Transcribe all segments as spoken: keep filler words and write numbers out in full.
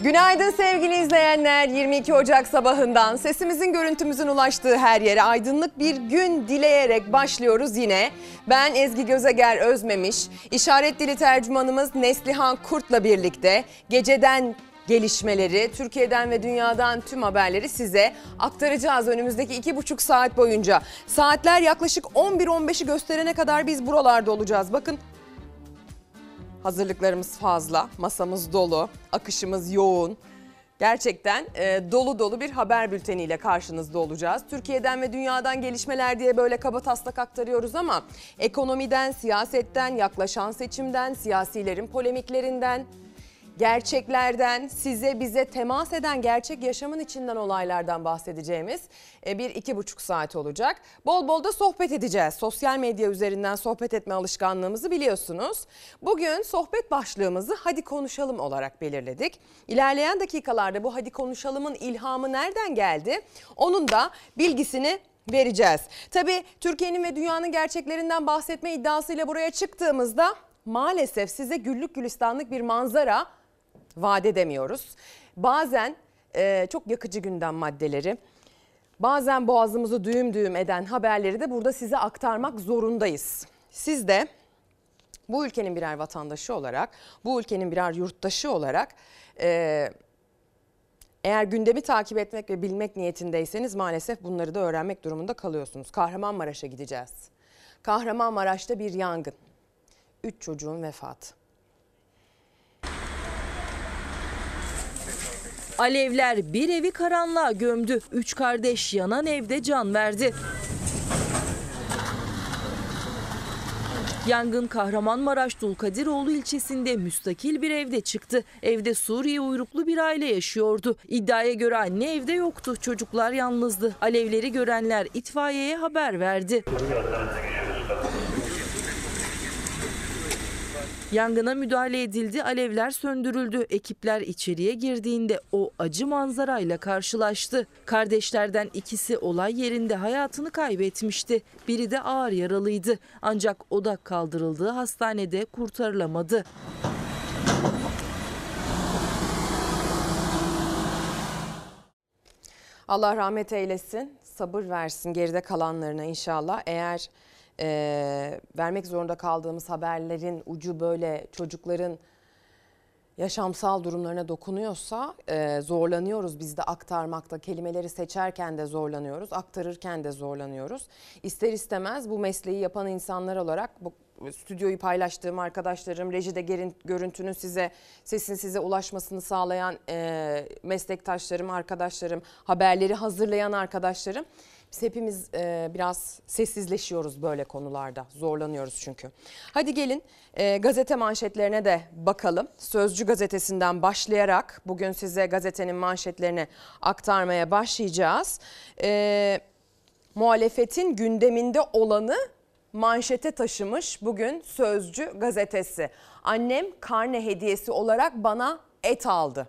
Günaydın sevgili izleyenler. yirmi iki Ocak sabahından sesimizin görüntümüzün ulaştığı her yere aydınlık bir gün dileyerek başlıyoruz yine. Ben Ezgi Gözeger Özmemiş, işaret dili tercümanımız Neslihan Kurt'la birlikte geceden gelişmeleri, Türkiye'den ve dünyadan tüm haberleri size aktaracağız önümüzdeki iki buçuk saat boyunca. Saatler yaklaşık on bir on beşi gösterene kadar biz buralarda olacağız. Bakın, hazırlıklarımız fazla, masamız dolu, akışımız yoğun. Gerçekten e, dolu dolu bir haber bülteniyle karşınızda olacağız. Türkiye'den ve dünyadan gelişmeler diye böyle kabataslak aktarıyoruz ama ekonomiden, siyasetten, yaklaşan seçimden, siyasilerin polemiklerinden, gerçeklerden, size bize temas eden gerçek yaşamın içinden olaylardan bahsedeceğimiz bir iki buçuk saat olacak. Bol bol da sohbet edeceğiz. Sosyal medya üzerinden sohbet etme alışkanlığımızı biliyorsunuz. Bugün sohbet başlığımızı Hadi Konuşalım olarak belirledik. İlerleyen dakikalarda bu Hadi Konuşalım'ın ilhamı nereden geldi? Onun da bilgisini vereceğiz. Tabii Türkiye'nin ve dünyanın gerçeklerinden bahsetme iddiasıyla buraya çıktığımızda maalesef size güllük gülistanlık bir manzara vaat edemiyoruz. Bazen e, çok yakıcı gündem maddeleri, bazen boğazımızı düğüm düğüm eden haberleri de burada size aktarmak zorundayız. Siz de bu ülkenin birer vatandaşı olarak, bu ülkenin birer yurttaşı olarak e, eğer gündemi takip etmek ve bilmek niyetindeyseniz maalesef bunları da öğrenmek durumunda kalıyorsunuz. Kahramanmaraş'a gideceğiz. Kahramanmaraş'ta bir yangın. Üç çocuğun vefatı. Alevler bir evi karanlığa gömdü. Üç kardeş yanan evde can verdi. Yangın Kahramanmaraş Dulkadiroğlu ilçesinde müstakil bir evde çıktı. Evde Suriye uyruklu bir aile yaşıyordu. İddiaya göre anne evde yoktu. Çocuklar yalnızdı. Alevleri görenler itfaiyeye haber verdi. Yangına müdahale edildi, alevler söndürüldü. Ekipler içeriye girdiğinde o acı manzarayla karşılaştı. Kardeşlerden ikisi olay yerinde hayatını kaybetmişti. Biri de ağır yaralıydı. Ancak o da kaldırıldığı hastanede kurtarılamadı. Allah rahmet eylesin, sabır versin geride kalanlarına inşallah. Eğer e, vermek zorunda kaldığımız haberlerin ucu böyle çocukların yaşamsal durumlarına dokunuyorsa e, zorlanıyoruz biz de aktarmakta. Kelimeleri seçerken de zorlanıyoruz, aktarırken de zorlanıyoruz. İster istemez bu mesleği yapan insanlar olarak bu stüdyoyu paylaştığım arkadaşlarım, rejide görüntünün size, sesin size ulaşmasını sağlayan e, meslektaşlarım, arkadaşlarım, haberleri hazırlayan arkadaşlarım. Biz hepimiz e, biraz sessizleşiyoruz böyle konularda, zorlanıyoruz çünkü. Hadi gelin e, gazete manşetlerine de bakalım. Sözcü gazetesinden başlayarak bugün size gazetenin manşetlerini aktarmaya başlayacağız. E, muhalefetin gündeminde olanı manşete taşımış bugün Sözcü gazetesi. Annem karne hediyesi olarak bana et aldı.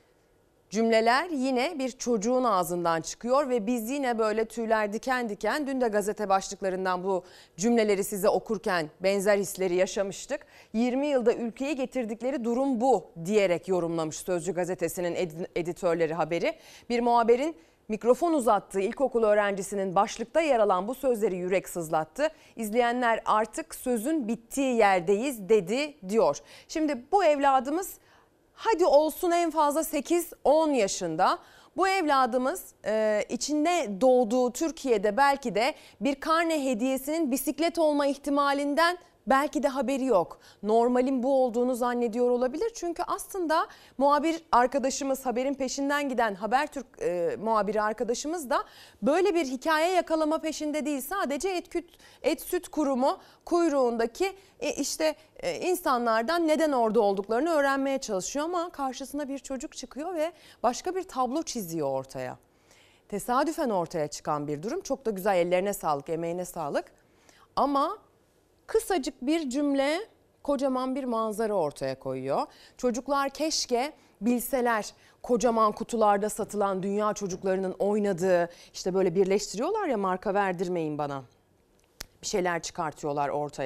Cümleler yine bir çocuğun ağzından çıkıyor ve biz yine böyle tüyler diken diken dün de gazete başlıklarından bu cümleleri size okurken benzer hisleri yaşamıştık. yirmi yılda ülkeye getirdikleri durum bu diyerek yorumlamış Sözcü gazetesinin ed- editörleri haberi. Bir muhabirin mikrofon uzattığı ilkokul öğrencisinin başlıkta yer alan bu sözleri yürek sızlattı. İzleyenler artık sözün bittiği yerdeyiz dedi diyor. Şimdi bu evladımız hadi olsun en fazla sekiz on yaşında. Bu evladımız e, içinde doğduğu Türkiye'de belki de bir karne hediyesinin bisiklet olma ihtimalinden belki de haberi yok. Normalin bu olduğunu zannediyor olabilir. Çünkü aslında muhabir arkadaşımız, haberin peşinden giden Habertürk e, muhabiri arkadaşımız da böyle bir hikaye yakalama peşinde değil. Sadece Et, Küt, Et Süt Kurumu kuyruğundaki e, işte e, insanlardan neden orada olduklarını öğrenmeye çalışıyor. Ama karşısına bir çocuk çıkıyor ve başka bir tablo çiziyor ortaya. Tesadüfen ortaya çıkan bir durum. Çok da güzel, ellerine sağlık, emeğine sağlık. Ama kısacık bir cümle kocaman bir manzara ortaya koyuyor. Çocuklar keşke bilseler kocaman kutularda satılan dünya çocuklarının oynadığı, işte böyle birleştiriyorlar ya, marka verdirmeyin bana. Bir şeyler çıkartıyorlar ortaya.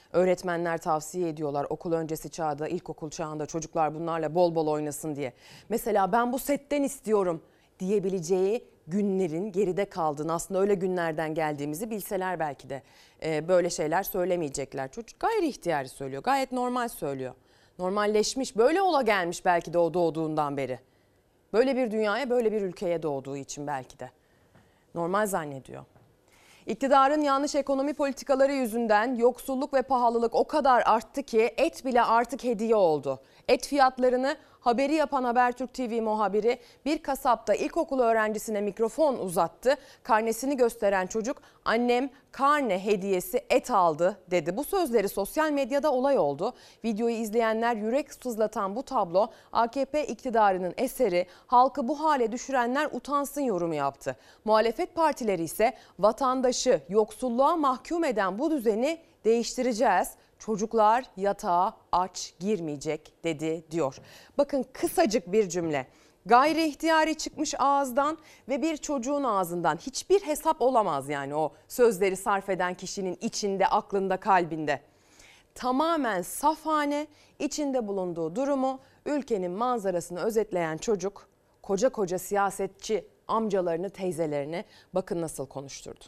Öğretmenler tavsiye ediyorlar okul öncesi çağda, ilkokul çağında çocuklar bunlarla bol bol oynasın diye. Mesela ben bu setten istiyorum diyebileceği günlerin geride kaldığını, aslında öyle günlerden geldiğimizi bilseler belki de e, böyle şeyler söylemeyecekler. Çocuk gayri ihtiyari söylüyor, gayet normal söylüyor. Normalleşmiş, böyle ola gelmiş belki de o doğduğundan beri. Böyle bir dünyaya, böyle bir ülkeye doğduğu için belki de normal zannediyor. İktidarın yanlış ekonomi politikaları yüzünden yoksulluk ve pahalılık o kadar arttı ki et bile artık hediye oldu. Et fiyatlarını haberi yapan Habertürk T V muhabiri bir kasapta ilkokul öğrencisine mikrofon uzattı. Karnesini gösteren çocuk annem karne hediyesi et aldı dedi. Bu sözleri sosyal medyada olay oldu. Videoyu izleyenler yürek sızlatan bu tablo A K P iktidarının eseri, halkı bu hale düşürenler utansın yorumu yaptı. Muhalefet partileri ise vatandaşı yoksulluğa mahkum eden bu düzeni değiştireceğiz. Çocuklar yatağa aç girmeyecek dedi diyor. Bakın kısacık bir cümle. Gayri ihtiyari çıkmış ağızdan ve bir çocuğun ağzından, hiçbir hesap olamaz yani o sözleri sarf eden kişinin içinde, aklında, kalbinde. Tamamen safhane, içinde bulunduğu durumu, ülkenin manzarasını özetleyen çocuk koca koca siyasetçi amcalarını, teyzelerini bakın nasıl konuşturdu.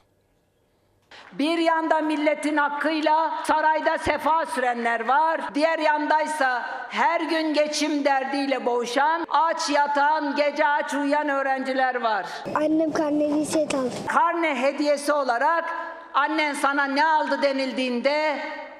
Bir yanda milletin hakkıyla sarayda sefa sürenler var. Diğer yandaysa her gün geçim derdiyle boğuşan, aç yatan, gece aç uyuyan öğrenciler var. Annem karne hediyesi aldı. Karne hediyesi olarak annen sana ne aldı denildiğinde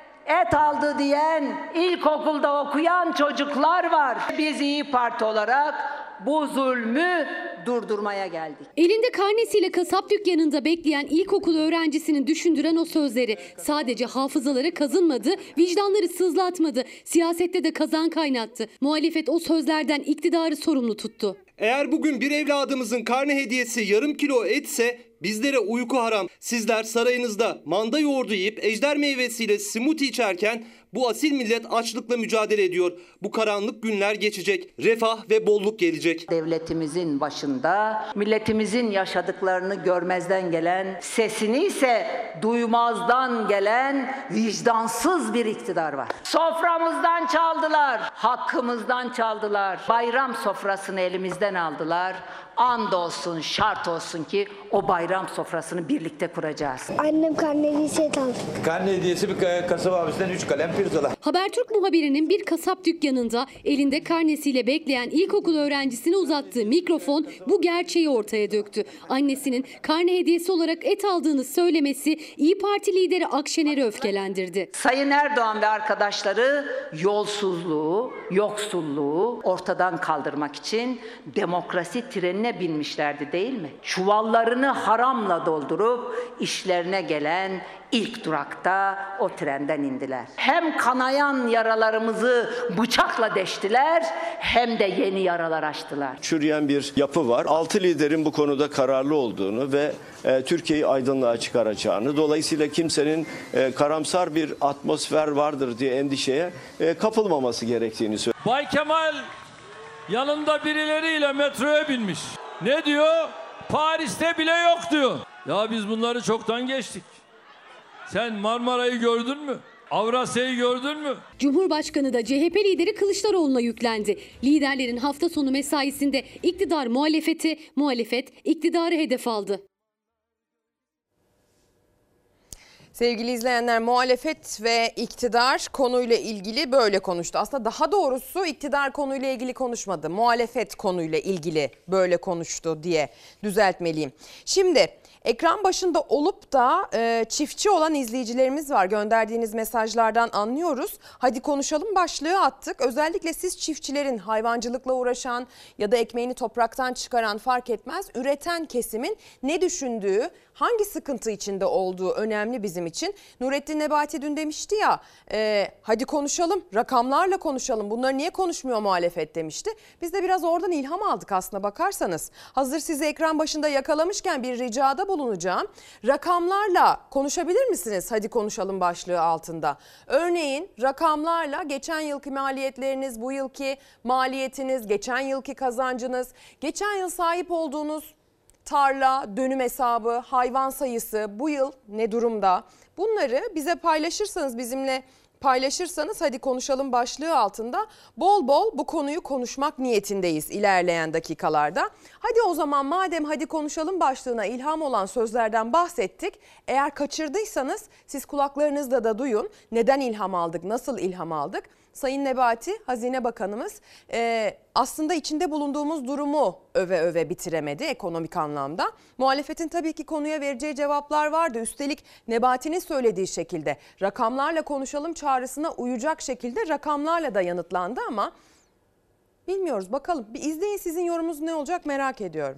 et aldı diyen, ilkokulda okuyan çocuklar var. Biz İYİ Parti olarak bu zulmü durdurmaya geldik. Elinde karnesiyle kasap dükkanında bekleyen ilkokul öğrencisini düşündüren o sözleri sadece hafızaları kazınmadı, vicdanları sızlatmadı, siyasette de kazan kaynattı. Muhalefet o sözlerden iktidarı sorumlu tuttu. Eğer bugün bir evladımızın karne hediyesi yarım kilo etse bizlere uyku haram. Sizler sarayınızda manda yoğurdu yiyip ejder meyvesiyle smoothie içerken bu asil millet açlıkla mücadele ediyor. Bu karanlık günler geçecek. Refah ve bolluk gelecek. Devletimizin başında milletimizin yaşadıklarını görmezden gelen, sesini ise duymazdan gelen vicdansız bir iktidar var. Soframızdan çaldılar, hakkımızdan çaldılar. Bayram sofrasını elimizden aldılar. Andolsun, şart olsun ki o bayram sofrasını birlikte kuracağız. Annem karne hediyesi aldı. Karne hediyesi bir kasaba abisinden üç kalem pirzola. Habertürk muhabirinin bir kasap dükkanında elinde karnesiyle bekleyen ilkokul öğrencisine uzattığı mikrofon bu gerçeği ortaya döktü. Annesinin karne hediyesi olarak et aldığını söylemesi İYİ Parti lideri Akşener'i öfkelendirdi. Sayın Erdoğan ve arkadaşları yolsuzluğu, yoksulluğu ortadan kaldırmak için demokrasi trenine binmişlerdi değil mi? Çuvallarını haramla doldurup işlerine gelen ilk durakta o trenden indiler. Hem kanayan yaralarımızı bıçakla deştiler hem de yeni yaralar açtılar. Çürüyen bir yapı var. Altı liderin bu konuda kararlı olduğunu ve e, Türkiye'yi aydınlığa çıkaracağını, dolayısıyla kimsenin e, karamsar bir atmosfer vardır diye endişeye e, kapılmaması gerektiğini söylüyor. Bay Kemal yanında birileriyle metroya binmiş. Ne diyor? Paris'te bile yok diyor. Ya biz bunları çoktan geçtik. Sen Marmara'yı gördün mü? Avrasya'yı gördün mü? Cumhurbaşkanı da C H P lideri Kılıçdaroğlu'na yüklendi. Liderlerin hafta sonu mesaisinde iktidar muhalefeti, muhalefet iktidarı hedef aldı. Sevgili izleyenler, muhalefet ve iktidar konuyla ilgili böyle konuştu. Aslında daha doğrusu iktidar konuyla ilgili konuşmadı. Muhalefet konuyla ilgili böyle konuştu diye düzeltmeliyim. Şimdi ekran başında olup da e, çiftçi olan izleyicilerimiz var. Gönderdiğiniz mesajlardan anlıyoruz. Hadi konuşalım başlığı attık. Özellikle siz çiftçilerin, hayvancılıkla uğraşan ya da ekmeğini topraktan çıkaran fark etmez, üreten kesimin ne düşündüğü, hangi sıkıntı içinde olduğu önemli bizim için. Nurettin Nebati dün demişti ya, e, hadi konuşalım, rakamlarla konuşalım, bunları niye konuşmuyor muhalefet demişti. Biz de biraz oradan ilham aldık aslına bakarsanız. Hazır sizi ekran başında yakalamışken bir ricada bulunacağım. Rakamlarla konuşabilir misiniz? Hadi konuşalım başlığı altında. Örneğin rakamlarla geçen yılki maliyetleriniz, bu yılki maliyetiniz, geçen yılki kazancınız, geçen yıl sahip olduğunuz tarla, dönüm hesabı, hayvan sayısı bu yıl ne durumda? Bunları bize paylaşırsanız, bizimle paylaşırsanız hadi konuşalım başlığı altında bol bol bu konuyu konuşmak niyetindeyiz ilerleyen dakikalarda. Hadi o zaman madem hadi konuşalım başlığına ilham olan sözlerden bahsettik. Eğer kaçırdıysanız siz kulaklarınızda da duyun. Neden ilham aldık, nasıl ilham aldık? Sayın Nebati, Hazine Bakanımız e, aslında içinde bulunduğumuz durumu öve öve bitiremedi ekonomik anlamda. Muhalefetin tabii ki konuya vereceği cevaplar vardı. Üstelik Nebati'nin söylediği şekilde rakamlarla konuşalım çağrısına uyacak şekilde rakamlarla da yanıtlandı ama bilmiyoruz bakalım. Bir izleyin, sizin yorumunuz ne olacak merak ediyorum.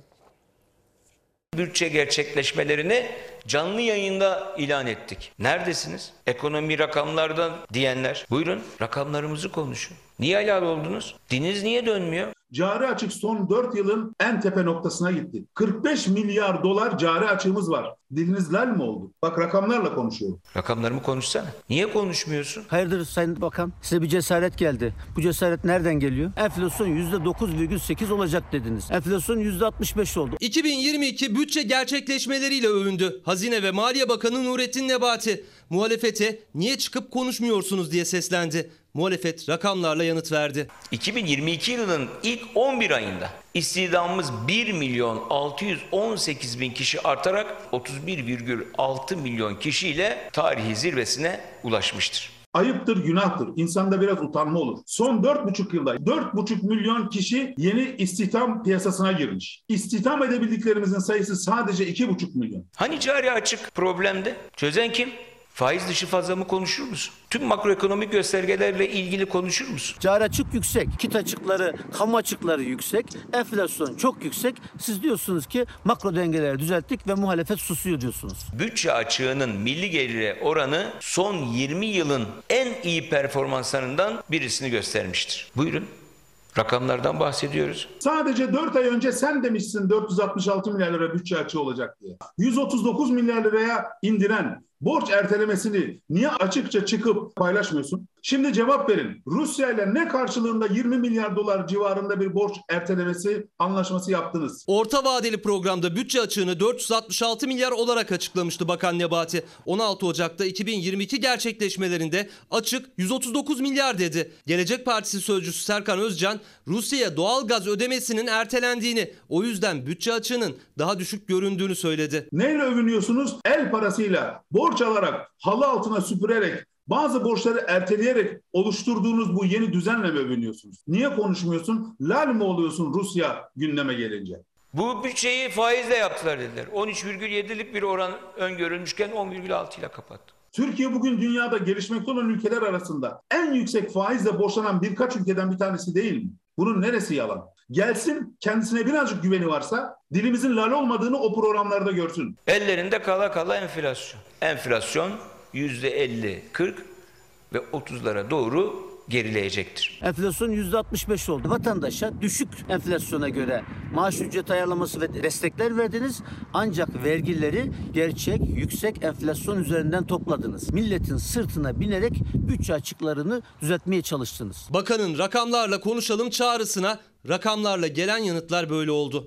Bütçe gerçekleşmelerini canlı yayında ilan ettik. Neredesiniz? Ekonomi rakamlardan diyenler. Buyurun rakamlarımızı konuşun. Niye helal oldunuz? Diliniz niye dönmüyor? Cari açık son dört yılın en tepe noktasına gitti. kırk beş milyar dolar cari açığımız var. Diliniz lal mi oldu? Bak rakamlarla konuşuyorum. Rakamlarımı konuşsana. Niye konuşmuyorsun? Hayırdır Sayın Bakan? Size bir cesaret geldi. Bu cesaret nereden geliyor? Enflasyon yüzde dokuz virgül sekiz olacak dediniz. Enflasyon yüzde altmış beş oldu. iki bin yirmi iki bütçe gerçekleşmeleriyle övündü Hazine ve Maliye Bakanı Nurettin Nebati. Muhalefete niye çıkıp konuşmuyorsunuz diye seslendi. Muhalefet rakamlarla yanıt verdi. iki bin yirmi iki yılının ilk on bir ayında istihdamımız bir milyon altı yüz on sekiz bin kişi artarak otuz bir virgül altı milyon kişiyle tarihi zirvesine ulaşmıştır. Ayıptır, günahtır. İnsanda biraz utanma olur. Son dört buçuk yılda dört buçuk milyon kişi yeni istihdam piyasasına girmiş. İstihdam edebildiklerimizin sayısı sadece iki buçuk milyon. Hani cari açık problemde? Çözen kim? Faiz dışı fazla mı konuşur musun? Tüm makroekonomik göstergelerle ilgili konuşur musun? Cari açık yüksek, kit açıkları, kamu açıkları yüksek, enflasyon çok yüksek. Siz diyorsunuz ki makro dengeleri düzelttik ve muhalefet susuyor diyorsunuz. Bütçe açığının milli gelire oranı son yirmi yılın en iyi performanslarından birisini göstermiştir. Buyurun. Rakamlardan bahsediyoruz. Sadece dört ay önce sen demişsin dört yüz altmış altı milyar lira bütçe açığı olacak diye. yüz otuz dokuz milyar liraya indiren borç ertelemesini niye açıkça çıkıp paylaşmıyorsun? Şimdi cevap verin. Rusya ile ne karşılığında yirmi milyar dolar civarında bir borç ertelemesi anlaşması yaptınız? Orta vadeli programda bütçe açığını dört yüz altmış altı milyar olarak açıklamıştı Bakan Nebati. on altı Ocak'ta iki bin yirmi iki gerçekleşmelerinde açık yüz otuz dokuz milyar dedi. Gelecek Partisi sözcüsü Serkan Özcan, Rusya'ya doğal gaz ödemesinin ertelendiğini, o yüzden bütçe açığının daha düşük göründüğünü söyledi. Neyle övünüyorsunuz? El parasıyla borç alarak, halı altına süpürerek, bazı borçları erteleyerek oluşturduğunuz bu yeni düzenle mi övünüyorsunuz? Niye konuşmuyorsun? Lal mi oluyorsun Rusya gündeme gelince? Bu bütçeyi faizle yaptılar dediler. on üç virgül yedilik bir oran öngörülmüşken on virgül altı ile kapattı. Türkiye bugün dünyada gelişmekte olan ülkeler arasında en yüksek faizle borçlanan birkaç ülkeden bir tanesi değil mi? Bunun neresi yalan? Gelsin, kendisine birazcık güveni varsa dilimizin lal olmadığını o programlarda görsün. Ellerinde kala kala enflasyon. Enflasyon yüzde elli kırk ve otuzlara doğru gerileyecektir. Enflasyon yüzde altmış beş oldu. Vatandaşa düşük enflasyona göre maaş ücret ayarlaması ve destekler verdiniz. Ancak vergileri gerçek yüksek enflasyon üzerinden topladınız. Milletin sırtına binerek bütçe açıklarını düzeltmeye çalıştınız. Bakanın rakamlarla konuşalım çağrısına rakamlarla gelen yanıtlar böyle oldu.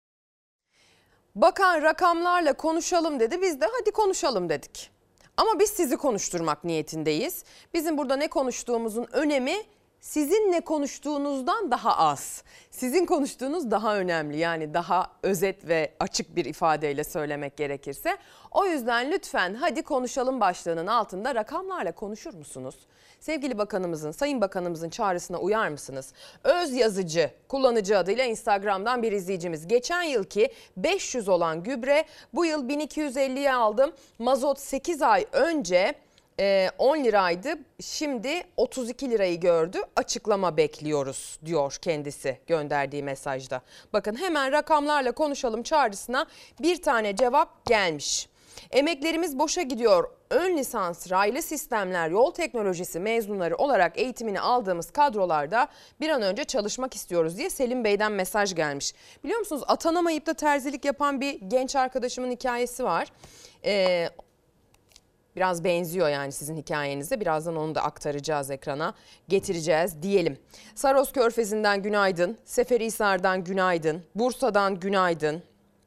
Bakan rakamlarla konuşalım dedi, biz de hadi konuşalım dedik. Ama biz sizi konuşturmak niyetindeyiz. Bizim burada ne konuştuğumuzun önemi sizin ne konuştuğunuzdan daha az. Sizin konuştuğunuz daha önemli, yani daha özet ve açık bir ifadeyle söylemek gerekirse. O yüzden lütfen hadi konuşalım başlığının altında rakamlarla konuşur musunuz? Sevgili bakanımızın, sayın bakanımızın çağrısına uyar mısınız? Öz yazıcı kullanıcı adıyla Instagram'dan bir izleyicimiz. Geçen yılki beş yüz olan gübre bu yıl bin iki yüz elliye aldım. Mazot sekiz ay önce on liraydı, şimdi otuz iki lirayı gördü, açıklama bekliyoruz diyor kendisi gönderdiği mesajda. Bakın hemen rakamlarla konuşalım çağrısına bir tane cevap gelmiş. Emeklerimiz boşa gidiyor. Ön lisans raylı sistemler yol teknolojisi mezunları olarak eğitimini aldığımız kadrolarda bir an önce çalışmak istiyoruz diye Selim Bey'den mesaj gelmiş. Biliyor musunuz, atanamayıp da terzilik yapan bir genç arkadaşımın hikayesi var. Ee, Biraz benziyor yani sizin hikayenize. Birazdan onu da aktaracağız, ekrana getireceğiz diyelim. Saros Körfezi'nden günaydın. Seferihisar'dan günaydın. Bursa'dan günaydın.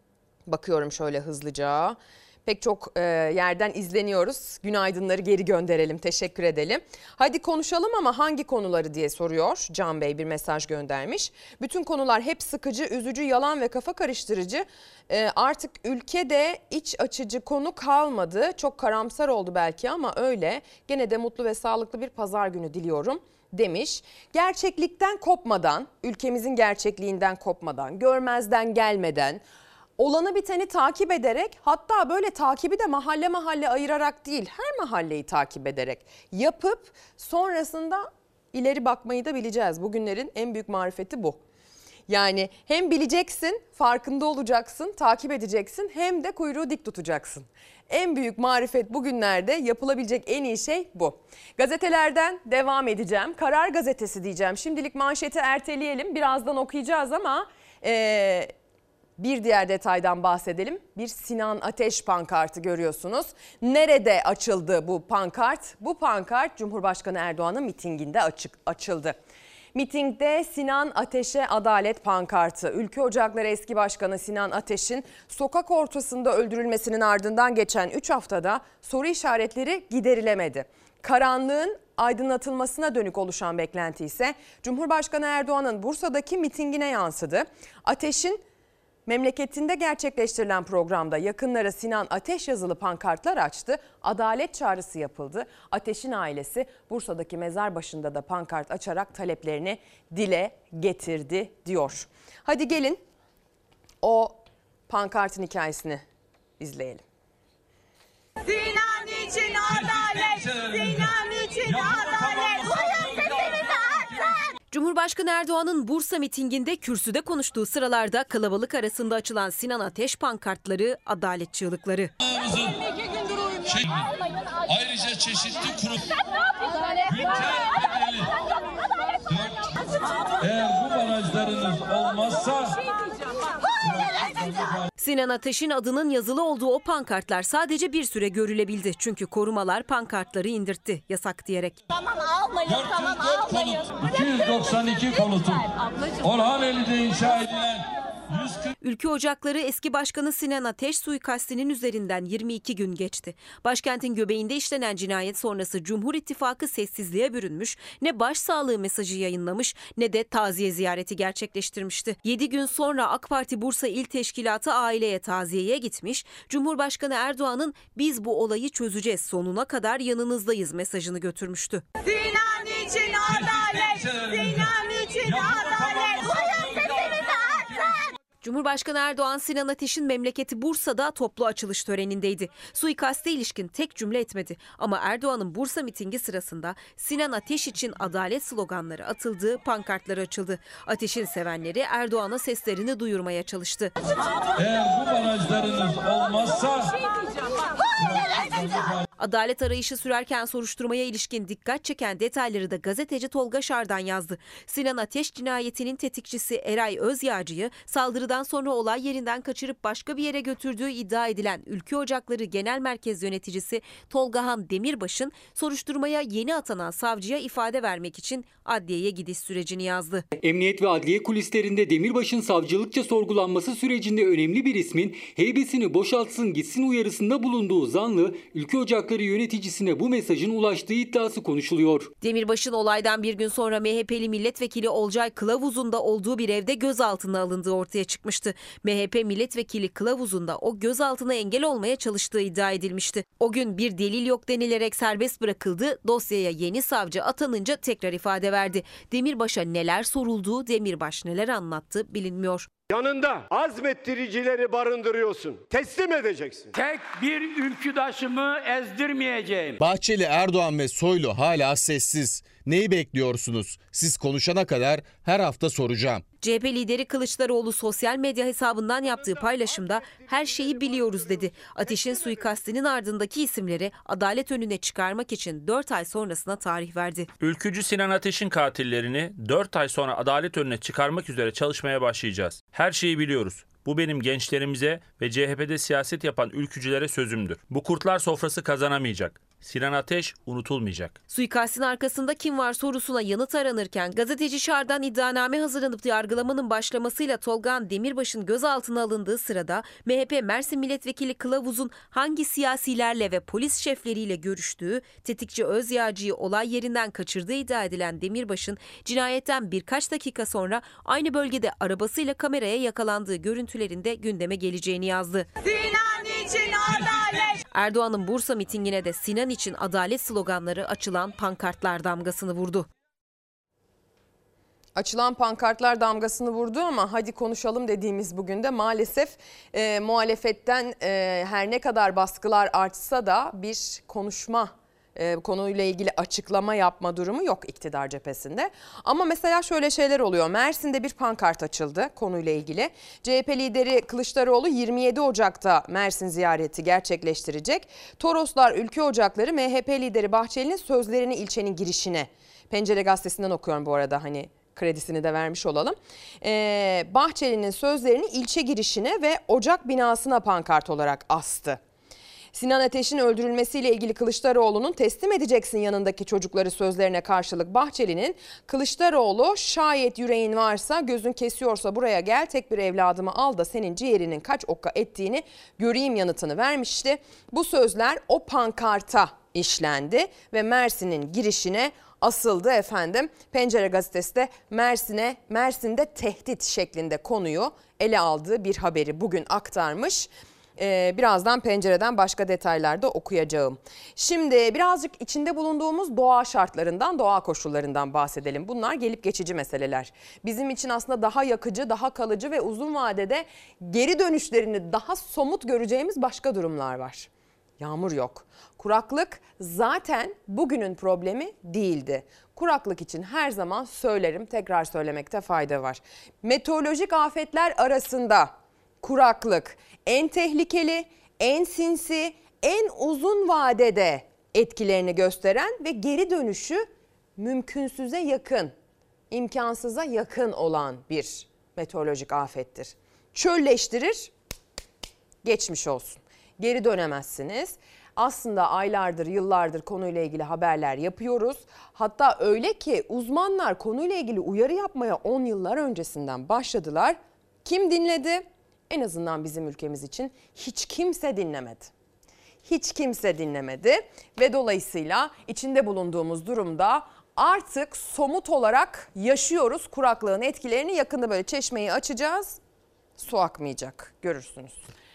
Bakıyorum şöyle hızlıca. Pek çok e, yerden izleniyoruz. Günaydınları geri gönderelim, teşekkür edelim. Hadi konuşalım ama hangi konuları diye soruyor. Can Bey bir mesaj göndermiş. Bütün konular hep sıkıcı, üzücü, yalan ve kafa karıştırıcı. E, artık ülkede iç açıcı konu kalmadı. Çok karamsar oldu belki ama öyle. Gene de mutlu ve sağlıklı bir pazar günü diliyorum demiş. Gerçeklikten kopmadan, ülkemizin gerçekliğinden kopmadan, görmezden gelmeden, olanı biteni takip ederek, hatta böyle takibi de mahalle mahalle ayırarak değil, her mahalleyi takip ederek yapıp sonrasında ileri bakmayı da bileceğiz. Bugünlerin en büyük marifeti bu. Yani hem bileceksin, farkında olacaksın, takip edeceksin, hem de kuyruğu dik tutacaksın. En büyük marifet bugünlerde, yapılabilecek en iyi şey bu. Gazetelerden devam edeceğim. Karar Gazetesi diyeceğim. Şimdilik manşeti erteleyelim. Birazdan okuyacağız ama Ee, bir diğer detaydan bahsedelim. Bir Sinan Ateş pankartı görüyorsunuz. Nerede açıldı bu pankart? Bu pankart Cumhurbaşkanı Erdoğan'ın mitinginde açık, açıldı. Mitingde Sinan Ateş'e adalet pankartı. Ülke Ocakları eski başkanı Sinan Ateş'in sokak ortasında öldürülmesinin ardından geçen üç haftada soru işaretleri giderilemedi. Karanlığın aydınlatılmasına dönük oluşan beklenti ise Cumhurbaşkanı Erdoğan'ın Bursa'daki mitingine yansıdı. Ateş'in memleketinde gerçekleştirilen programda yakınları Sinan Ateş yazılı pankartlar açtı. Adalet çağrısı yapıldı. Ateş'in ailesi Bursa'daki mezar başında da pankart açarak taleplerini dile getirdi diyor. Hadi gelin o pankartın hikayesini izleyelim. Sinan için adalet, Sinan için adalet. Duyun sesimizi artık. Cumhurbaşkanı Erdoğan'ın Bursa mitinginde kürsüde konuştuğu sıralarda kalabalık arasında açılan Sinan Ateş pankartları, adalet çığlıkları. Şey, ayrıca çeşitli kurum. Eğer bu barajlarınız olmazsa Sinan Ateş'in adının yazılı olduğu o pankartlar sadece bir süre görülebildi. Çünkü korumalar pankartları indirtti yasak diyerek. Tamam almayın, tamam almayın. iki yüz doksan iki konutun Orhaneli'de inşa edilen Ülke Ocakları eski başkanı Sinan Ateş suikastinin üzerinden yirmi iki gün geçti. Başkentin göbeğinde işlenen cinayet sonrası Cumhur İttifakı sessizliğe bürünmüş, ne başsağlığı mesajı yayınlamış ne de taziye ziyareti gerçekleştirmişti. yedi gün sonra AK Parti Bursa İl Teşkilatı aileye taziyeye gitmiş, Cumhurbaşkanı Erdoğan'ın "Biz bu olayı çözeceğiz, sonuna kadar yanınızdayız" mesajını götürmüştü. Sinan için adalet, Sinan için adalet. Duyun sesimizi artık. Cumhurbaşkanı Erdoğan Sinan Ateş'in memleketi Bursa'da toplu açılış törenindeydi. Suikaste ilişkin tek cümle etmedi. Ama Erdoğan'ın Bursa mitingi sırasında Sinan Ateş için adalet sloganları atıldı, pankartlar açıldı. Ateş'in sevenleri Erdoğan'a seslerini duyurmaya çalıştı. eğer bu barajlarınız olmazsa Adalet arayışı sürerken soruşturmaya ilişkin dikkat çeken detayları da gazeteci Tolga Şardan yazdı. Sinan Ateş cinayetinin tetikçisi Eray Özyağcı'yı saldırıdan sonra olay yerinden kaçırıp başka bir yere götürdüğü iddia edilen Ülke Ocakları Genel Merkez Yöneticisi Tolgahan Demirbaş'ın soruşturmaya yeni atanan savcıya ifade vermek için adliyeye gidiş sürecini yazdı. Emniyet ve adliye kulislerinde Demirbaş'ın savcılıkça sorgulanması sürecinde önemli bir ismin heybesini boşaltsın gitsin uyarısında bulunduğu zanlı Ülke Ocakları yöneticisine bu mesajın ulaştığı iddiası konuşuluyor. Demirbaş'ın olaydan bir gün sonra M H P'li milletvekili Olcay Kılavuz'un da olduğu bir evde gözaltına alındığı ortaya çıkmıştı. M H P milletvekili Kılavuz'un da o gözaltına engel olmaya çalıştığı iddia edilmişti. O gün bir delil yok denilerek serbest bırakıldı. Dosyaya yeni savcı atanınca tekrar ifade verdi. Demirbaş'a neler soruldu, Demirbaş neler anlattı bilinmiyor. Yanında azmettiricileri barındırıyorsun. Teslim edeceksin. Tek bir ülküdaşımı ezdirmeyeceğim. Bahçeli, Erdoğan ve Soylu hala sessiz. Neyi bekliyorsunuz? Siz konuşana kadar her hafta soracağım. C H P lideri Kılıçdaroğlu sosyal medya hesabından yaptığı paylaşımda her şeyi biliyoruz dedi. Ateş'in suikastinin ardındaki isimleri adalet önüne çıkarmak için dört ay sonrasına tarih verdi. Ülkücü Sinan Ateş'in katillerini dört ay sonra adalet önüne çıkarmak üzere çalışmaya başlayacağız. Her şeyi biliyoruz. Bu benim gençlerimize ve C H P'de siyaset yapan ülkücülere sözümdür. Bu kurtlar sofrası kazanamayacak. Sinan Ateş unutulmayacak. Suikastin arkasında kim var sorusuna yanıt aranırken gazeteci Şar'dan iddianame hazırlanıp yargılamanın başlamasıyla Tolgağan Demirbaş'ın gözaltına alındığı sırada M H P Mersin Milletvekili Kılavuz'un hangi siyasilerle ve polis şefleriyle görüştüğü, tetikçi Özyağcı'yı olay yerinden kaçırdığı iddia edilen Demirbaş'ın cinayetten birkaç dakika sonra aynı bölgede arabasıyla kameraya yakalandığı görüntülerinde gündeme geleceğini yazdı. Sinan için adalet. Erdoğan'ın Bursa mitingine de Sinan için adalet sloganları açılan pankartlar damgasını vurdu. Açılan pankartlar damgasını vurdu ama hadi konuşalım dediğimiz bugün de maalesef e, muhalefetten e, her ne kadar baskılar artsa da bir konuşma e, konuyla ilgili açıklama yapma durumu yok iktidar cephesinde. Ama mesela şöyle şeyler oluyor. Mersin'de bir pankart açıldı konuyla ilgili. C H P lideri Kılıçdaroğlu yirmi yedi Ocak'ta Mersin ziyareti gerçekleştirecek. Toroslar Ülke Ocakları M H P lideri Bahçeli'nin sözlerini ilçenin girişine. Pencere gazetesinden okuyorum bu arada, hani kredisini de vermiş olalım. Ee, Bahçeli'nin sözlerini ilçe girişine ve ocak binasına pankart olarak astı. Sinan Ateş'in öldürülmesiyle ilgili Kılıçdaroğlu'nun teslim edeceksin yanındaki çocukları sözlerine karşılık Bahçeli'nin Kılıçdaroğlu şayet yüreğin varsa gözün kesiyorsa buraya gel tek bir evladımı al da senin ciğerinin kaç okka ettiğini göreyim yanıtını vermişti. Bu sözler o pankarta işlendi ve Mersin'in girişine asıldı efendim. Pencere gazetesi de Mersin'e Mersin'de tehdit şeklinde konuyu ele aldığı bir haberi bugün aktarmış. Ee, birazdan Pencere'den başka detaylar da okuyacağım. Şimdi birazcık içinde bulunduğumuz doğa şartlarından, doğa koşullarından bahsedelim. Bunlar gelip geçici meseleler. Bizim için aslında daha yakıcı, daha kalıcı ve uzun vadede geri dönüşlerini daha somut göreceğimiz başka durumlar var. Yağmur yok. Kuraklık zaten bugünün problemi değildi. Kuraklık için her zaman söylerim, tekrar söylemekte fayda var. Meteorolojik afetler arasında kuraklık en tehlikeli, en sinsi, en uzun vadede etkilerini gösteren ve geri dönüşü mümkünsüze yakın, imkansıza yakın olan bir meteorolojik afettir. Çölleştirir, geçmiş olsun. Geri dönemezsiniz. Aslında aylardır, yıllardır konuyla ilgili haberler yapıyoruz. Hatta öyle ki uzmanlar konuyla ilgili uyarı yapmaya on yıllar öncesinden başladılar. Kim dinledi? En azından bizim ülkemiz için hiç kimse dinlemedi. Hiç kimse dinlemedi ve dolayısıyla içinde bulunduğumuz durumda artık somut olarak yaşıyoruz. Kuraklığın etkilerini yakında böyle çeşmeyi açacağız. Su akmayacak, görürsünüz.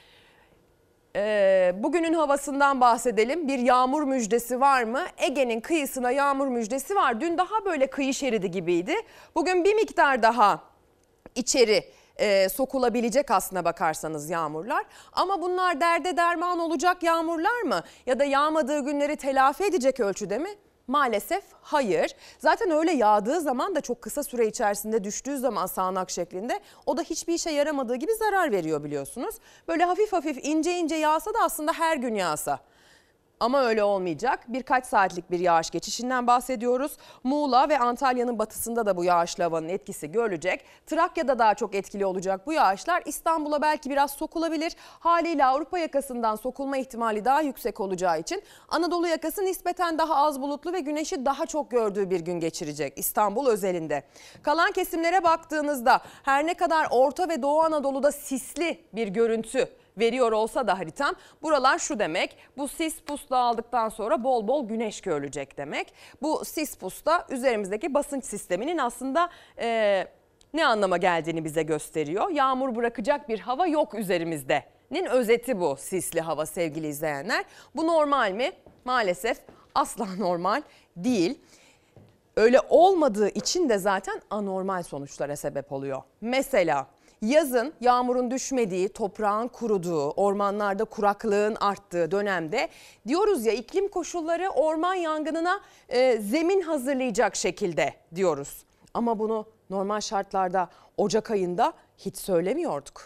Ee, bugünün havasından bahsedelim. Bir yağmur müjdesi var mı? Ege'nin kıyısına yağmur müjdesi var. Dün daha böyle kıyı şeridi gibiydi. Bugün bir miktar daha içeri e, sokulabilecek aslına bakarsanız yağmurlar. Ama bunlar derde derman olacak yağmurlar mı? Ya da yağmadığı günleri telafi edecek ölçüde mi? Maalesef hayır. Zaten öyle yağdığı zaman da çok kısa süre içerisinde düştüğü zaman sağanak şeklinde o da hiçbir işe yaramadığı gibi zarar veriyor biliyorsunuz. Böyle hafif hafif ince ince yağsa da aslında her gün yağsa. Ama öyle olmayacak. Birkaç saatlik bir yağış geçişinden bahsediyoruz. Muğla ve Antalya'nın batısında da bu yağışlı havanın etkisi görülecek. Trakya'da daha çok etkili olacak bu yağışlar. İstanbul'a belki biraz sokulabilir. Haliyle Avrupa yakasından sokulma ihtimali daha yüksek olacağı için Anadolu yakası nispeten daha az bulutlu ve güneşi daha çok gördüğü bir gün geçirecek İstanbul özelinde. Kalan kesimlere baktığınızda her ne kadar Orta ve Doğu Anadolu'da sisli bir görüntü veriyor olsa da haritam, buralar şu demek: bu sis pus dağıldıktan sonra bol bol güneş görülecek demek. Bu sis pus da üzerimizdeki basınç sisteminin aslında e, ne anlama geldiğini bize gösteriyor. Yağmur bırakacak bir hava yok üzerimizde'nin özeti bu sisli hava sevgili izleyenler. Bu normal mi? Maalesef asla normal değil. Öyle olmadığı için de zaten anormal sonuçlara sebep oluyor. Mesela yazın yağmurun düşmediği, toprağın kuruduğu, ormanlarda kuraklığın arttığı dönemde diyoruz ya, iklim koşulları orman yangınına e, zemin hazırlayacak şekilde diyoruz. Ama bunu normal şartlarda Ocak ayında hiç söylemiyorduk.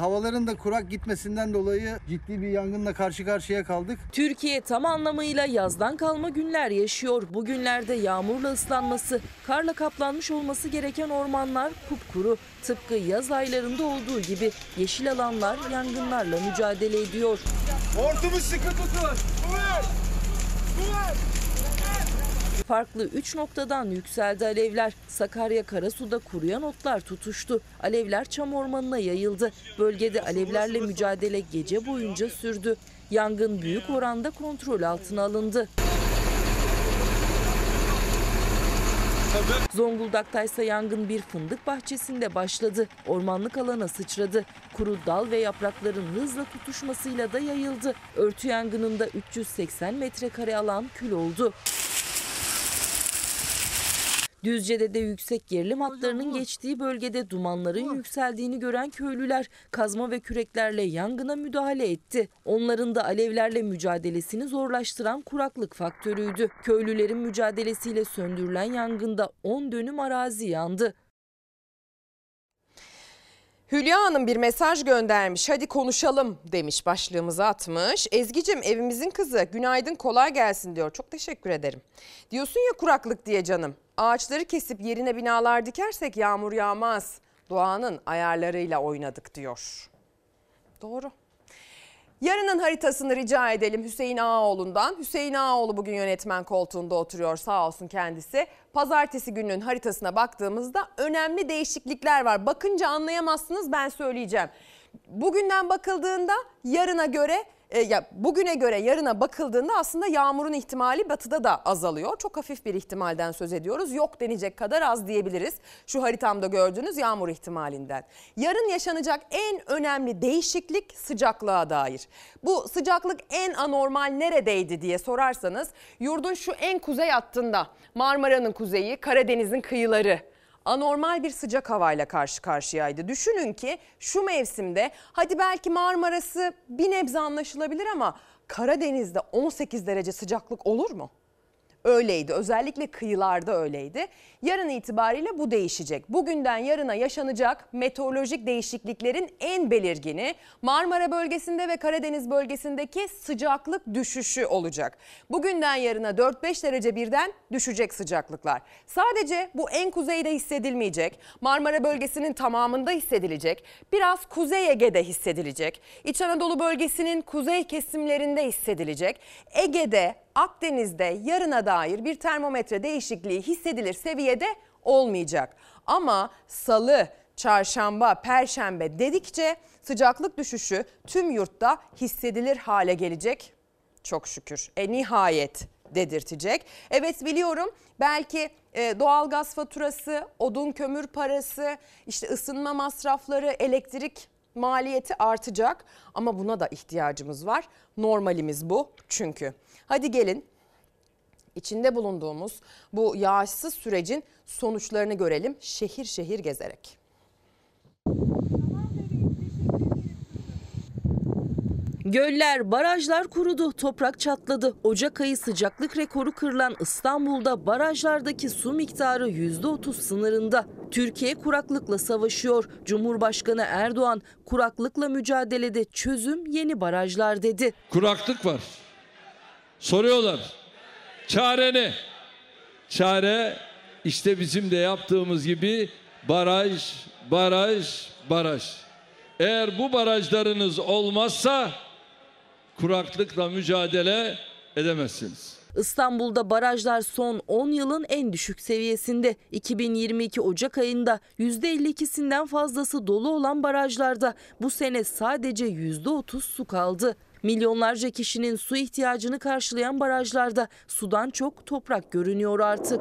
havaların da kurak gitmesinden dolayı ciddi bir yangınla karşı karşıya kaldık. Türkiye tam anlamıyla yazdan kalma günler yaşıyor. Bu günlerde yağmurla ıslanması, karla kaplanmış olması gereken ormanlar kupkuru. Tıpkı yaz aylarında olduğu gibi yeşil alanlar yangınlarla mücadele ediyor. Hortumu sıkı tutun. Farklı üç noktadan yükseldi alevler. Sakarya Karasu'da kuruyan otlar tutuştu. Alevler çam ormanına yayıldı. Bölgede alevlerle mücadele gece boyunca sürdü. Yangın büyük oranda kontrol altına alındı. Zonguldak'ta ise yangın bir fındık bahçesinde başladı. Ormanlık alana sıçradı. Kuru dal ve yaprakların hızla tutuşmasıyla da yayıldı. Örtü yangınında üç yüz seksen metrekare alan kül oldu. Düzce'de de yüksek gerilim hatlarının geçtiği bölgede dumanların yükseldiğini gören köylüler kazma ve küreklerle yangına müdahale etti. Onların da alevlerle mücadelesini zorlaştıran kuraklık faktörüydü. Köylülerin mücadelesiyle söndürülen yangında on dönüm arazi yandı. Hülya Hanım bir mesaj göndermiş. Hadi konuşalım demiş, başlığımıza atmış. Ezgi'cim evimizin kızı günaydın kolay gelsin diyor. Çok teşekkür ederim. Diyorsun ya kuraklık diye canım. Ağaçları kesip yerine binalar dikersek yağmur yağmaz. Doğanın ayarlarıyla oynadık diyor. Doğru. Yarının haritasını rica edelim Hüseyin Ağaoğlu'ndan. Hüseyin Ağaoğlu bugün yönetmen koltuğunda oturuyor, sağ olsun kendisi. Pazartesi gününün haritasına baktığımızda önemli değişiklikler var. Bakınca anlayamazsınız, ben söyleyeceğim. Bugünden bakıldığında yarına göre e, ya bugüne göre yarına bakıldığında aslında yağmurun ihtimali batıda da azalıyor. Çok hafif bir ihtimalden söz ediyoruz. Yok denecek kadar az diyebiliriz. Şu haritamda gördüğünüz yağmur ihtimalinden. Yarın yaşanacak en önemli değişiklik sıcaklığa dair. Bu sıcaklık en anormal neredeydi diye sorarsanız yurdun şu en kuzey hattında, Marmara'nın kuzeyi, Karadeniz'in kıyıları. Anormal bir sıcak havayla karşı karşıyaydı. Düşünün ki şu mevsimde hadi belki Marmara'sı bir nebze anlaşılabilir ama Karadeniz'de on sekiz derece sıcaklık olur mu? Öyleydi, özellikle kıyılarda öyleydi. Yarın itibariyle bu değişecek. Bugünden yarına yaşanacak meteorolojik değişikliklerin en belirgini Marmara bölgesinde ve Karadeniz bölgesindeki sıcaklık düşüşü olacak. Bugünden yarına dört beş derece birden düşecek sıcaklıklar. Sadece bu en kuzeyde hissedilmeyecek. Marmara bölgesinin tamamında hissedilecek. Biraz Kuzey Ege'de hissedilecek. İç Anadolu bölgesinin kuzey kesimlerinde hissedilecek. Ege'de, Akdeniz'de yarına dair bir termometre değişikliği hissedilir seviyede olmayacak. Ama salı, çarşamba, perşembe dedikçe sıcaklık düşüşü tüm yurtta hissedilir hale gelecek. Çok şükür. E nihayet dedirtecek. Evet biliyorum belki e, doğalgaz faturası, odun kömür parası, işte ısınma masrafları, elektrik maliyeti artacak ama buna da ihtiyacımız var. Normalimiz bu çünkü. Hadi gelin içinde bulunduğumuz bu yağışsız sürecin sonuçlarını görelim şehir şehir gezerek. Göller, barajlar kurudu, toprak çatladı. Ocak ayı sıcaklık rekoru kırılan İstanbul'da barajlardaki su miktarı yüzde otuz sınırında. Türkiye kuraklıkla savaşıyor. Cumhurbaşkanı Erdoğan kuraklıkla mücadelede çözüm yeni barajlar dedi. Kuraklık var. Soruyorlar. Çare ne? Çare işte bizim de yaptığımız gibi baraj, baraj, baraj. Eğer bu barajlarınız olmazsa kuraklıkla mücadele edemezsiniz. İstanbul'da barajlar son on yılın en düşük seviyesinde. iki bin yirmi iki Ocak ayında yüzde elli ikisinden fazlası dolu olan barajlarda bu sene sadece yüzde otuz su kaldı. Milyonlarca kişinin su ihtiyacını karşılayan barajlarda sudan çok toprak görünüyor artık.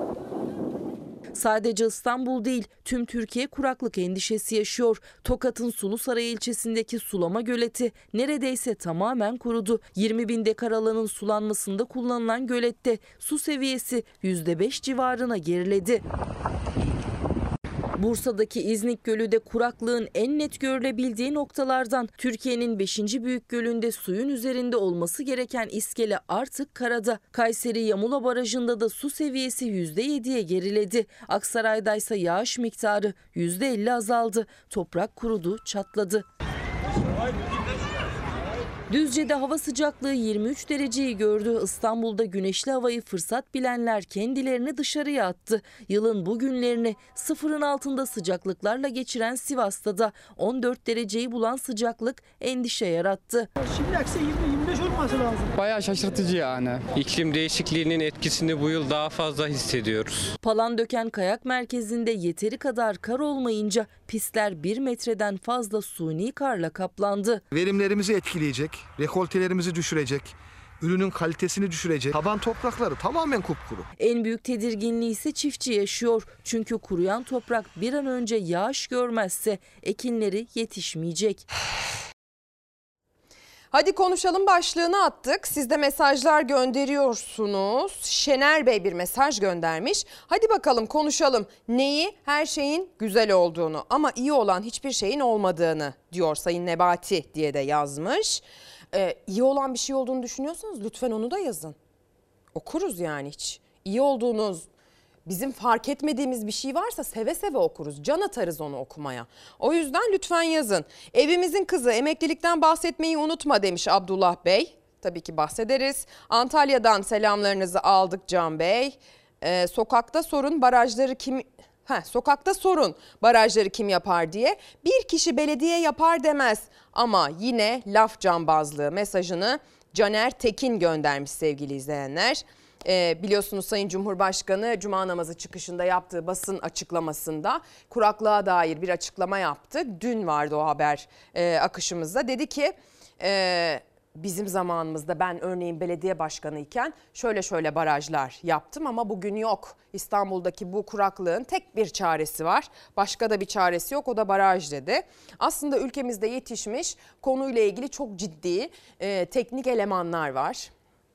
Sadece İstanbul değil, tüm Türkiye kuraklık endişesi yaşıyor. Tokat'ın Sulusaray ilçesindeki sulama göleti neredeyse tamamen kurudu. yirmi bin dekar alanın sulanmasında kullanılan gölette su seviyesi yüzde beş civarına geriledi. Bursa'daki İznik Gölü de kuraklığın en net görülebildiği noktalardan. Türkiye'nin beşinci büyük gölünde suyun üzerinde olması gereken iskele artık karada. Kayseri Yamula Barajı'nda da su seviyesi yüzde yediye geriledi. Aksaray'da ise yağış miktarı yüzde elli azaldı. Toprak kurudu, çatladı. Düzce'de hava sıcaklığı yirmi üç dereceyi gördü. İstanbul'da güneşli havayı fırsat bilenler kendilerini dışarıya attı. Yılın bu günlerini sıfırın altında sıcaklıklarla geçiren Sivas'ta da on dört dereceyi bulan sıcaklık endişe yarattı. Şimdi eksi yirmi yirmi beş olması lazım. Bayağı şaşırtıcı yani. İklim değişikliğinin etkisini bu yıl daha fazla hissediyoruz. Palandöken Kayak Merkezi'nde yeteri kadar kar olmayınca pistler bir metreden fazla suni karla kaplandı. Verimlerimizi etkileyecek, rekoltelerimizi düşürecek, ürünün kalitesini düşürecek. Taban toprakları tamamen kupkuru. En büyük tedirginliği ise çiftçi yaşıyor. Çünkü kuruyan toprak bir an önce yağış görmezse ekinleri yetişmeyecek. Hadi konuşalım başlığını attık. Siz de mesajlar gönderiyorsunuz. Şener Bey bir mesaj göndermiş. Hadi bakalım konuşalım. Neyi? Her şeyin güzel olduğunu ama iyi olan hiçbir şeyin olmadığını diyor Sayın Nebati diye de yazmış. Ee, iyi olan bir şey olduğunu düşünüyorsanız lütfen onu da yazın. Okuruz yani hiç. İyi olduğunuz, bizim fark etmediğimiz bir şey varsa seve seve okuruz. Can atarız onu okumaya. O yüzden lütfen yazın. Evimizin kızı emeklilikten bahsetmeyi unutma demiş Abdullah Bey. Tabii ki bahsederiz. Antalya'dan selamlarınızı aldık Can Bey. Ee, sokakta sorun barajları kim... Heh, sokakta sorun barajları kim yapar diye. Bir kişi belediye yapar demez. Ama yine laf cambazlığı mesajını Caner Tekin göndermiş sevgili izleyenler. Ee, biliyorsunuz Sayın Cumhurbaşkanı Cuma namazı çıkışında yaptığı basın açıklamasında kuraklığa dair bir açıklama yaptı. Dün vardı o haber e, akışımızda. Dedi ki e, bizim zamanımızda ben örneğin belediye başkanı iken şöyle şöyle barajlar yaptım ama bugün yok. İstanbul'daki bu kuraklığın tek bir çaresi var. Başka da bir çaresi yok, o da baraj dedi. Aslında ülkemizde yetişmiş konuyla ilgili çok ciddi e, teknik elemanlar var.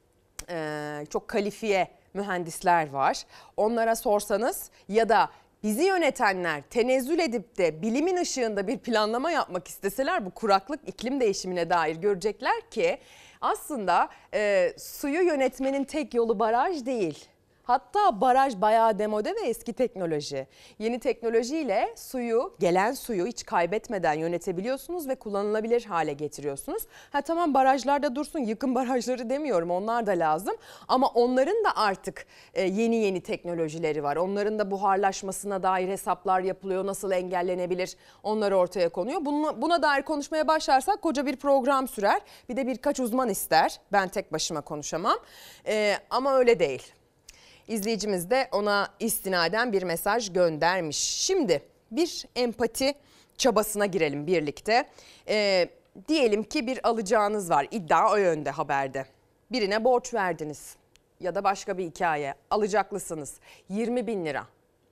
Ee, çok kalifiye mühendisler var. Onlara sorsanız ya da bizi yönetenler tenezzül edip de bilimin ışığında bir planlama yapmak isteseler bu kuraklık iklim değişimine dair görecekler ki aslında e, suyu yönetmenin tek yolu baraj değil. Hatta baraj bayağı demode ve eski teknoloji. Yeni teknolojiyle suyu, gelen suyu hiç kaybetmeden yönetebiliyorsunuz ve kullanılabilir hale getiriyorsunuz. Ha tamam barajlarda dursun, yıkım barajları demiyorum, onlar da lazım. Ama onların da artık yeni yeni teknolojileri var. Onların da buharlaşmasına dair hesaplar yapılıyor, nasıl engellenebilir onlar ortaya konuyor. Buna, buna dair konuşmaya başlarsak koca bir program sürer. Bir de birkaç uzman ister. Ben tek başıma konuşamam ee, ama öyle değil. İzleyicimiz de ona istinaden bir mesaj göndermiş. Şimdi bir empati çabasına girelim birlikte. Ee, diyelim ki bir alacağınız var. İddia o yönde haberde. Birine borç verdiniz ya da başka bir hikaye. Alacaklısınız. yirmi bin lira.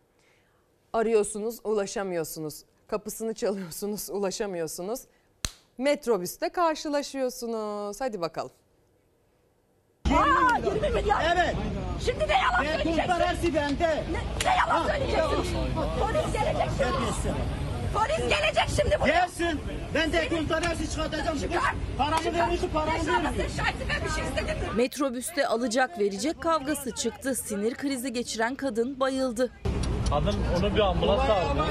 Arıyorsunuz, ulaşamıyorsunuz. Kapısını çalıyorsunuz, ulaşamıyorsunuz. Metrobüste karşılaşıyorsunuz. Hadi bakalım. Aa, yirmi milyar. Evet. Şimdi ne yalan Evet, söyleyeceksin? kurtarası bende. Ne, ne yalan Ha, söyleyeceksin? Polis gelecek şimdi. Polis gelecek şimdi buraya. Gelsin. Ben de kurtarası çıkartacağım. Çıkar. Paramı Çıkar. verirsin, paramı Yaşa, verirsin. sen şahitime bir şey istedin mi? Metrobüste alacak verecek kavgası çıktı. Sinir krizi geçiren kadın bayıldı. Kadın onu bir ambulans çağırdı.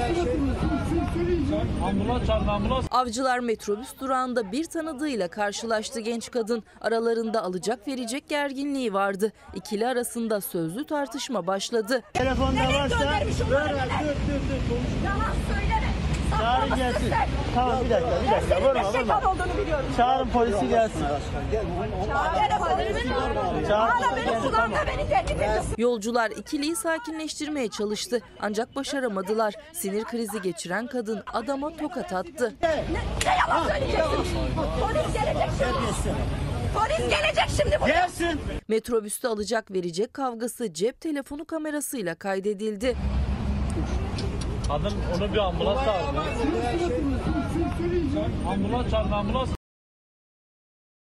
Ambulans çağırdı, ambulans. Avcılar metrobüs durağında bir tanıdığıyla karşılaştı genç kadın. Aralarında alacak verecek gerginliği vardı. İkili arasında sözlü tartışma başladı. Telefonda varsa göndermiş dur onları dur eline? dur dur konuş. Yalan söyleme. Çağırın Saklamışsın gelsin. sen. Tamam bir dakika bir Ben dakika senin vurma ne şeytan vurma. olduğunu biliyorum. Çağırın polisi gelsin. Çağır. Hala benim kulağımda beni tehdit ediyorsun. Yolcular ikiliyi sakinleştirmeye çalıştı. Ancak başaramadılar. Sinir krizi geçiren kadın adama tokat attı. Ne, ne yalan söyleyeceksin? Polis gelecek şimdi. Polis gelecek şimdi buraya. Gelsin. Metrobüste alacak verecek kavgası cep telefonu kamerasıyla kaydedildi. Kadın onu bir ambulans çağırdı. Ambulans çağırdı, ambulans.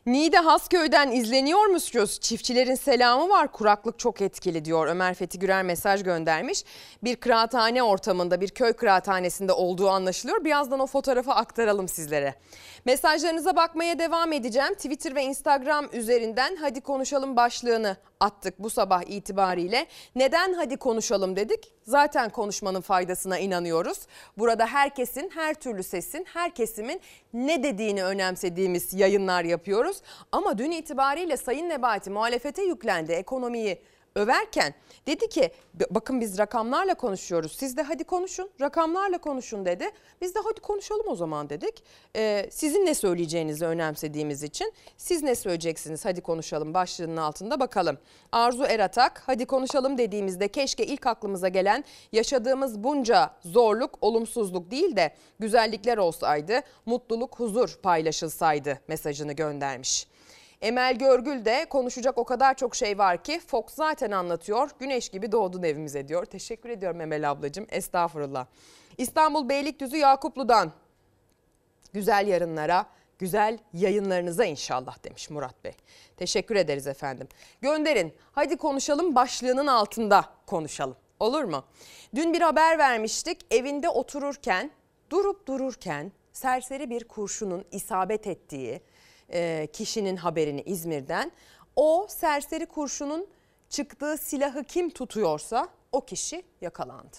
Niğde Hasköy'den izleniyor musunuz? Çiftçilerin selamı var. Kuraklık çok etkili diyor. Ömer Fethi Gürer mesaj göndermiş. Bir kıraathane ortamında, bir köy kıraathanesinde olduğu anlaşılıyor. Birazdan o fotoğrafı aktaralım sizlere. Mesajlarınıza bakmaya devam edeceğim. Twitter ve Instagram üzerinden hadi konuşalım başlığını attık bu sabah itibariyle. Neden hadi konuşalım dedik? Zaten konuşmanın faydasına inanıyoruz. Burada herkesin, her türlü sesin, her kesimin ne dediğini önemsediğimiz yayınlar yapıyoruz. Ama dün itibariyle Sayın Nebati muhalefete yüklendi, ekonomiyi överken dedi ki bakın biz rakamlarla konuşuyoruz, siz de hadi konuşun, rakamlarla konuşun dedi. Biz de hadi konuşalım o zaman dedik. Ee, sizin ne söyleyeceğinizi önemsediğimiz için siz ne söyleyeceksiniz hadi konuşalım başlığının altında bakalım. Arzu Eratak, hadi konuşalım dediğimizde keşke ilk aklımıza gelen yaşadığımız bunca zorluk, olumsuzluk değil de güzellikler olsaydı, mutluluk, huzur paylaşılsaydı mesajını göndermiş. Emel Görgül de konuşacak o kadar çok şey var ki Fox zaten anlatıyor. Güneş gibi doğdun evimize diyor. Teşekkür ediyorum Emel ablacığım. Estağfurullah. İstanbul Beylikdüzü Yakuplu'dan güzel yarınlara, güzel yayınlarınıza inşallah demiş Murat Bey. Teşekkür ederiz efendim. Gönderin. Hadi konuşalım başlığının altında konuşalım. Olur mu? Dün bir haber vermiştik. Evinde otururken, durup dururken serseri bir kurşunun isabet ettiği kişinin haberini İzmir'den. O serseri kurşunun çıktığı silahı kim tutuyorsa o kişi yakalandı.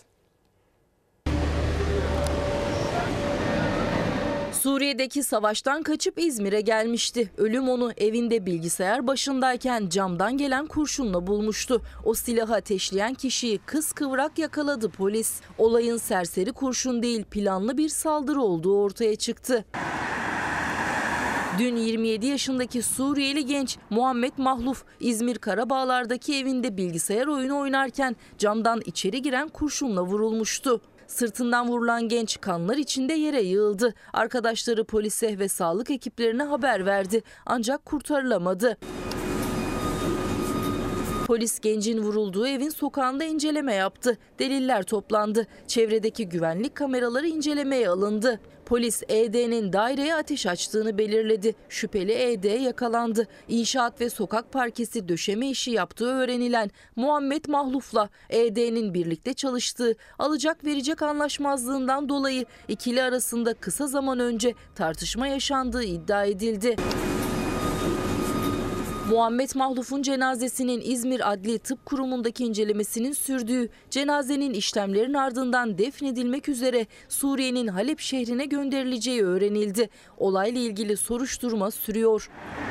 Suriye'deki savaştan kaçıp İzmir'e gelmişti. Ölüm onu evinde bilgisayar başındayken camdan gelen kurşunla bulmuştu. O silahı ateşleyen kişiyi kıskıvrak yakaladı polis. Olayın serseri kurşun değil planlı bir saldırı olduğu ortaya çıktı. Dün yirmi yedi yaşındaki Suriyeli genç Muhammed Mahluf İzmir Karabağlar'daki evinde bilgisayar oyunu oynarken camdan içeri giren kurşunla vurulmuştu. Sırtından vurulan genç kanlar içinde yere yığıldı. Arkadaşları polise ve sağlık ekiplerine haber verdi ancak kurtarılamadı. Polis gencin vurulduğu evin sokağında inceleme yaptı. Deliller toplandı. Çevredeki güvenlik kameraları incelemeye alındı. Polis E D'nin daireye ateş açtığını belirledi. Şüpheli E D yakalandı. İnşaat ve sokak parkesi döşeme işi yaptığı öğrenilen Muhammed Mahluf'la E D'nin birlikte çalıştığı alacak verecek anlaşmazlığından dolayı ikili arasında kısa zaman önce tartışma yaşandığı iddia edildi. Muhammed Mahluf'un cenazesinin İzmir Adli Tıp Kurumu'ndaki incelemesinin sürdüğü, cenazenin işlemlerin ardından defnedilmek üzere Suriye'nin Halep şehrine gönderileceği öğrenildi. Olayla ilgili soruşturma sürüyor.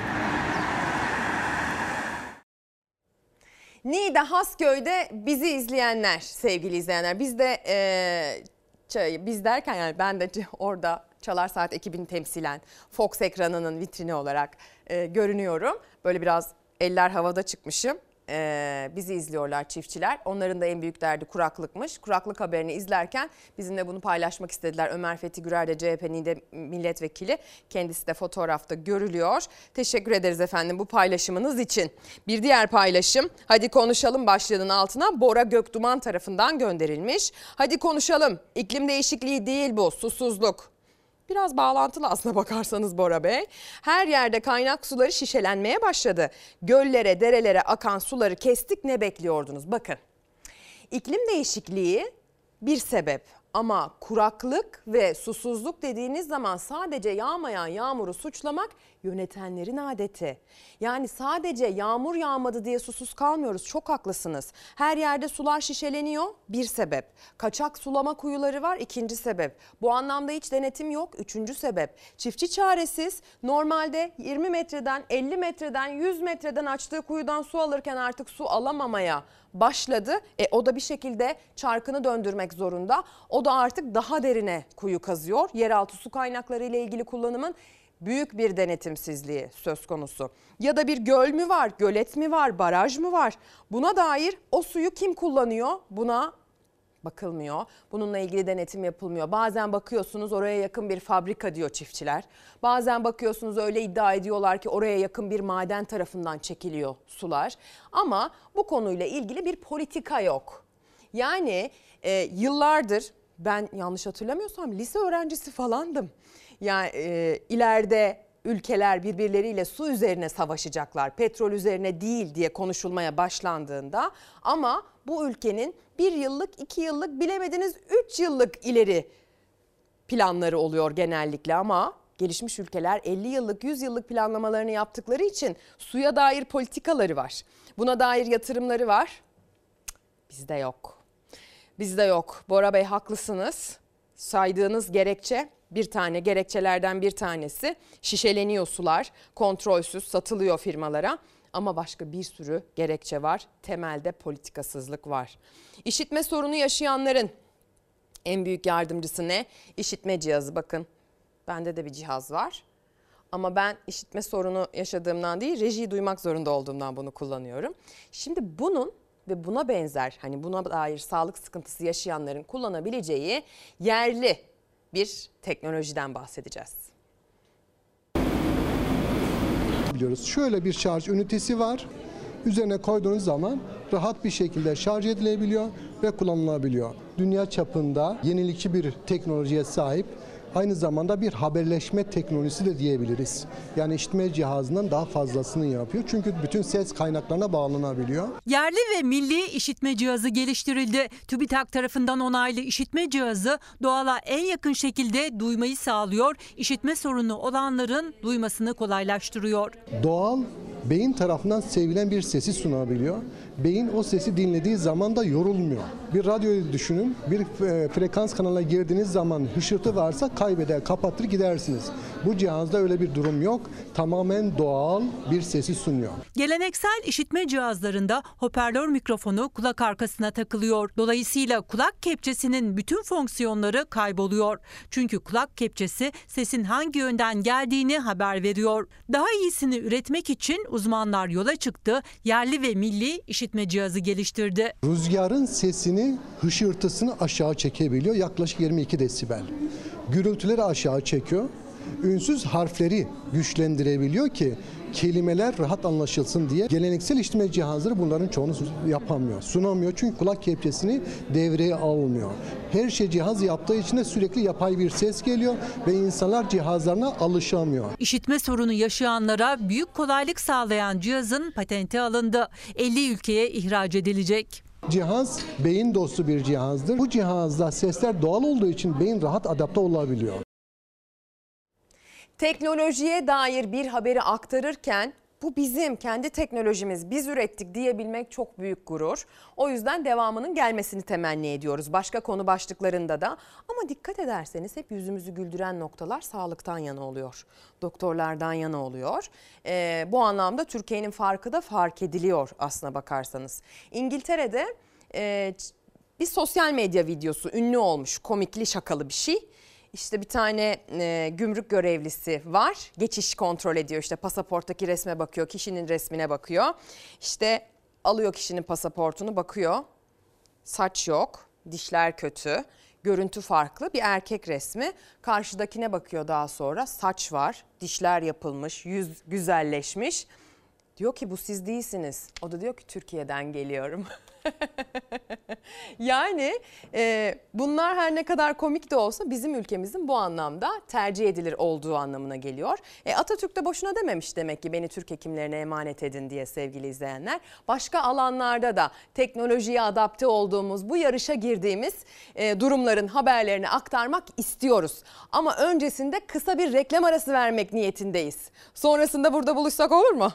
Niğde Hasköy'de bizi izleyenler, sevgili izleyenler, biz de e, biz derken yani ben de orada Çalar Saat ekibini temsilen Fox ekranının vitrini olarak e, görünüyorum. Böyle biraz eller havada çıkmışım. E, bizi izliyorlar çiftçiler. Onların da en büyük derdi kuraklıkmış. Kuraklık haberini izlerken bizimle bunu paylaşmak istediler. Ömer Fethi Gürer de C H P'nin de milletvekili. Kendisi de fotoğrafta görülüyor. Teşekkür ederiz efendim bu paylaşımınız için. Bir diğer paylaşım. Hadi konuşalım başlığının altına Bora Gökduman tarafından gönderilmiş. Hadi konuşalım. İklim değişikliği değil bu, susuzluk. Biraz bağlantılı aslına bakarsanız Bora Bey. Her yerde kaynak suları şişelenmeye başladı. Göllere, derelere akan suları kestik, ne bekliyordunuz? Bakın, iklim değişikliği bir sebep ama kuraklık ve susuzluk dediğiniz zaman sadece yağmayan yağmuru suçlamak yönetenlerin adeti. Yani sadece yağmur yağmadı diye susuz kalmıyoruz. Çok haklısınız. Her yerde sular şişeleniyor, bir sebep. Kaçak sulama kuyuları var, ikinci sebep. Bu anlamda hiç denetim yok, üçüncü sebep. Çiftçi çaresiz, normalde yirmi metreden, elli metreden, yüz metreden açtığı kuyudan su alırken artık su alamamaya başladı. E, o da bir şekilde çarkını döndürmek zorunda. O da artık daha derine kuyu kazıyor. Yeraltı su kaynakları ile ilgili kullanımın büyük bir denetimsizliği söz konusu. Ya da bir göl mü var, gölet mi var, baraj mı var? Buna dair o suyu kim kullanıyor? Buna bakılmıyor. Bununla ilgili denetim yapılmıyor. Bazen bakıyorsunuz oraya yakın bir fabrika diyor çiftçiler. Bazen bakıyorsunuz öyle iddia ediyorlar ki oraya yakın bir maden tarafından çekiliyor sular. Ama bu konuyla ilgili bir politika yok. Yani e, yıllardır ben yanlış hatırlamıyorsam lise öğrencisi falandım. Yani e, ileride ülkeler birbirleriyle su üzerine savaşacaklar, petrol üzerine değil diye konuşulmaya başlandığında, ama bu ülkenin bir yıllık, iki yıllık, bilemediniz üç yıllık ileri planları oluyor genellikle. Ama gelişmiş ülkeler elli yıllık, yüz yıllık planlamalarını yaptıkları için suya dair politikaları var. Buna dair yatırımları var. Bizde yok. Bizde yok. Bora Bey haklısınız. Saydığınız gerekçe, bir tane gerekçelerden bir tanesi şişeleniyor sular, kontrolsüz satılıyor firmalara. Ama başka bir sürü gerekçe var. Temelde politikasızlık var. İşitme sorunu yaşayanların en büyük yardımcısı ne? İşitme cihazı. Bakın, bende de bir cihaz var. Ama ben işitme sorunu yaşadığımdan değil, rejiyi duymak zorunda olduğumdan bunu kullanıyorum. Şimdi bunun ve buna benzer, hani buna dair sağlık sıkıntısı yaşayanların kullanabileceği yerli bir teknolojiden bahsedeceğiz. Biliyoruz. Şöyle bir şarj ünitesi var. Üzerine koyduğunuz zaman rahat bir şekilde şarj edilebiliyor ve kullanılabiliyor. Dünya çapında yenilikçi bir teknolojiye sahip, aynı zamanda bir haberleşme teknolojisi de diyebiliriz. Yani işitme cihazından daha fazlasını yapıyor. Çünkü bütün ses kaynaklarına bağlanabiliyor. Yerli ve milli işitme cihazı geliştirildi. TÜBİTAK tarafından onaylı işitme cihazı doğala en yakın şekilde duymayı sağlıyor. İşitme sorunu olanların duymasını kolaylaştırıyor. Doğal, beyin tarafından sevilen bir sesi sunabiliyor. Beyin o sesi dinlediği zaman da yorulmuyor. Bir radyoyu düşünün, bir frekans kanalına girdiğiniz zaman hışırtı varsa kaybeder, kapatır gidersiniz. Bu cihazda öyle bir durum yok. Tamamen doğal bir sesi sunuyor. Geleneksel işitme cihazlarında hoparlör mikrofonu kulak arkasına takılıyor. Dolayısıyla kulak kepçesinin bütün fonksiyonları kayboluyor. Çünkü kulak kepçesi sesin hangi yönden geldiğini haber veriyor. Daha iyisini üretmek için uzmanlar yola çıktı. Yerli ve milli işitme cihazı geliştirdi. Rüzgarın sesini, hışırtısını aşağı çekebiliyor. Yaklaşık yirmi iki desibel. Gürültüleri aşağı çekiyor. Ünsüz harfleri güçlendirebiliyor ki kelimeler rahat anlaşılsın diye. Geleneksel işitme cihazları bunların çoğunu yapamıyor, sunamıyor. Çünkü kulak kepçesini devreye almıyor. Her şey cihaz yaptığı için de sürekli yapay bir ses geliyor ve insanlar cihazlarına alışamıyor. İşitme sorunu yaşayanlara büyük kolaylık sağlayan cihazın patenti alındı. elli ülkeye ihraç edilecek. Cihaz beyin dostu bir cihazdır. Bu cihazda sesler doğal olduğu için beyin rahat adapte olabiliyor. Teknolojiye dair bir haberi aktarırken bu bizim kendi teknolojimiz, biz ürettik diyebilmek çok büyük gurur. O yüzden devamının gelmesini temenni ediyoruz başka konu başlıklarında da. Ama dikkat ederseniz hep yüzümüzü güldüren noktalar sağlıktan yana oluyor. Doktorlardan yana oluyor. Ee, bu anlamda Türkiye'nin farkı da fark ediliyor aslına bakarsanız. İngiltere'de e, bir sosyal medya videosu ünlü olmuş, komikli şakalı bir şey. İşte bir tane e, gümrük görevlisi var. Geçiş kontrol ediyor. İşte pasaporttaki resme bakıyor. Kişinin resmine bakıyor. İşte alıyor kişinin pasaportunu, bakıyor. Saç yok. Dişler kötü. Görüntü farklı. Bir erkek resmi. Karşıdakine bakıyor daha sonra. Saç var. Dişler yapılmış. Yüz güzelleşmiş. Diyor ki bu siz değilsiniz. O da diyor ki Türkiye'den geliyorum. Yani e, bunlar her ne kadar komik de olsa bizim ülkemizin bu anlamda tercih edilir olduğu anlamına geliyor. E, Atatürk de boşuna dememiş demek ki beni Türk hekimlerine emanet edin diye sevgili izleyenler. Başka alanlarda da teknolojiye adapte olduğumuz, bu yarışa girdiğimiz e, durumların haberlerini aktarmak istiyoruz. Ama öncesinde kısa bir reklam arası vermek niyetindeyiz. Sonrasında burada buluşsak olur mu?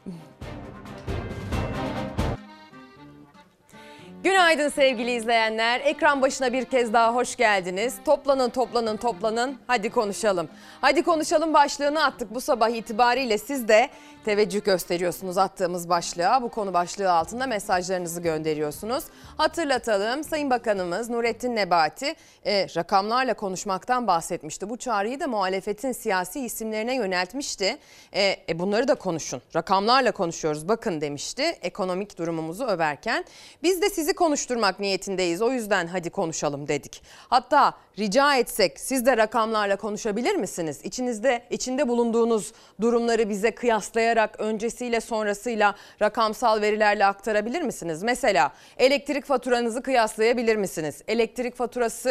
Günaydın sevgili izleyenler. Ekran başına bir kez daha hoş geldiniz. Toplanın, toplanın, toplanın. Hadi konuşalım. Hadi konuşalım başlığını attık bu sabah itibariyle. Siz de teveccüh gösteriyorsunuz attığımız başlığa. Bu konu başlığı altında mesajlarınızı gönderiyorsunuz. Hatırlatalım, Sayın Bakanımız Nurettin Nebati e, rakamlarla konuşmaktan bahsetmişti. Bu çağrıyı da muhalefetin siyasi isimlerine yöneltmişti. E, e, bunları da konuşun. Rakamlarla konuşuyoruz bakın demişti ekonomik durumumuzu överken. Biz de sizi konuşturmak niyetindeyiz. O yüzden hadi konuşalım dedik. Hatta rica etsek siz de rakamlarla konuşabilir misiniz? İçinizde, içinde bulunduğunuz durumları bize kıyaslayarak öncesiyle sonrasıyla rakamsal verilerle aktarabilir misiniz? Mesela elektrik faturanızı kıyaslayabilir misiniz? Elektrik faturası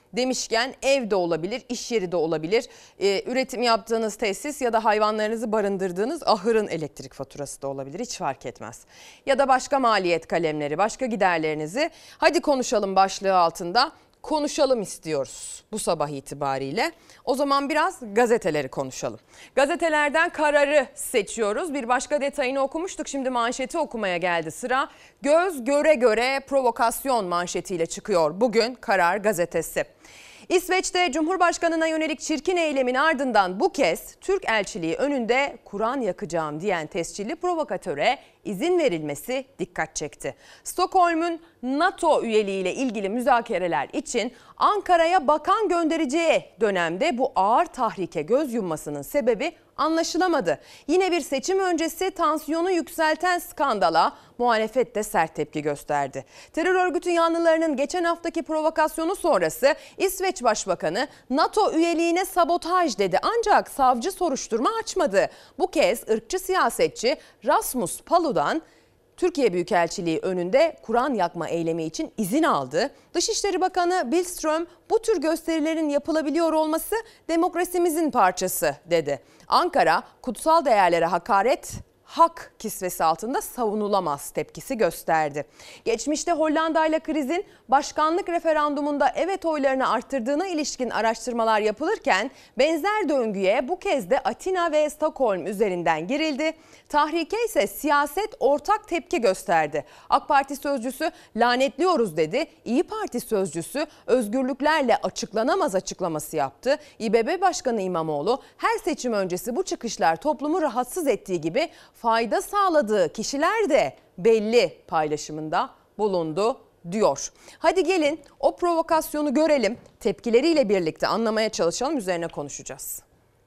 demişken ev de olabilir, iş yeri de olabilir. Ee, üretim yaptığınız tesis ya da hayvanlarınızı barındırdığınız ahırın elektrik faturası da olabilir. Hiç fark etmez. Ya da başka maliyet kalemleri, başka giderlerinizi hadi konuşalım başlığı altında konuşalım istiyoruz bu sabah itibariyle. O zaman biraz gazeteleri konuşalım. Gazetelerden kararı seçiyoruz. Bir başka detayını okumuştuk. Şimdi manşeti okumaya geldi sıra. Göz göre göre provokasyon manşetiyle çıkıyor bugün Karar gazetesi. İsveç'te Cumhurbaşkanı'na yönelik çirkin eylemin ardından bu kez Türk elçiliği önünde Kur'an yakacağım diyen tescilli provokatöre izin verilmesi dikkat çekti. Stockholm'un NATO üyeliğiyle ilgili müzakereler için Ankara'ya bakan göndereceği dönemde bu ağır tahrike göz yummasının sebebi anlaşılamadı. Yine bir seçim öncesi tansiyonu yükselten skandala muhalefet de sert tepki gösterdi. Terör örgütü yanlılarının geçen haftaki provokasyonu sonrası İsveç Başbakanı NATO üyeliğine sabotaj dedi ancak savcı soruşturma açmadı. Bu kez ırkçı siyasetçi Rasmus Paludan Türkiye Büyükelçiliği önünde Kur'an yakma eylemi için izin aldı. Dışişleri Bakanı Billström bu tür gösterilerin yapılabiliyor olması demokrasimizin parçası dedi. Ankara kutsal değerlere hakaret hak kisvesi altında savunulamaz tepkisi gösterdi. Geçmişte Hollanda ile krizin başkanlık referandumunda evet oylarını arttırdığına ilişkin araştırmalar yapılırken benzer döngüye bu kez de Atina ve Stockholm üzerinden girildi. Tahrike ise siyaset ortak tepki gösterdi. AK Parti sözcüsü lanetliyoruz dedi. İYİ Parti sözcüsü özgürlüklerle açıklanamaz açıklaması yaptı. İBB Başkanı İmamoğlu her seçim öncesi bu çıkışlar toplumu rahatsız ettiği gibi fayda sağladığı kişiler de belli paylaşımında bulundu diyor. Hadi gelin o provokasyonu görelim, tepkileriyle birlikte anlamaya çalışalım, üzerine konuşacağız.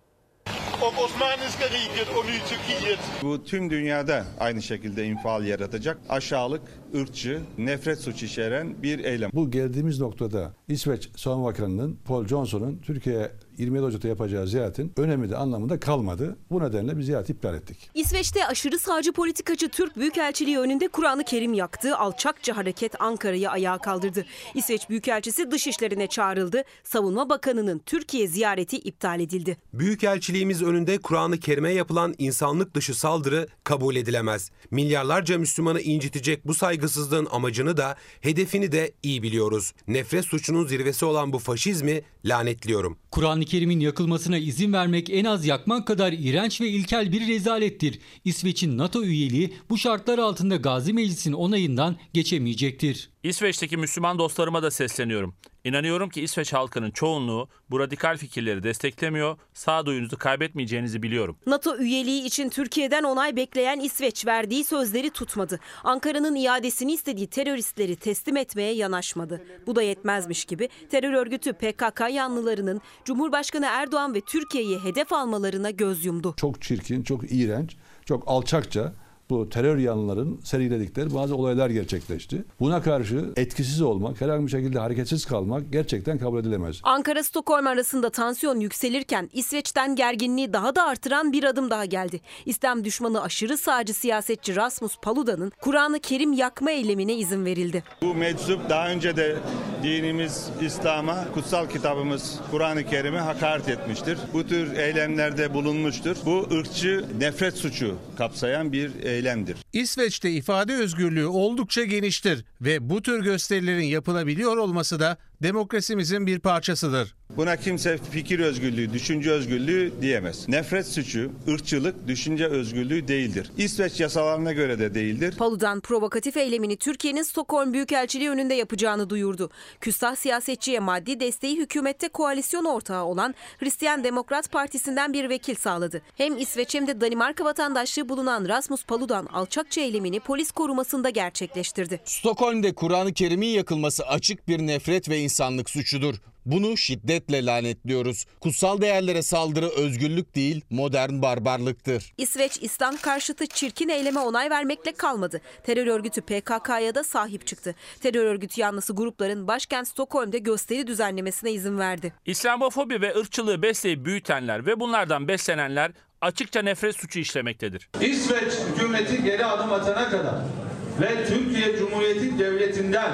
Bu tüm dünyada aynı şekilde infial yaratacak aşağılık, ırkçı, nefret suçu içeren bir eylem. Bu geldiğimiz noktada İsveç Savunma Bakanı'nın Paul Johnson'un Türkiye'ye yirmi yedi Ocak'ta yapacağı ziyaretin önemi de anlamında kalmadı. Bu nedenle biz ziyareti iptal ettik. İsveç'te aşırı sağcı politikacı Türk Büyükelçiliği önünde Kur'an-ı Kerim yaktı. Alçakça hareket Ankara'yı ayağa kaldırdı. İsveç Büyükelçisi dışişlerine çağrıldı. Savunma Bakanı'nın Türkiye ziyareti iptal edildi. Büyükelçiliğimiz önünde Kur'an-ı Kerim'e yapılan insanlık dışı saldırı kabul edilemez. Milyarlarca Müslümanı incitecek bu saygısızlığın amacını da hedefini de iyi biliyoruz. Nefret suçunun zirvesi olan bu faşizmi lanetliyorum. Kur'an-ı Kerim'in yakılmasına izin vermek en az yakmak kadar iğrenç ve ilkel bir rezalettir. İsveç'in NATO üyeliği bu şartlar altında Gazi Meclis'in onayından geçemeyecektir. İsveç'teki Müslüman dostlarıma da sesleniyorum. İnanıyorum ki İsveç halkının çoğunluğu bu radikal fikirleri desteklemiyor, sağduyunuzu kaybetmeyeceğinizi biliyorum. NATO üyeliği için Türkiye'den onay bekleyen İsveç verdiği sözleri tutmadı. Ankara'nın iadesini istediği teröristleri teslim etmeye yanaşmadı. Bu da yetmezmiş gibi terör örgütü P K K yanlılarının Cumhurbaşkanı Erdoğan ve Türkiye'yi hedef almalarına göz yumdu. Çok çirkin, çok iğrenç, çok alçakça bu terör yanlıların seriledikleri bazı olaylar gerçekleşti. Buna karşı etkisiz olmak, herhangi bir şekilde hareketsiz kalmak gerçekten kabul edilemez. Ankara-Stockholm arasında tansiyon yükselirken İsveç'ten gerginliği daha da artıran bir adım daha geldi. İslam düşmanı aşırı sağcı siyasetçi Rasmus Paludan'ın Kur'an-ı Kerim yakma eylemine izin verildi. Bu meczup daha önce de dinimiz İslam'a, kutsal kitabımız Kur'an-ı Kerim'e hakaret etmiştir. Bu tür eylemlerde bulunmuştur. Bu ırkçı nefret suçu kapsayan bir eylemdir. İsveç'te ifade özgürlüğü oldukça geniştir ve bu tür gösterilerin yapılabiliyor olması da demokrasimizin bir parçasıdır. Buna kimse fikir özgürlüğü, düşünce özgürlüğü diyemez. Nefret suçu, ırkçılık, düşünce özgürlüğü değildir. İsveç yasalarına göre de değildir. Paludan provokatif eylemini Türkiye'nin Stockholm Büyükelçiliği önünde yapacağını duyurdu. Küstah siyasetçiye maddi desteği hükümette koalisyon ortağı olan Hristiyan Demokrat Partisi'nden bir vekil sağladı. Hem İsveç hem de Danimarka vatandaşlığı bulunan Rasmus Paludan alçakça eylemini polis korumasında gerçekleştirdi. Stockholm'de Kur'an-ı Kerim'in yakılması açık bir nefret ve insanlık suçudur. Bunu şiddetle lanetliyoruz. Kutsal değerlere saldırı özgürlük değil, modern barbarlıktır. İsveç, İslam karşıtı çirkin eyleme onay vermekle kalmadı. Terör örgütü P K K'ya da sahip çıktı. Terör örgütü yanlısı grupların başkent Stockholm'de gösteri düzenlemesine izin verdi. İslamofobi ve ırkçılığı besleyip büyütenler ve bunlardan beslenenler açıkça nefret suçu işlemektedir. İsveç hükümeti geri adım atana kadar ve Türkiye Cumhuriyeti Devleti'nden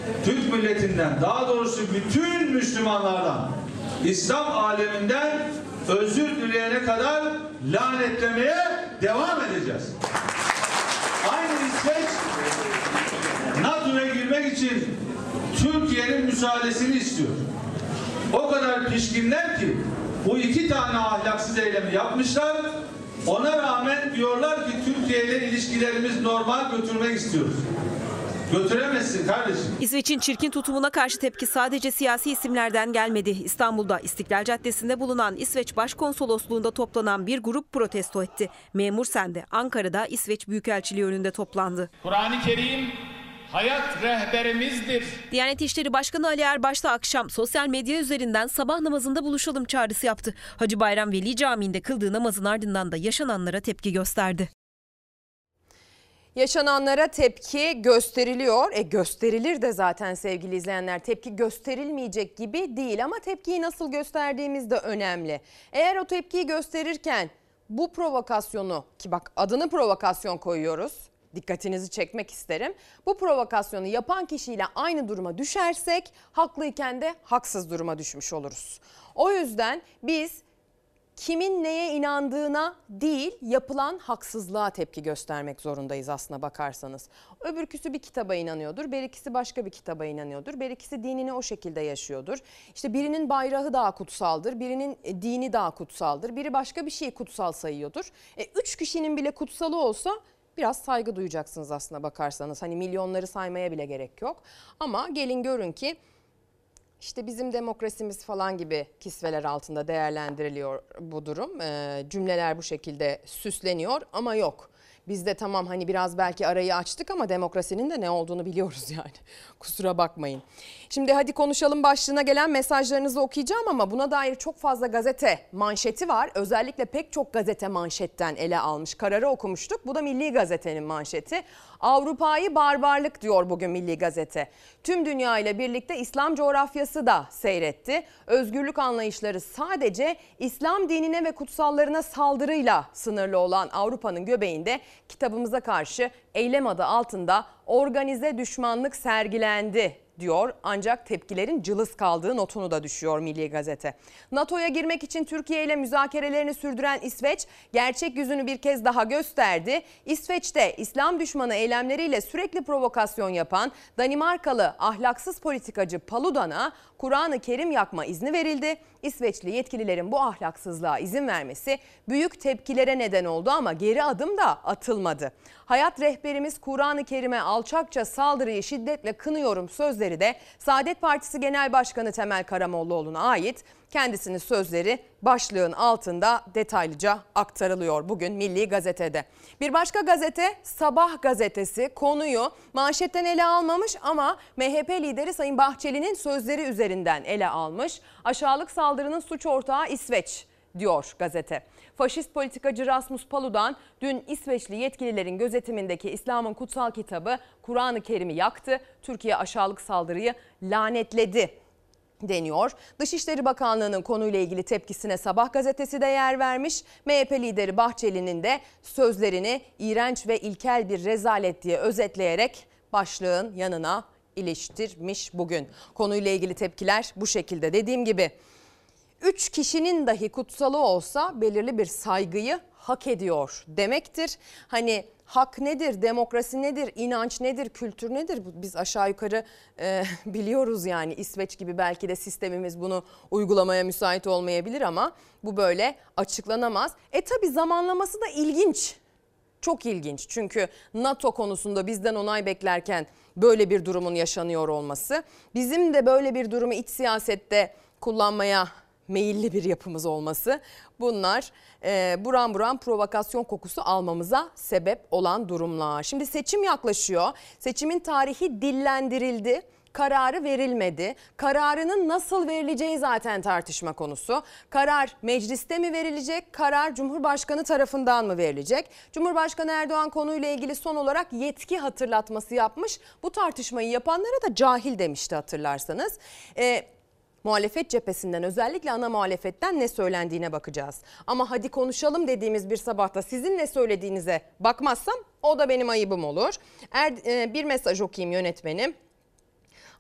Türk milletinden, daha doğrusu bütün Müslümanlardan, İslam aleminden özür dileyene kadar lanetlemeye devam edeceğiz. Aynı İsveç NATO'ya girmek için Türkiye'nin müsaadesini istiyor. O kadar pişkinler ki bu iki tane ahlaksız eylemi yapmışlar. Ona rağmen diyorlar ki Türkiye ile ilişkilerimiz normal götürmek istiyoruz. Götüremezsin kardeşim. İsveç'in çirkin tutumuna karşı tepki sadece siyasi isimlerden gelmedi. İstanbul'da İstiklal Caddesi'nde bulunan İsveç Başkonsolosluğu'nda toplanan bir grup protesto etti. Memur Sen de Ankara'da İsveç Büyükelçiliği önünde toplandı. Kur'an-ı Kerim hayat rehberimizdir. Diyanet İşleri Başkanı Ali Erbaş da akşam sosyal medya üzerinden sabah namazında buluşalım çağrısı yaptı. Hacı Bayram Veli Camii'nde kıldığı namazın ardından da yaşananlara tepki gösterdi. Yaşananlara tepki gösteriliyor. E gösterilir de zaten sevgili izleyenler, tepki gösterilmeyecek gibi değil ama tepkiyi nasıl gösterdiğimiz de önemli. Eğer o tepkiyi gösterirken bu provokasyonu, ki bak adını provokasyon koyuyoruz, dikkatinizi çekmek isterim. Bu provokasyonu yapan kişiyle aynı duruma düşersek haklıyken de haksız duruma düşmüş oluruz. O yüzden biz kimin neye inandığına değil, yapılan haksızlığa tepki göstermek zorundayız aslına bakarsanız. Öbürküsü bir kitaba inanıyordur, berikisi başka bir kitaba inanıyordur, berikisi dinini o şekilde yaşıyordur. İşte birinin bayrağı daha kutsaldır, birinin dini daha kutsaldır, biri başka bir şeyi kutsal sayıyordur. E, üç kişinin bile kutsalı olsa biraz saygı duyacaksınız aslına bakarsanız. Hani milyonları saymaya bile gerek yok. Ama gelin görün ki İşte bizim demokrasimiz falan gibi kisveler altında değerlendiriliyor bu durum. E, cümleler bu şekilde süsleniyor ama yok. Biz de tamam hani biraz belki arayı açtık ama demokrasinin de ne olduğunu biliyoruz yani. Kusura bakmayın. Şimdi hadi konuşalım başlığına gelen mesajlarınızı okuyacağım ama buna dair çok fazla gazete manşeti var. Özellikle pek çok gazete manşetten ele almış. Kararı okumuştuk. Bu da Milli Gazete'nin manşeti. Avrupa'yı barbarlık diyor bugün Milli Gazete. Tüm dünya ile birlikte İslam coğrafyası da seyretti. Özgürlük anlayışları sadece İslam dinine ve kutsallarına saldırıyla sınırlı olan Avrupa'nın göbeğinde kitabımıza karşı eylem adı altında organize düşmanlık sergilendi diyor. Ancak tepkilerin cılız kaldığı notunu da düşüyor Milli Gazete. NATO'ya girmek için Türkiye ile müzakerelerini sürdüren İsveç gerçek yüzünü bir kez daha gösterdi. İsveç'te İslam düşmanı eylemleriyle sürekli provokasyon yapan Danimarkalı ahlaksız politikacı Paludan'a Kur'an-ı Kerim yakma izni verildi. İsveçli yetkililerin bu ahlaksızlığa izin vermesi büyük tepkilere neden oldu ama geri adım da atılmadı. Hayat rehberimiz Kur'an-ı Kerim'e alçakça saldırıyı şiddetle kınıyorum sözleri de Saadet Partisi Genel Başkanı Temel Karamollaoğlu'na ait. Kendisinin sözleri başlığın altında detaylıca aktarılıyor bugün Milli Gazete'de. Bir başka gazete Sabah gazetesi konuyu manşetten ele almamış ama M H P lideri Sayın Bahçeli'nin sözleri üzerinden ele almış. Aşağılık saldırının suç ortağı İsveç diyor gazete. Faşist politikacı Rasmus Paludan dün İsveçli yetkililerin gözetimindeki İslam'ın kutsal kitabı Kur'an-ı Kerim'i yaktı. Türkiye aşağılık saldırıyı lanetledi deniyor. Dışişleri Bakanlığı'nın konuyla ilgili tepkisine Sabah gazetesi de yer vermiş. M H P lideri Bahçeli'nin de sözlerini iğrenç ve ilkel bir rezalet diye özetleyerek başlığın yanına iliştirmiş bugün. Konuyla ilgili tepkiler bu şekilde. Dediğim gibi üç kişinin dahi kutsalı olsa belirli bir saygıyı hak ediyor demektir. Hani hak nedir, demokrasi nedir, inanç nedir, kültür nedir? Biz aşağı yukarı e, biliyoruz yani. İsveç gibi belki de sistemimiz bunu uygulamaya müsait olmayabilir ama bu böyle açıklanamaz. E tabi zamanlaması da ilginç. Çok ilginç çünkü NATO konusunda bizden onay beklerken böyle bir durumun yaşanıyor olması, bizim de böyle bir durumu iç siyasette kullanmaya meyilli bir yapımız olması, bunlar e, buram buram provokasyon kokusu almamıza sebep olan durumlar. Şimdi seçim yaklaşıyor. Seçimin tarihi dillendirildi. Kararı verilmedi. Kararının nasıl verileceği zaten tartışma konusu. Karar mecliste mi verilecek? Karar Cumhurbaşkanı tarafından mı verilecek? Cumhurbaşkanı Erdoğan konuyla ilgili son olarak yetki hatırlatması yapmış. Bu tartışmayı yapanlara da cahil demişti hatırlarsanız. Ee, Muhalefet cephesinden, özellikle ana muhalefetten ne söylendiğine bakacağız. Ama hadi konuşalım dediğimiz bir sabahta sizin ne söylediğinize bakmazsam o da benim ayıbım olur. Er, e, bir mesaj okuyayım yönetmenim.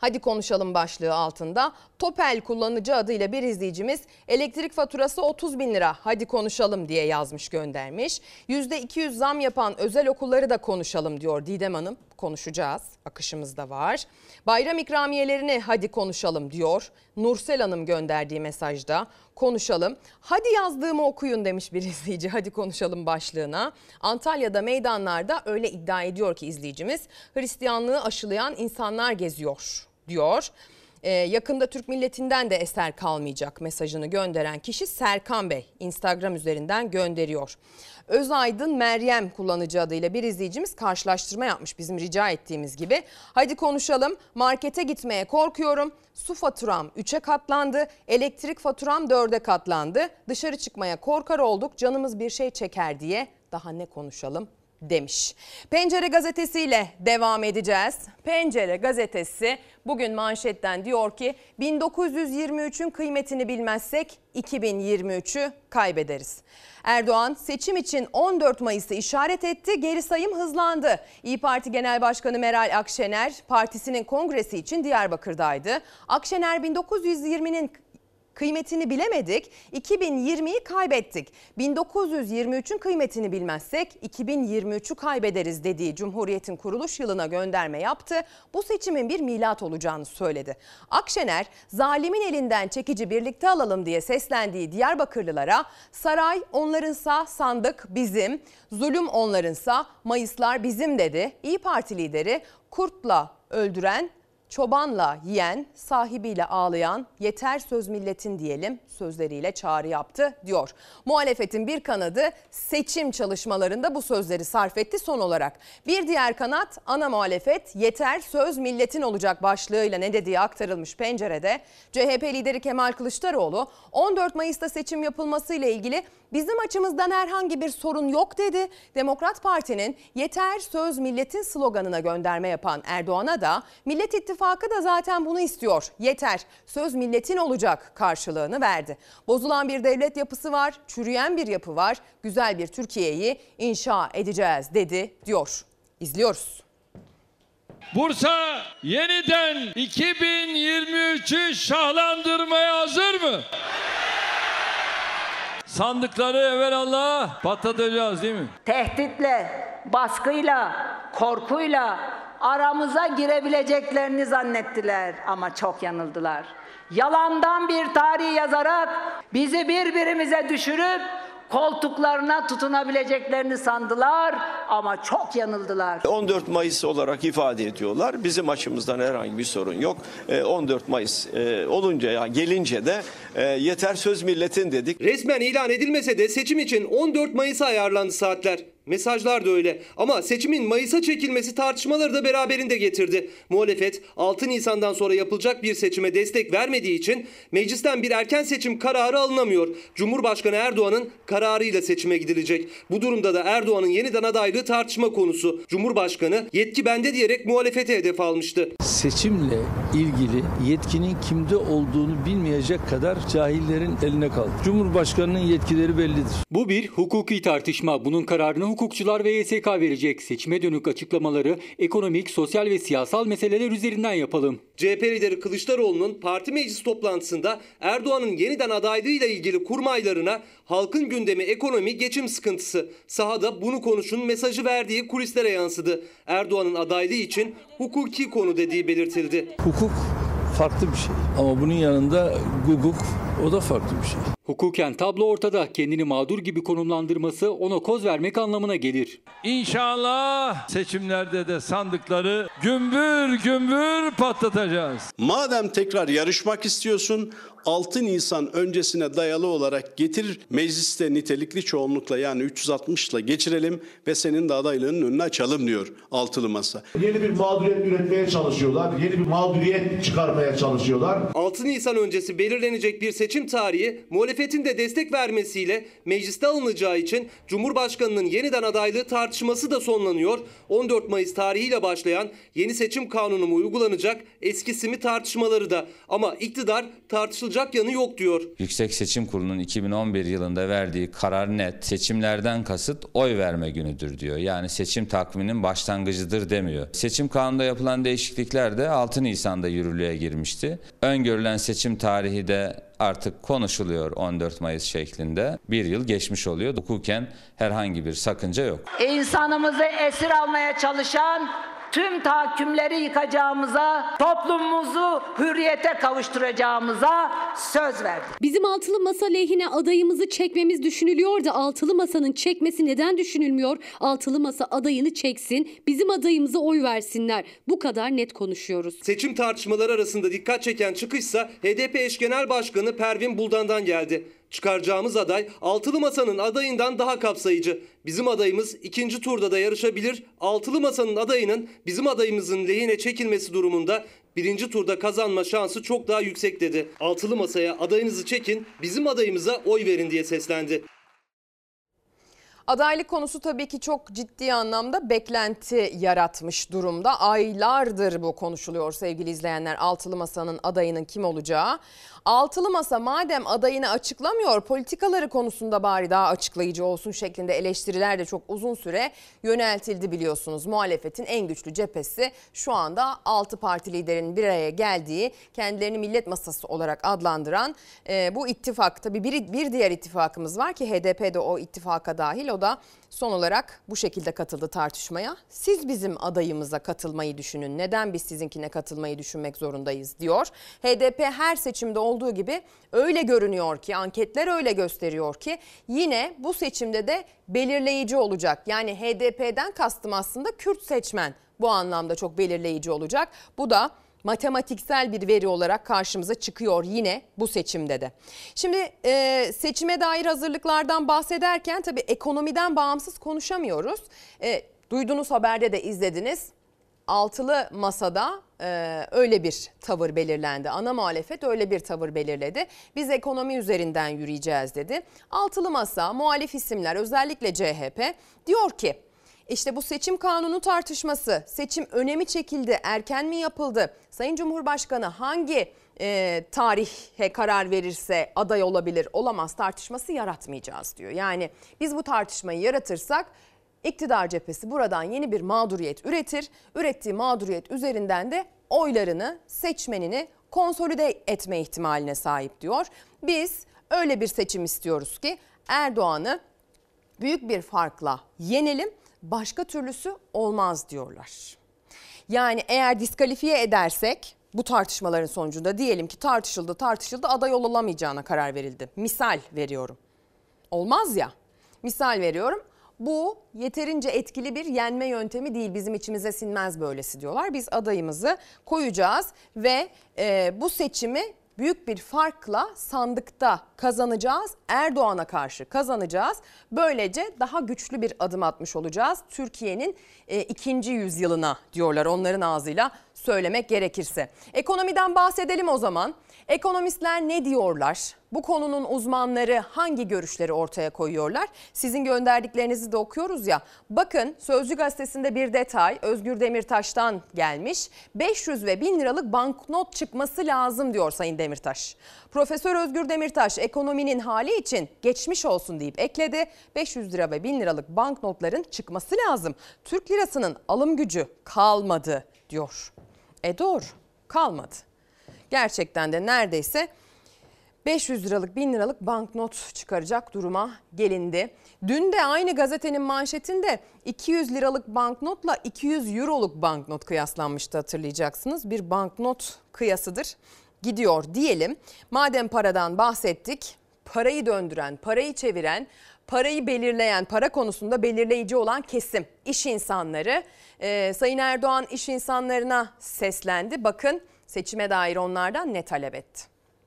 Hadi konuşalım başlığı altında. Topel kullanıcı adıyla bir izleyicimiz elektrik faturası otuz bin lira hadi konuşalım diye yazmış, göndermiş. yüzde iki yüz zam yapan özel okulları da konuşalım diyor Didem Hanım. Konuşacağız, akışımızda var. Bayram ikramiyelerini hadi konuşalım diyor Nursel Hanım gönderdiği mesajda. Konuşalım. Hadi yazdığımı okuyun demiş bir izleyici. Hadi konuşalım başlığına. Antalya'da meydanlarda öyle iddia ediyor ki izleyicimiz, Hristiyanlığı aşılayan insanlar geziyor diyor. Ee, yakında Türk milletinden de eser kalmayacak mesajını gönderen kişi Serkan Bey. Instagram üzerinden gönderiyor. Özaydın Meryem kullanıcı adıyla bir izleyicimiz karşılaştırma yapmış bizim rica ettiğimiz gibi. Hadi konuşalım, markete gitmeye korkuyorum, su faturam üçe katlandı, elektrik faturam dörde katlandı, dışarı çıkmaya korkar olduk, canımız bir şey çeker diye daha ne konuşalım demiş. Pencere gazetesiyle devam edeceğiz. Pencere gazetesi bugün manşetten diyor ki bin dokuz yüz yirmi üçün kıymetini bilmezsek iki bin yirmi üçü kaybederiz. Erdoğan seçim için on dört Mayıs'ı işaret etti, geri sayım hızlandı. İYİ Parti Genel Başkanı Meral Akşener partisinin kongresi için Diyarbakır'daydı. Akşener bin dokuz yüz yirminin kıymetini bilemedik, iki bin yirmiyi kaybettik. bin dokuz yüz yirmi üçün kıymetini bilmezsek iki bin yirmi üçü kaybederiz dediği Cumhuriyet'in kuruluş yılına gönderme yaptı. Bu seçimin bir milat olacağını söyledi. Akşener, zalimin elinden çekici birlikte alalım diye seslendiği Diyarbakırlılara saray onlarınsa sandık bizim, zulüm onlarınsa Mayıslar bizim dedi. İYİ Parti lideri kurtla öldüren, çobanla yiyen, sahibiyle ağlayan, yeter söz milletin diyelim sözleriyle çağrı yaptı diyor. Muhalefetin bir kanadı seçim çalışmalarında bu sözleri sarf etti son olarak. Bir diğer kanat ana muhalefet yeter söz milletin olacak başlığıyla ne dediği aktarılmış Pencere'de. C H P lideri Kemal Kılıçdaroğlu on dört Mayıs'ta seçim yapılmasıyla ilgili bizim açımızdan herhangi bir sorun yok dedi. Demokrat Parti'nin yeter söz milletin sloganına gönderme yapan Erdoğan'a da Millet İttifakı da zaten bunu istiyor. Yeter söz milletin olacak karşılığını verdi. Bozulan bir devlet yapısı var, çürüyen bir yapı var. Güzel bir Türkiye'yi inşa edeceğiz dedi diyor. İzliyoruz. Bursa yeniden iki bin yirmi üçü şahlandırmaya hazır mı? Sandıkları evvelallah patlatacağız değil mi? Tehditle, baskıyla, korkuyla aramıza girebileceklerini zannettiler ama çok yanıldılar. Yalandan bir tarih yazarak bizi birbirimize düşürüp koltuklarına tutunabileceklerini sandılar ama çok yanıldılar. on dört Mayıs olarak ifade ediyorlar. Bizim açımızdan herhangi bir sorun yok. on dört Mayıs olunca ya gelince de yeter söz milletin dedik. Resmen ilan edilmese de seçim için on dört Mayıs'a ayarlandı saatler. Mesajlar da öyle. Ama seçimin Mayıs'a çekilmesi tartışmaları da beraberinde getirdi. Muhalefet altı Nisan'dan sonra yapılacak bir seçime destek vermediği için meclisten bir erken seçim kararı alınamıyor. Cumhurbaşkanı Erdoğan'ın kararıyla seçime gidilecek. Bu durumda da Erdoğan'ın yeniden adaylığı tartışma konusu. Cumhurbaşkanı yetki bende diyerek muhalefete hedef almıştı. Seçimle ilgili yetkinin kimde olduğunu bilmeyecek kadar cahillerin eline kaldı. Cumhurbaşkanının yetkileri bellidir. Bu bir hukuki tartışma. Bunun kararını hukukçular ve Y S K verecek. Seçime dönük açıklamaları ekonomik, sosyal ve siyasal meseleler üzerinden yapalım. C H P lideri Kılıçdaroğlu'nun parti meclis toplantısında Erdoğan'ın yeniden adaylığıyla ilgili kurmaylarına halkın gündemi ekonomi, geçim sıkıntısı. Sahada bunu konuşun mesajı verdiği kulislere yansıdı. Erdoğan'ın adaylığı için hukuki konu dediği belirtildi. Hukuk farklı bir şey ama bunun yanında guguk o da farklı bir şey. Hukuken tablo ortada. Kendini mağdur gibi konumlandırması ona koz vermek anlamına gelir. İnşallah seçimlerde de sandıkları gümbür gümbür patlatacağız. Madem tekrar yarışmak istiyorsun, altı Nisan öncesine dayalı olarak getir, mecliste nitelikli çoğunlukla yani üç yüz altmışla geçirelim ve senin de adaylığının önünü açalım diyor altılı masa. Yeni bir mağduriyet üretmeye çalışıyorlar. Yeni bir mağduriyet çıkarmaya çalışıyorlar. altı Nisan öncesi belirlenecek bir seçim tarihi muhalefet Muhalefetin de destek vermesiyle mecliste alınacağı için Cumhurbaşkanı'nın yeniden adaylığı tartışması da sonlanıyor. on dört Mayıs tarihiyle başlayan yeni seçim kanunu mu uygulanacak, eskisi mi tartışmaları da. Ama iktidar tartışılacak yanı yok diyor. Yüksek Seçim Kurulu'nun iki bin on bir yılında verdiği karar net. Seçimlerden kasıt oy verme günüdür diyor. Yani seçim takviminin başlangıcıdır demiyor. Seçim kanununda yapılan değişiklikler de altı Nisan'da yürürlüğe girmişti. Öngörülen seçim tarihi de artık konuşuluyor on dört Mayıs şeklinde. Bir yıl geçmiş oluyor. Hukuken herhangi bir sakınca yok. İnsanımızı esir almaya çalışan tüm tahakkümleri yıkacağımıza, toplumumuzu hürriyete kavuşturacağımıza söz verdik. Bizim altılı masa lehine adayımızı çekmemiz düşünülüyor da altılı masanın çekmesi neden düşünülmüyor? Altılı masa adayını çeksin, bizim adayımıza oy versinler. Bu kadar net konuşuyoruz. Seçim tartışmaları arasında dikkat çeken çıkışsa H D P eş genel başkanı Pervin Buldan'dan geldi. Çıkaracağımız aday altılı masanın adayından daha kapsayıcı. Bizim adayımız ikinci turda da yarışabilir. Altılı masanın adayının bizim adayımızın lehine çekilmesi durumunda birinci turda kazanma şansı çok daha yüksek dedi. Altılı masaya adayınızı çekin, bizim adayımıza oy verin diye seslendi. Adaylık konusu tabii ki çok ciddi anlamda beklenti yaratmış durumda. Aylardır bu konuşuluyor sevgili izleyenler. Altılı Masa'nın adayının kim olacağı. Altılı Masa madem adayını açıklamıyor, politikaları konusunda bari daha açıklayıcı olsun şeklinde eleştiriler de çok uzun süre yöneltildi biliyorsunuz. Muhalefetin en güçlü cephesi şu anda altı parti liderinin bir araya geldiği, kendilerini millet masası olarak adlandıran e, bu ittifak. Tabii bir, bir diğer ittifakımız var ki H D P de o ittifaka dahil. O da son olarak bu şekilde katıldı tartışmaya. Siz bizim adayımıza katılmayı düşünün. Neden biz sizinkine katılmayı düşünmek zorundayız diyor. H D P her seçimde olduğu gibi öyle görünüyor ki, anketler öyle gösteriyor ki yine bu seçimde de belirleyici olacak. Yani H D P'den kastım aslında Kürt seçmen bu anlamda çok belirleyici olacak. Bu da matematiksel bir veri olarak karşımıza çıkıyor yine bu seçimde de. Şimdi e, seçime dair hazırlıklardan bahsederken tabii ekonomiden bağımsız konuşamıyoruz. E, duyduğunuz haberde de izlediniz. Altılı Masa'da e, öyle bir tavır belirlendi. Ana muhalefet öyle bir tavır belirledi. Biz ekonomi üzerinden yürüyeceğiz dedi. Altılı Masa, muhalif isimler, özellikle C H P diyor ki İşte bu seçim kanunu tartışması, seçim öne mi çekildi, erken mi yapıldı? Sayın Cumhurbaşkanı hangi e, tarihe karar verirse aday olabilir, olamaz tartışması yaratmayacağız diyor. Yani biz bu tartışmayı yaratırsak iktidar cephesi buradan yeni bir mağduriyet üretir. Ürettiği mağduriyet üzerinden de oylarını, seçmenini konsolide etme ihtimaline sahip diyor. Biz öyle bir seçim istiyoruz ki Erdoğan'ı büyük bir farkla yenelim. Başka türlüsü olmaz diyorlar. Yani eğer diskalifiye edersek bu tartışmaların sonucunda diyelim ki tartışıldı tartışıldı aday olamayacağına karar verildi. Misal veriyorum. Olmaz ya. Misal veriyorum. Bu yeterince etkili bir yenme yöntemi değil, bizim içimize sinmez böylesi diyorlar. Biz adayımızı koyacağız ve e, bu seçimi büyük bir farkla sandıkta kazanacağız. Erdoğan'a karşı kazanacağız. Böylece daha güçlü bir adım atmış olacağız. Türkiye'nin e, ikinci yüzyılına diyorlar onların ağzıyla söylemek gerekirse. Ekonomiden bahsedelim o zaman. Ekonomistler ne diyorlar? Bu konunun uzmanları hangi görüşleri ortaya koyuyorlar? Sizin gönderdiklerinizi de okuyoruz ya. Bakın Sözcü gazetesinde bir detay Özgür Demirtaş'tan gelmiş. beş yüz ve bin liralık banknot çıkması lazım diyor Sayın Demirtaş. Profesör Özgür Demirtaş ekonominin hali için geçmiş olsun deyip ekledi. beş yüz lira ve bin liralık banknotların çıkması lazım. Türk lirasının alım gücü kalmadı diyor. E doğru, kalmadı. Gerçekten de neredeyse beş yüz liralık bin liralık banknot çıkaracak duruma gelindi. Dün de aynı gazetenin manşetinde iki yüz liralık banknotla iki yüz euroluk banknot kıyaslanmıştı, hatırlayacaksınız. Bir banknot kıyasıdır gidiyor diyelim. Madem paradan bahsettik, parayı döndüren, parayı çeviren, parayı belirleyen, para konusunda belirleyici olan kesim, iş insanları. Ee, Sayın Erdoğan iş insanlarına seslendi. Bakın seçime dair onlardan ne talep etti?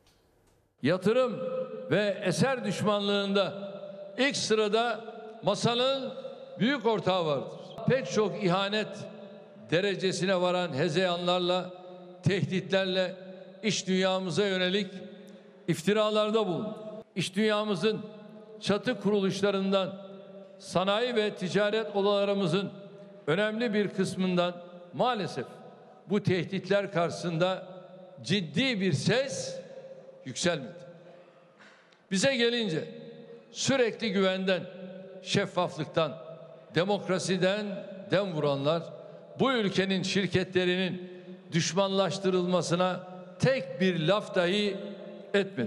Yatırım ve eser düşmanlığında ilk sırada masanın büyük ortağı vardır. Pek çok ihanet derecesine varan hezeyanlarla, tehditlerle iş dünyamıza yönelik iftiralarda bulundu. iş dünyamızın çatı kuruluşlarından, sanayi ve ticaret odalarımızın önemli bir kısmından maalesef bu tehditler karşısında ciddi bir ses yükselmedi. Bize gelince sürekli güvenden, şeffaflıktan, demokrasiden dem vuranlar bu ülkenin şirketlerinin düşmanlaştırılmasına tek bir laf dahi etmedi.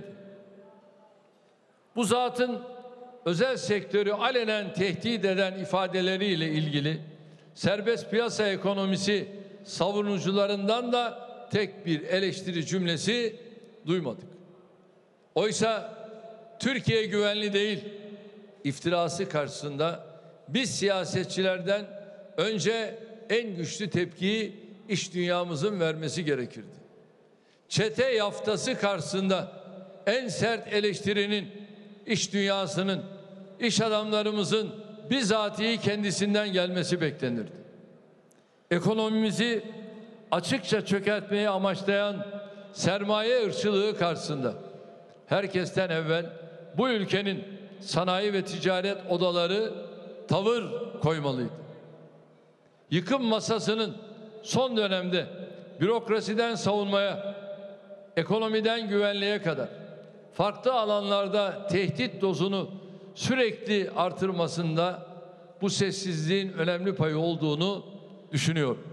Bu zatın özel sektörü alenen tehdit eden ifadeleriyle ilgili serbest piyasa ekonomisi savunucularından da tek bir eleştiri cümlesi duymadık. Oysa Türkiye güvenli değil iftirası karşısında biz siyasetçilerden önce en güçlü tepkiyi iş dünyamızın vermesi gerekirdi. Çete yaftası karşısında en sert eleştirinin iş dünyasının, iş adamlarımızın bizatihi kendisinden gelmesi beklenirdi. Ekonomimizi açıkça çökertmeyi amaçlayan sermaye ırkçılığı karşısında herkesten evvel bu ülkenin sanayi ve ticaret odaları tavır koymalıydı. Yıkım masasının son dönemde bürokrasiden savunmaya, ekonomiden güvenliğe kadar farklı alanlarda tehdit dozunu sürekli artırmasında bu sessizliğin önemli payı olduğunu düşünüyorum.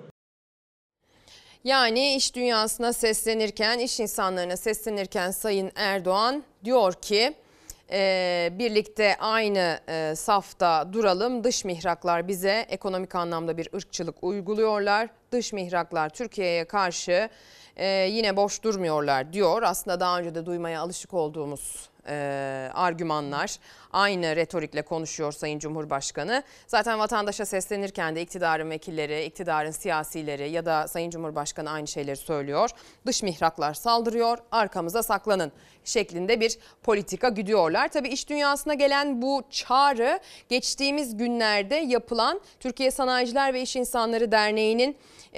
Yani iş dünyasına seslenirken, iş insanlarına seslenirken Sayın Erdoğan diyor ki e, birlikte aynı e, safta duralım. Dış mihraklar bize ekonomik anlamda bir ırkçılık uyguluyorlar. Dış mihraklar Türkiye'ye karşı e, yine boş durmuyorlar diyor. Aslında daha önce de duymaya alışık olduğumuz e, argümanlar. Aynı retorikle konuşuyor Sayın Cumhurbaşkanı. Zaten vatandaşa seslenirken de iktidarın vekilleri, iktidarın siyasileri ya da Sayın Cumhurbaşkanı aynı şeyleri söylüyor. Dış mihraklar saldırıyor, arkamıza saklanın şeklinde bir politika güdüyorlar. Tabii iş dünyasına gelen bu çağrı geçtiğimiz günlerde yapılan Türkiye Sanayiciler ve İş İnsanları Derneği'nin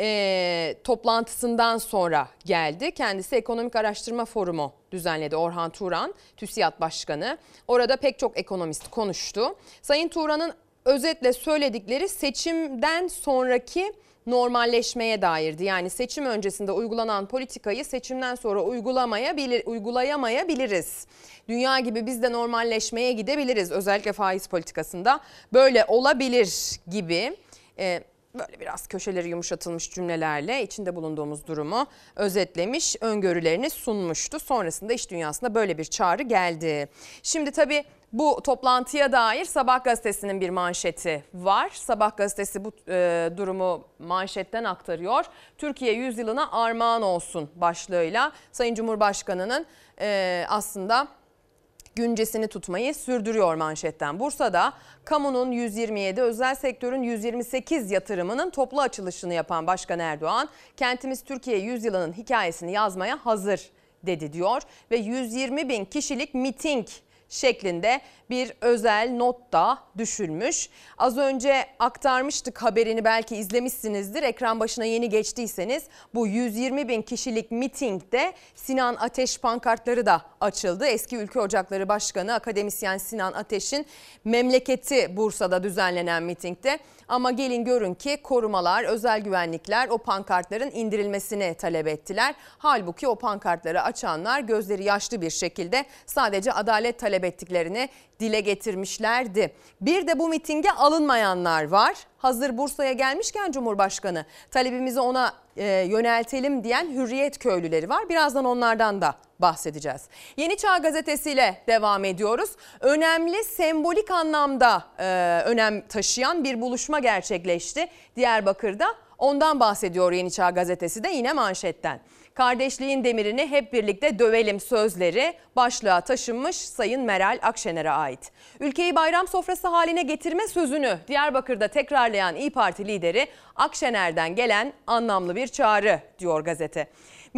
e, toplantısından sonra geldi. Kendisi Ekonomik Araştırma Forumu düzenledi. Orhan Turan, TÜSİAD Başkanı. Orada pek çok ekonomist konuştu. Sayın Turan'ın özetle söyledikleri seçimden sonraki normalleşmeye dairdi. Yani seçim öncesinde uygulanan politikayı seçimden sonra uygulamayabilir, uygulayamayabiliriz. Dünya gibi biz de normalleşmeye gidebiliriz. Özellikle faiz politikasında böyle olabilir gibi e, böyle biraz köşeleri yumuşatılmış cümlelerle içinde bulunduğumuz durumu özetlemiş, öngörülerini sunmuştu. Sonrasında iş dünyasında böyle bir çağrı geldi. Şimdi tabii bu toplantıya dair Sabah gazetesinin bir manşeti var. Sabah gazetesi bu e, durumu manşetten aktarıyor. Türkiye yüzyılına armağan olsun başlığıyla Sayın Cumhurbaşkanı'nın e, aslında güncesini tutmayı sürdürüyor manşetten. Bursa'da kamunun yüz yirmi yedi, özel sektörün yüz yirmi sekiz yatırımının toplu açılışını yapan Başkan Erdoğan, kentimiz Türkiye yüzyılının hikayesini yazmaya hazır dedi diyor ve yüz yirmi bin kişilik miting şeklinde bir özel not da düşülmüş. Az önce aktarmıştık haberini, belki izlemişsinizdir. Ekran başına yeni geçtiyseniz bu yüz yirmi bin kişilik mitingde Sinan Ateş pankartları da açıldı. Eski Ülke Ocakları Başkanı akademisyen Sinan Ateş'in memleketi Bursa'da düzenlenen mitingde. Ama gelin görün ki korumalar, özel güvenlikler o pankartların indirilmesini talep ettiler. Halbuki o pankartları açanlar gözleri yaşlı bir şekilde sadece adalet talep ettiklerini dile getirmişlerdi. Bir de bu mitinge alınmayanlar var. Hazır Bursa'ya gelmişken Cumhurbaşkanı talebimizi ona e, yöneltelim diyen Hürriyet köylüleri var. Birazdan onlardan da bahsedeceğiz. Yeni Çağ gazetesiyle devam ediyoruz. Önemli, sembolik anlamda e, önem taşıyan bir buluşma gerçekleşti Diyarbakır'da. Ondan bahsediyor Yeni Çağ gazetesi de yine manşetten. Kardeşliğin demirini hep birlikte dövelim sözleri başlığa taşınmış Sayın Meral Akşener'e ait. Ülkeyi bayram sofrası haline getirme sözünü Diyarbakır'da tekrarlayan İYİ Parti lideri Akşener'den gelen anlamlı bir çağrı diyor gazete.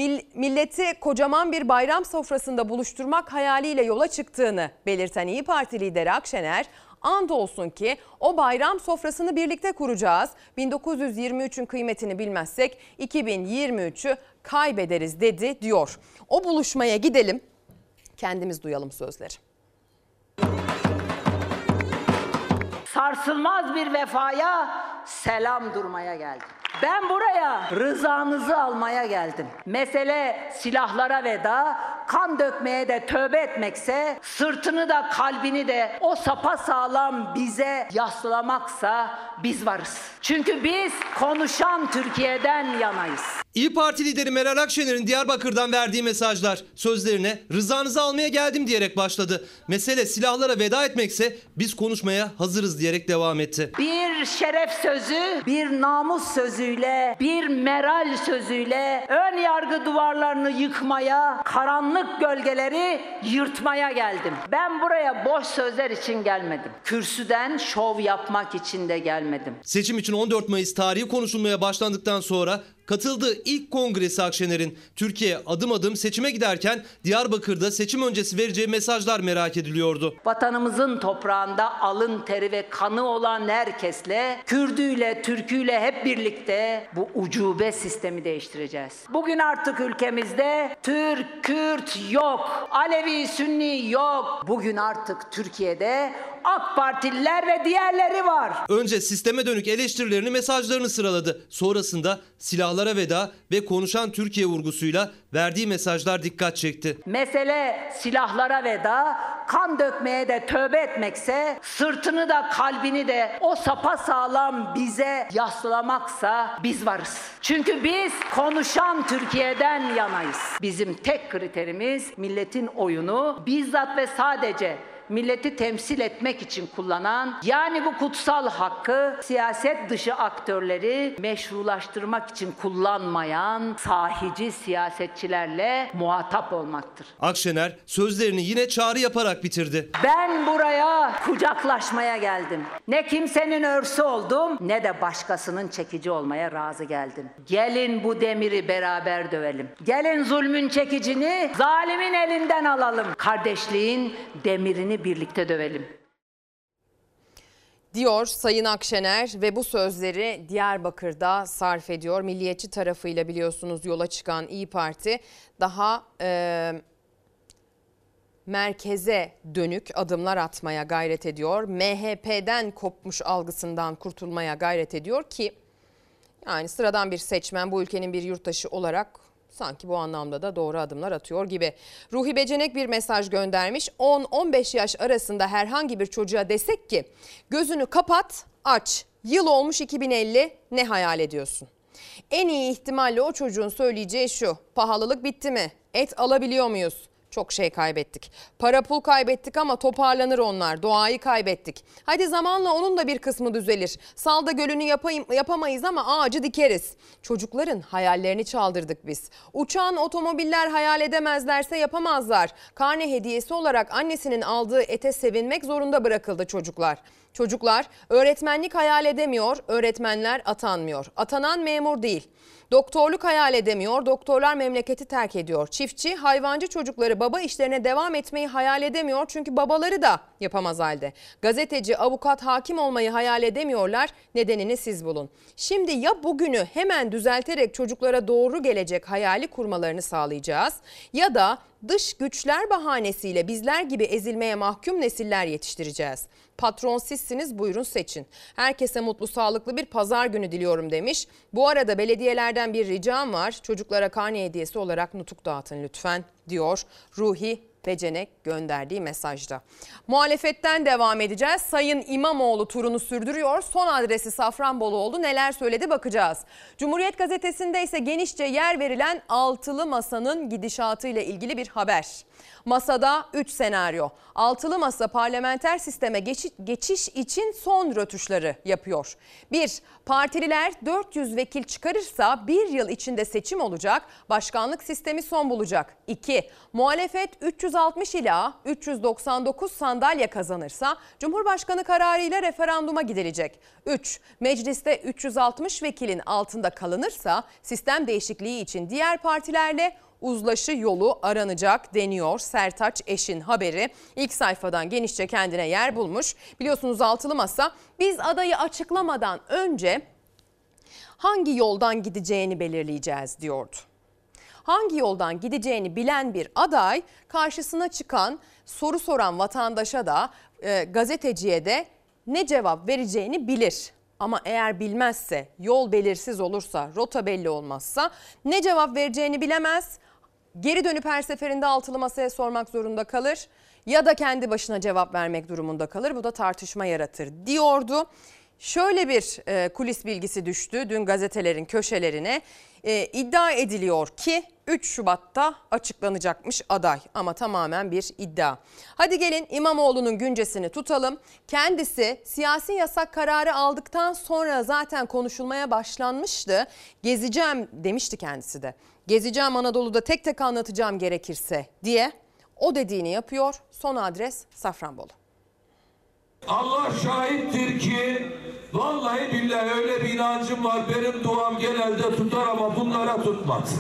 Milleti kocaman bir bayram sofrasında buluşturmak hayaliyle yola çıktığını belirten İYİ Parti lideri Akşener, andolsun ki o bayram sofrasını birlikte kuracağız. bin dokuz yüz yirmi üçün kıymetini bilmezsek iki bin yirmi üçü kaybederiz dedi diyor. O buluşmaya gidelim, kendimiz duyalım sözleri. sarsılmaz bir vefaya selam durmaya geldim. Ben buraya rızanızı almaya geldim. Mesele silahlara veda, kan dökmeye de tövbe etmekse, sırtını da kalbini de o sapasağlam bize yaslamaksa biz varız. Çünkü biz konuşan Türkiye'den yanayız. İYİ Parti lideri Meral Akşener'in Diyarbakır'dan verdiği mesajlar sözlerine rızanızı almaya geldim diyerek başladı. Mesele silahlara veda etmekse biz konuşmaya hazırız diyerek devam etti. Bir şeref sözü, bir namus sözüyle, bir meral sözüyle ön yargı duvarlarını yıkmaya, karanlık gölgeleri yırtmaya geldim. Ben buraya boş sözler için gelmedim. Kürsüden şov yapmak için de gelmedim. Seçim için on dört Mayıs tarihi konuşulmaya başlandıktan sonra katıldığı ilk kongresi Akşener'in Türkiye adım adım seçime giderken Diyarbakır'da seçim öncesi vereceği mesajlar merak ediliyordu. Vatanımızın toprağında alın teri ve kanı olan herkesle, Kürdüyle, Türküyle hep birlikte bu ucube sistemi değiştireceğiz. Bugün artık ülkemizde Türk, Kürt yok, Alevi, Sünni yok. Bugün artık Türkiye'de AK Partililer ve diğerleri var. Önce sisteme dönük eleştirilerini, mesajlarını sıraladı. Sonrasında silahlara veda ve konuşan Türkiye vurgusuyla verdiği mesajlar dikkat çekti. Mesele silahlara veda, kan dökmeye de tövbe etmekse, sırtını da kalbini de o sapasağlam bize yaslamaksa biz varız. Çünkü biz konuşan Türkiye'den yanayız. Bizim tek kriterimiz milletin oyunu bizzat ve sadece milleti temsil etmek için kullanan, yani bu kutsal hakkı siyaset dışı aktörleri meşrulaştırmak için kullanmayan sahici siyasetçilerle muhatap olmaktır. Akşener sözlerini yine çağrı yaparak bitirdi. Ben buraya kucaklaşmaya geldim. Ne kimsenin örsü oldum, ne de başkasının çekici olmaya razı geldim. Gelin bu demiri beraber dövelim. Gelin zulmün çekicini zalimin elinden alalım. Kardeşliğin demirini birlikte dövelim. Diyor Sayın Akşener ve bu sözleri Diyarbakır'da sarf ediyor. Milliyetçi tarafıyla biliyorsunuz yola çıkan İYİ Parti daha e, merkeze dönük adımlar atmaya gayret ediyor. M H P'den kopmuş algısından kurtulmaya gayret ediyor ki yani sıradan bir seçmen, bu ülkenin bir yurttaşı olarak sanki bu anlamda da doğru adımlar atıyor gibi. Ruhi Becenek bir mesaj göndermiş. on on beş yaş arasında herhangi bir çocuğa desek ki gözünü kapat, aç. Yıl olmuş iki bin elli, ne hayal ediyorsun? En iyi ihtimalle o çocuğun söyleyeceği şu: pahalılık bitti mi? Et alabiliyor muyuz? Çok şey kaybettik. Para pul kaybettik ama toparlanır onlar. Doğayı kaybettik. Hadi zamanla onun da bir kısmı düzelir. Salda gölünü yapayım, yapamayız ama ağacı dikeriz. Çocukların hayallerini çaldırdık biz. Uçan otomobiller hayal edemezlerse yapamazlar. Karne hediyesi olarak annesinin aldığı ete sevinmek zorunda bırakıldı çocuklar. Çocuklar öğretmenlik hayal edemiyor, öğretmenler atanmıyor. Atanan memur değil. Doktorluk hayal edemiyor, doktorlar memleketi terk ediyor. Çiftçi, hayvancı çocukları baba işlerine devam etmeyi hayal edemiyor çünkü babaları da yapamaz halde. Gazeteci, avukat, hakim olmayı hayal edemiyorlar, nedenini siz bulun. Şimdi ya bugünü hemen düzelterek çocuklara doğru gelecek hayali kurmalarını sağlayacağız ya da dış güçler bahanesiyle bizler gibi ezilmeye mahkum nesiller yetiştireceğiz. Patron sizsiniz, buyurun seçin. Herkese mutlu, sağlıklı bir pazar günü diliyorum demiş. Bu arada belediyelerden bir ricam var. Çocuklara karne hediyesi olarak nutuk dağıtın lütfen diyor Ruhi Becenek gönderdiği mesajda. Muhalefetten devam edeceğiz. Sayın İmamoğlu turunu sürdürüyor. Son adresi Safranbolu oldu. Neler söyledi bakacağız. Cumhuriyet Gazetesi'nde ise genişçe yer verilen altılı masanın gidişatıyla ilgili bir haber. Masada üç senaryo. Altılı masa parlamenter sisteme geçiş, geçiş için son rötuşları yapıyor. bir. Partililer dört yüz vekil çıkarırsa bir yıl içinde seçim olacak, başkanlık sistemi son bulacak. iki. Muhalefet üç yüz altmış ila üç yüz doksan dokuz sandalye kazanırsa Cumhurbaşkanı kararıyla referanduma gidilecek. üç. Mecliste üç yüz altmış vekilin altında kalınırsa sistem değişikliği için diğer partilerle uzlaşı yolu aranacak deniyor. Sertaç Eş'in haberi ilk sayfadan genişçe kendine yer bulmuş. Biliyorsunuz altılı masa biz adayı açıklamadan önce hangi yoldan gideceğini belirleyeceğiz diyordu. Hangi yoldan gideceğini bilen bir aday karşısına çıkan, soru soran vatandaşa da e, gazeteciye de ne cevap vereceğini bilir. Ama eğer bilmezse, yol belirsiz olursa, rota belli olmazsa ne cevap vereceğini bilemez. Geri dönüp her seferinde altılı masaya sormak zorunda kalır ya da kendi başına cevap vermek durumunda kalır. Bu da tartışma yaratır diyordu. Şöyle bir e, kulis bilgisi düştü dün gazetelerin köşelerine. E, iddia ediliyor ki üç Şubat'ta açıklanacakmış aday, ama tamamen bir iddia. Hadi gelin İmamoğlu'nun güncesini tutalım. Kendisi siyasi yasak kararı aldıktan sonra zaten konuşulmaya başlanmıştı. Gezeceğim demişti kendisi de. Gezeceğim Anadolu'da, tek tek anlatacağım gerekirse diye. O dediğini yapıyor. Son adres Safranbolu. Allah şahittir ki vallahi billahi öyle bir inancım var. Benim duam genelde tutar ama bunlara tutmaz.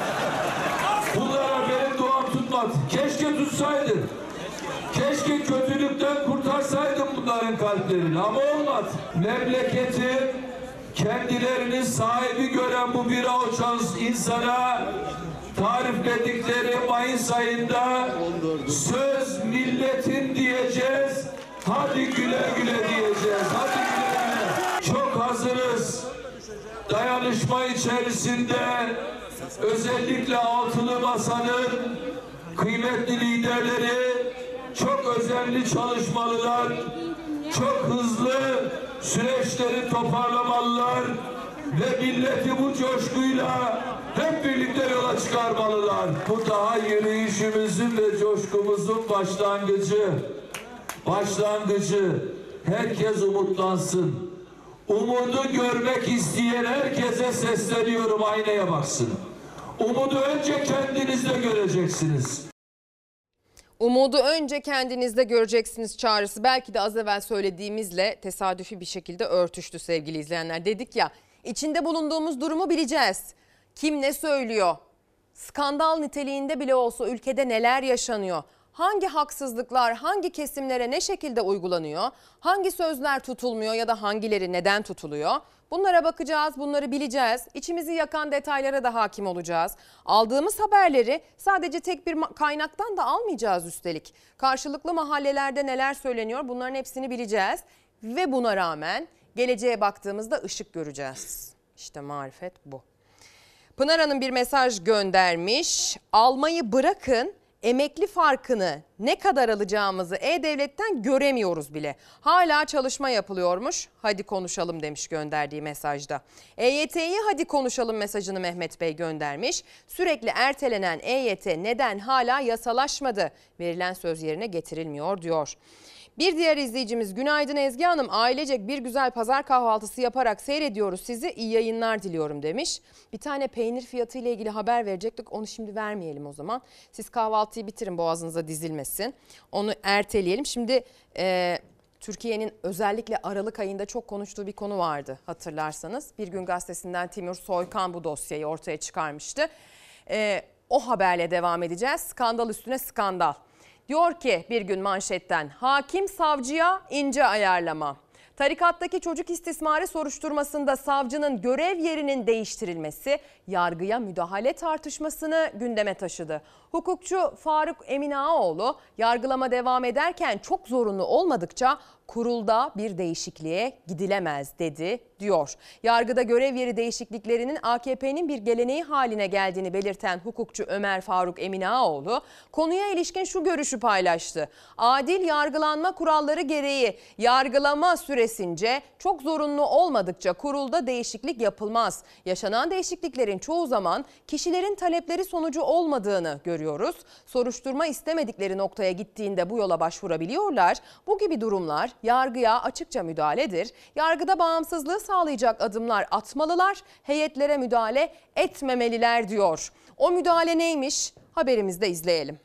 Bunlara benim duam tutmaz. Keşke tutsaydı. Keşke kötülükten kurtarsaydım bunların kalplerini ama olmaz. Memleketi kendilerini sahibi gören bu bir avuç insana tarifledikleri Mayıs ayında söz milletin diyeceğiz. Hadi güle güle diyeceğiz. Hadi güle güle. Çok hazırız. Dayanışma içerisinde özellikle altılı masanın kıymetli liderleri çok özenli çalışmalılar. Çok hızlı süreçleri toparlamalılar ve milleti bu coşkuyla hep birlikte yola çıkarmalılar. Bu daha yürüyüşümüzün ve coşkumuzun başlangıcı. Başlangıcı. Herkes umutlansın. Umudu görmek isteyen herkese sesleniyorum, aynaya baksın. Umudu önce kendinizde göreceksiniz. Umudu önce kendinizde göreceksiniz çağrısı belki de az evvel söylediğimizle tesadüfi bir şekilde örtüştü sevgili izleyenler. Dedik ya, içinde bulunduğumuz durumu bileceğiz. Kim ne söylüyor? Skandal niteliğinde bile olsa ülkede neler yaşanıyor? Hangi haksızlıklar hangi kesimlere ne şekilde uygulanıyor? Hangi sözler tutulmuyor ya da hangileri neden tutuluyor? Bunlara bakacağız, bunları bileceğiz. İçimizi yakan detaylara da hakim olacağız. Aldığımız haberleri sadece tek bir kaynaktan da almayacağız üstelik. Karşılıklı mahallelerde neler söyleniyor, bunların hepsini bileceğiz. Ve buna rağmen geleceğe baktığımızda ışık göreceğiz. İşte marifet bu. Pınar Hanım bir mesaj göndermiş. Almayı bırakın, emekli farkını ne kadar alacağımızı E-Devlet'ten göremiyoruz bile. Hala çalışma yapılıyormuş. Hadi konuşalım demiş gönderdiği mesajda. E Y T'yi hadi konuşalım mesajını Mehmet Bey göndermiş. Sürekli ertelenen E Y T neden hala yasalaşmadı? Verilen söz yerine getirilmiyor diyor. Bir diğer izleyicimiz günaydın Ezgi Hanım, ailecek bir güzel pazar kahvaltısı yaparak seyrediyoruz sizi, iyi yayınlar diliyorum demiş. Bir tane peynir fiyatı ile ilgili haber verecektik, onu şimdi vermeyelim o zaman. Siz kahvaltıyı bitirin, boğazınıza dizilmesin, onu erteleyelim. Şimdi e, Türkiye'nin özellikle Aralık ayında çok konuştuğu bir konu vardı hatırlarsanız. Bir Gün Gazetesi'nden Timur Soykan bu dosyayı ortaya çıkarmıştı. E, o haberle devam edeceğiz, skandal üstüne skandal. Diyor ki bir gün manşetten, hakim savcıya ince ayarlama. Tarikattaki çocuk istismarı soruşturmasında savcının görev yerinin değiştirilmesi yargıya müdahale tartışmasını gündeme taşıdı. Hukukçu Faruk Emin Ağaoğlu yargılama devam ederken çok zorunlu olmadıkça kurulda bir değişikliğe gidilemez dedi diyor. Yargıda görev yeri değişikliklerinin A K P'nin bir geleneği haline geldiğini belirten hukukçu Ömer Faruk Emin Ağaoğlu konuya ilişkin şu görüşü paylaştı. Adil yargılanma kuralları gereği yargılama süresince çok zorunlu olmadıkça kurulda değişiklik yapılmaz. Yaşanan değişikliklerin çoğu zaman kişilerin talepleri sonucu olmadığını görüyoruz. Soruşturma istemedikleri noktaya gittiğinde bu yola başvurabiliyorlar. Bu gibi durumlar yargıya açıkça müdahaledir. Yargıda bağımsızlığı sağlayacak adımlar atmalılar, heyetlere müdahale etmemeliler diyor. O müdahale neymiş? Haberimizde izleyelim.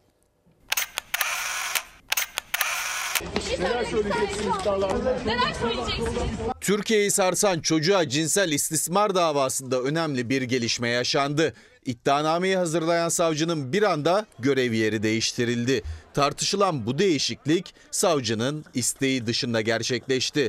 Neler söyleyeceksiniz iddialarında? Neler söyleyeceksiniz? Türkiye'yi sarsan çocuğa cinsel istismar davasında önemli bir gelişme yaşandı. İddianameyi hazırlayan savcının bir anda görev yeri değiştirildi. Tartışılan bu değişiklik savcının isteği dışında gerçekleşti.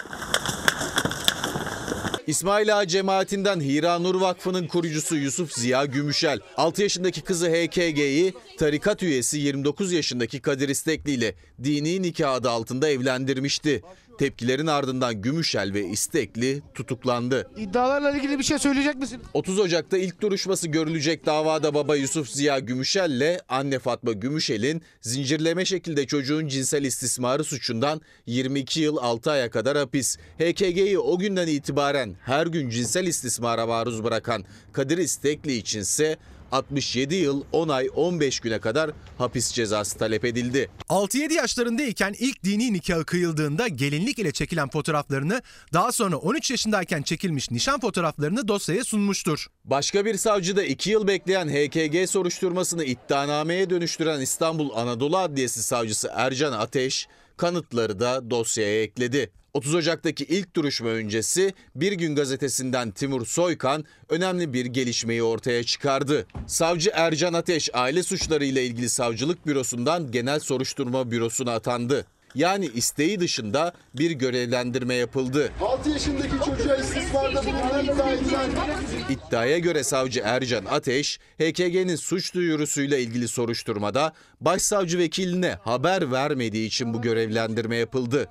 İsmail Ağa cemaatinden Hira Nur Vakfı'nın kurucusu Yusuf Ziya Gümüşel, altı yaşındaki kızı H K G'yi tarikat üyesi yirmi dokuz yaşındaki Kadir İstekli ile dini nikah adı altında evlendirmişti. Tepkilerin ardından Gümüşel ve İstekli tutuklandı. İddialarla ilgili bir şey söyleyecek misin? otuz Ocak'ta ilk duruşması görülecek davada baba Yusuf Ziya Gümüşel'le anne Fatma Gümüşel'in zincirleme şekilde çocuğun cinsel istismarı suçundan yirmi iki yıl altı aya kadar hapis. H K G'yi o günden itibaren her gün cinsel istismara maruz bırakan Kadir İstekli içinse altmış yedi yıl on ay on beş güne kadar hapis cezası talep edildi. altı yedi yaşlarındayken ilk dini nikahı kıyıldığında gelinlik ile çekilen fotoğraflarını, daha sonra on üç yaşındayken çekilmiş nişan fotoğraflarını dosyaya sunmuştur. Başka bir savcı da iki yıl bekleyen H K G soruşturmasını iddianameye dönüştüren İstanbul Anadolu Adliyesi savcısı Ercan Ateş kanıtları da dosyaya ekledi. otuz Ocak'taki ilk duruşma öncesi Bir Gün gazetesinden Timur Soykan önemli bir gelişmeyi ortaya çıkardı. Savcı Ercan Ateş aile suçları ile ilgili savcılık bürosundan genel soruşturma bürosuna atandı. Yani isteği dışında bir görevlendirme yapıldı. altı yaşındaki çocuğa istismarda bulunan iddia edilen... İddiaya göre savcı Ercan Ateş, H K G'nin suç duyurusuyla ilgili soruşturmada başsavcı vekiline haber vermediği için bu görevlendirme yapıldı.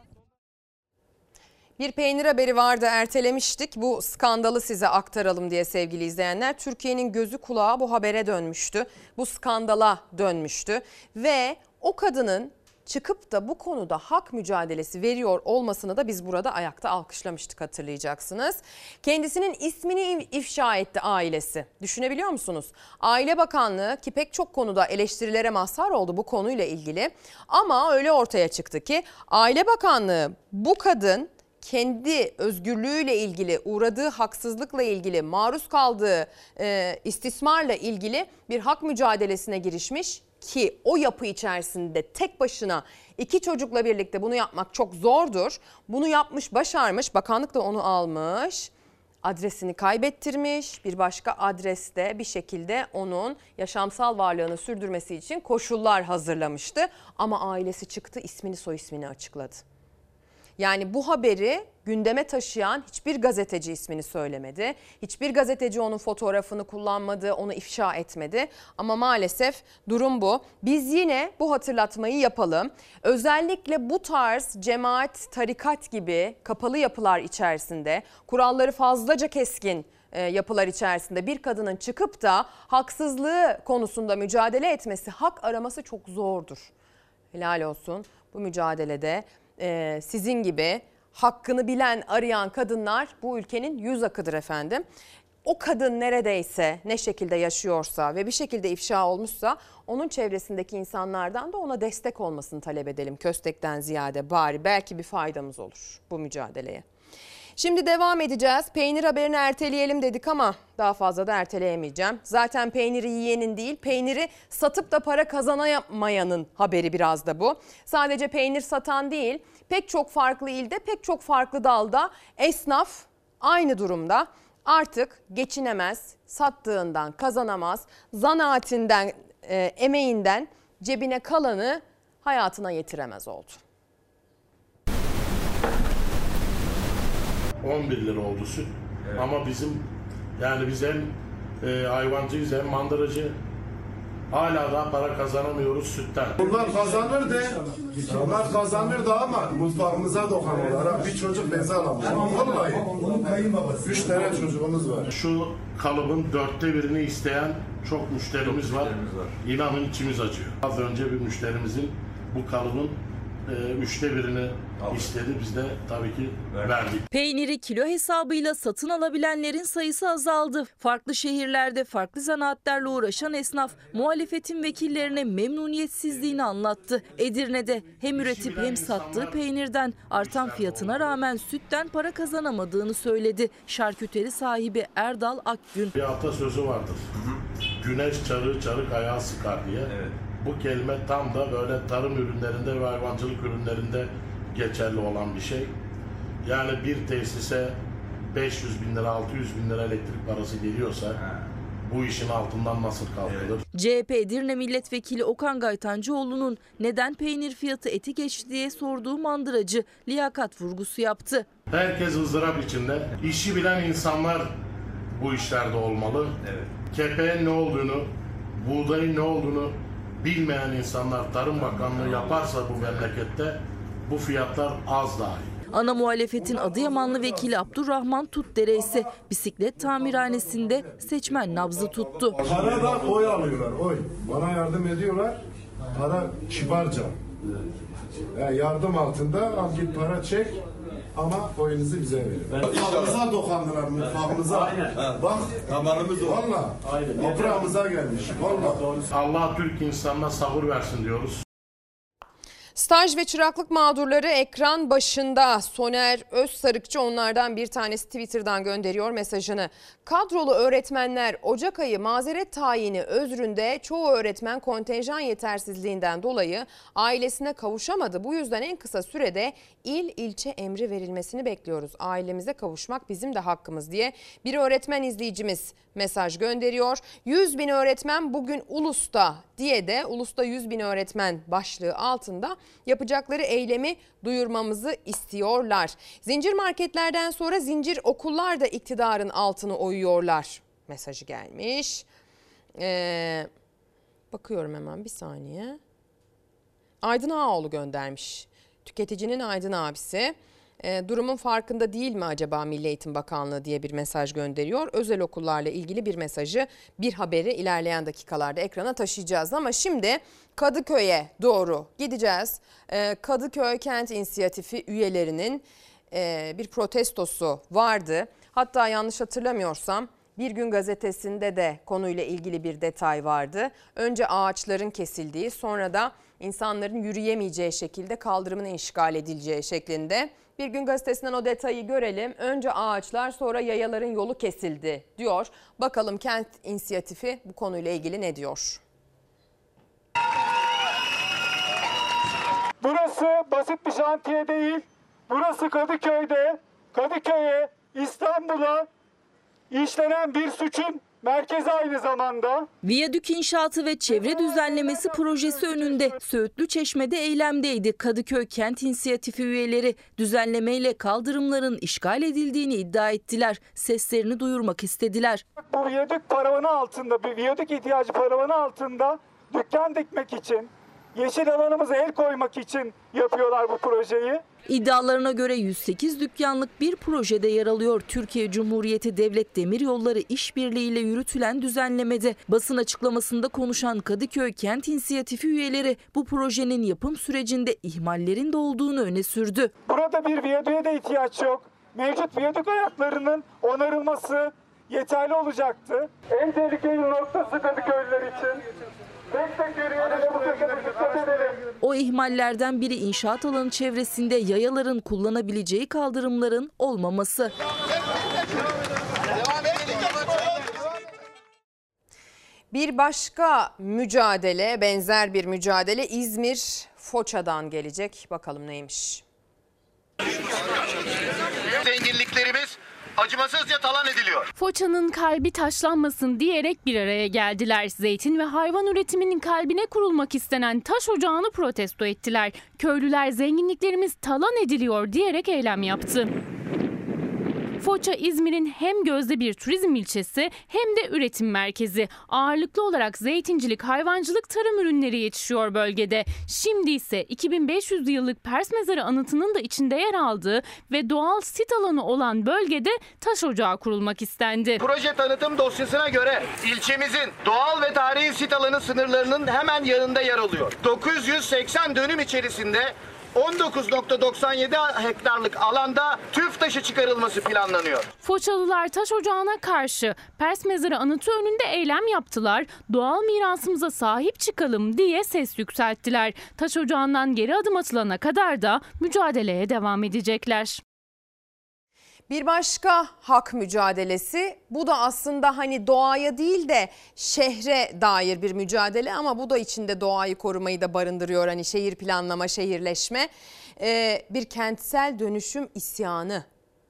Bir peynir haberi vardı, ertelemiştik. Bu skandalı size aktaralım diye sevgili izleyenler. Türkiye'nin gözü kulağı bu habere dönmüştü. Bu skandala dönmüştü ve o kadının çıkıp da bu konuda hak mücadelesi veriyor olmasını da biz burada ayakta alkışlamıştık, hatırlayacaksınız. Kendisinin ismini ifşa etti ailesi. Düşünebiliyor musunuz? Aile Bakanlığı ki pek çok konuda eleştirilere mazhar oldu bu konuyla ilgili. Ama öyle ortaya çıktı ki Aile Bakanlığı bu kadın kendi özgürlüğüyle ilgili, uğradığı haksızlıkla ilgili, maruz kaldığı e, istismarla ilgili bir hak mücadelesine girişmiş ki o yapı içerisinde tek başına iki çocukla birlikte bunu yapmak çok zordur. Bunu yapmış, başarmış, bakanlık da onu almış, adresini kaybettirmiş, bir başka adreste bir şekilde onun yaşamsal varlığını sürdürmesi için koşullar hazırlamıştı. Ama ailesi çıktı, ismini soy ismini açıkladı. Yani bu haberi gündeme taşıyan hiçbir gazeteci ismini söylemedi. Hiçbir gazeteci onun fotoğrafını kullanmadı, onu ifşa etmedi. Ama maalesef durum bu. Biz yine bu hatırlatmayı yapalım. Özellikle bu tarz cemaat, tarikat gibi kapalı yapılar içerisinde, kuralları fazlaca keskin yapılar içerisinde bir kadının çıkıp da haksızlığı konusunda mücadele etmesi, hak araması çok zordur. Helal olsun bu mücadelede. Ee, sizin gibi hakkını bilen, arayan kadınlar bu ülkenin yüz akıdır efendim. O kadın neredeyse, ne şekilde yaşıyorsa ve bir şekilde ifşa olmuşsa onun çevresindeki insanlardan da ona destek olmasını talep edelim. Köstekten ziyade bari belki bir faydamız olur bu mücadeleye. Şimdi devam edeceğiz. Peynir haberini erteleyelim dedik ama daha fazla da erteleyemeyeceğim. Zaten peyniri yiyenin değil, peyniri satıp da para kazanamayanın haberi biraz da bu. Sadece peynir satan değil, pek çok farklı ilde, pek çok farklı dalda esnaf aynı durumda. Artık geçinemez, sattığından kazanamaz, zanaatinden, e, emeğinden cebine kalanı hayatına yetiremez oldu. on bir lira oldu süt. Evet. Ama bizim yani biz hem e, hayvancıyız hem mandıracı. Hala daha para kazanamıyoruz sütten. Bunlar kazanırdı. Bunlar kazanırdı ama mutfağımıza dokunurlar. Bir çocuk beze alamıyor. Vallahi. Üç tane çocuğumuz var. Şu kalıbın dörtte birini isteyen çok müşterimiz, çok var. müşterimiz var. İnanın içimiz acıyor. Az önce bir müşterimizin bu kalıbın e, üçte birini istedi, biz de tabii ki verdik. Peyniri kilo hesabıyla satın alabilenlerin sayısı azaldı. Farklı şehirlerde farklı zanaatlerle uğraşan esnaf muhalefetin vekillerine memnuniyetsizliğini anlattı. Edirne'de hem üretip hem sattığı peynirden artan fiyatına rağmen sütten para kazanamadığını söyledi. Şarküteri sahibi Erdal Akgün. Bir atasözü vardır. Hı hı. Güneş çarığı çarık ayağı sıkar diye. Evet. Bu kelime tam da böyle tarım ürünlerinde ve hayvancılık ürünlerinde geçerli olan bir şey. Yani bir tesise beş yüz bin lira, altı yüz bin lira elektrik parası geliyorsa bu işin altından nasıl kalkılır? C H P Edirne Milletvekili Okan Gaytancıoğlu'nun neden peynir fiyatı eti geçti diye sorduğu mandıracı liyakat vurgusu yaptı. Herkes ızdırap içinde. İşi bilen insanlar bu işlerde olmalı. Evet. Kepeğin ne olduğunu, buğdayın ne olduğunu bilmeyen insanlar Tarım Bakanlığı yaparsa bu memlekette bu fiyatlar az dahi. Ana muhalefetin Adıyamanlı vekili Abdurrahman Tutdere ise bisiklet tamirhanesinde seçmen nabzı tuttu. Para da oy alıyorlar, oy. Bana yardım ediyorlar. Para kibarca. Yani yardım altında al git para çek ama oyunuzu bize verin. Mutfağımıza dokandılar, mutfağımıza. Aynen. Bak damarımız o. Valla. Toprağımıza gelmiş. Valla. Allah Türk insanına sabır versin diyoruz. Staj ve çıraklık mağdurları ekran başında. Soner Özsarıkçı onlardan bir tanesi, Twitter'dan gönderiyor mesajını. Kadrolu öğretmenler Ocak ayı mazeret tayini özründe çoğu öğretmen kontenjan yetersizliğinden dolayı ailesine kavuşamadı. Bu yüzden en kısa sürede il ilçe emri verilmesini bekliyoruz. Ailemize kavuşmak bizim de hakkımız diye bir öğretmen izleyicimiz mesaj gönderiyor. yüz bin öğretmen bugün Ulus'ta diye de Ulus'ta yüz bin öğretmen başlığı altında yapacakları eylemi duyurmamızı istiyorlar. Zincir marketlerden sonra zincir okullar da iktidarın altını oyuyorlar mesajı gelmiş. Ee, bakıyorum hemen bir saniye. Aydın Ağaoğlu göndermiş. Tüketicinin Aydın abisi. E, durumun farkında değil mi acaba Milli Eğitim Bakanlığı diye bir mesaj gönderiyor. Özel okullarla ilgili bir mesajı, bir haberi ilerleyen dakikalarda ekrana taşıyacağız. Ama şimdi Kadıköy'e doğru gideceğiz. E, Kadıköy Kent İnisiyatifi üyelerinin e, bir protestosu vardı. Hatta yanlış hatırlamıyorsam Bir Gün Gazetesi'nde de konuyla ilgili bir detay vardı. Önce ağaçların kesildiği, sonra da insanların yürüyemeyeceği şekilde kaldırımın işgal edileceği şeklinde. Bir Gün Gazetesi'nden o detayı görelim. Önce ağaçlar, sonra yayaların yolu kesildi diyor. Bakalım Kent İnisiyatifi bu konuyla ilgili ne diyor? Burası basit bir şantiye değil. Burası Kadıköy'de, Kadıköy'e, İstanbul'a işlenen bir suçun merkezi aynı zamanda. Viyadük inşaatı ve çevre düzenlemesi projesi önünde Söğütlü Çeşme'de eylemdeydi Kadıköy Kent İnisiyatifi üyeleri. Düzenlemeyle kaldırımların işgal edildiğini iddia ettiler. Seslerini duyurmak istediler. Bu viyadük paravanı altında, bir viyadük ihtiyacı paravanı altında dükkan dikmek için, yeşil alanımıza el koymak için yapıyorlar bu projeyi. İddialarına göre yüz sekiz dükkanlık bir projede yer alıyor. Türkiye Cumhuriyeti Devlet Demiryolları işbirliğiyle yürütülen düzenlemede. Basın açıklamasında konuşan Kadıköy Kent İnisiyatifi üyeleri bu projenin yapım sürecinde ihmallerin de olduğunu öne sürdü. Burada bir viyadüğe de ihtiyaç yok. Mevcut viyadük ayaklarının onarılması yeterli olacaktı. En tehlikeli noktası Kadıköylüler için. Tek tek yürüyelim, bu köşede dikkat edelim. O ihmallerden biri inşaat alanı çevresinde yayaların kullanabileceği kaldırımların olmaması. Bir başka mücadele, benzer bir mücadele İzmir Foça'dan gelecek. Bakalım neymiş? Zenginliklerimiz acımasızca talan ediliyor. Foça'nın kalbi taşlanmasın diyerek bir araya geldiler. Zeytin ve hayvan üretiminin kalbine kurulmak istenen taş ocağını protesto ettiler. Köylüler zenginliklerimiz talan ediliyor diyerek eylem yaptı. Foça, İzmir'in hem gözde bir turizm ilçesi hem de üretim merkezi. Ağırlıklı olarak zeytincilik, hayvancılık, tarım ürünleri yetişiyor bölgede. Şimdi ise iki bin beş yüz yıllık Pers Mezarı anıtının da içinde yer aldığı ve doğal sit alanı olan bölgede taş ocağı kurulmak istendi. Proje tanıtım dosyasına göre ilçemizin doğal ve tarihi sit alanı sınırlarının hemen yanında yer alıyor. dokuz yüz seksen dönüm içerisinde on dokuz nokta doksan yedi hektarlık alanda tüf taşı çıkarılması planlanıyor. Foçalılar taş ocağına karşı Pers Mezarı anıtı önünde eylem yaptılar. Doğal mirasımıza sahip çıkalım diye ses yükselttiler. Taş ocağından geri adım atılana kadar da mücadeleye devam edecekler. Bir başka hak mücadelesi, bu da aslında hani doğaya değil de şehre dair bir mücadele ama bu da içinde doğayı korumayı da barındırıyor. Hani şehir planlama, şehirleşme, ee, bir kentsel dönüşüm isyanı.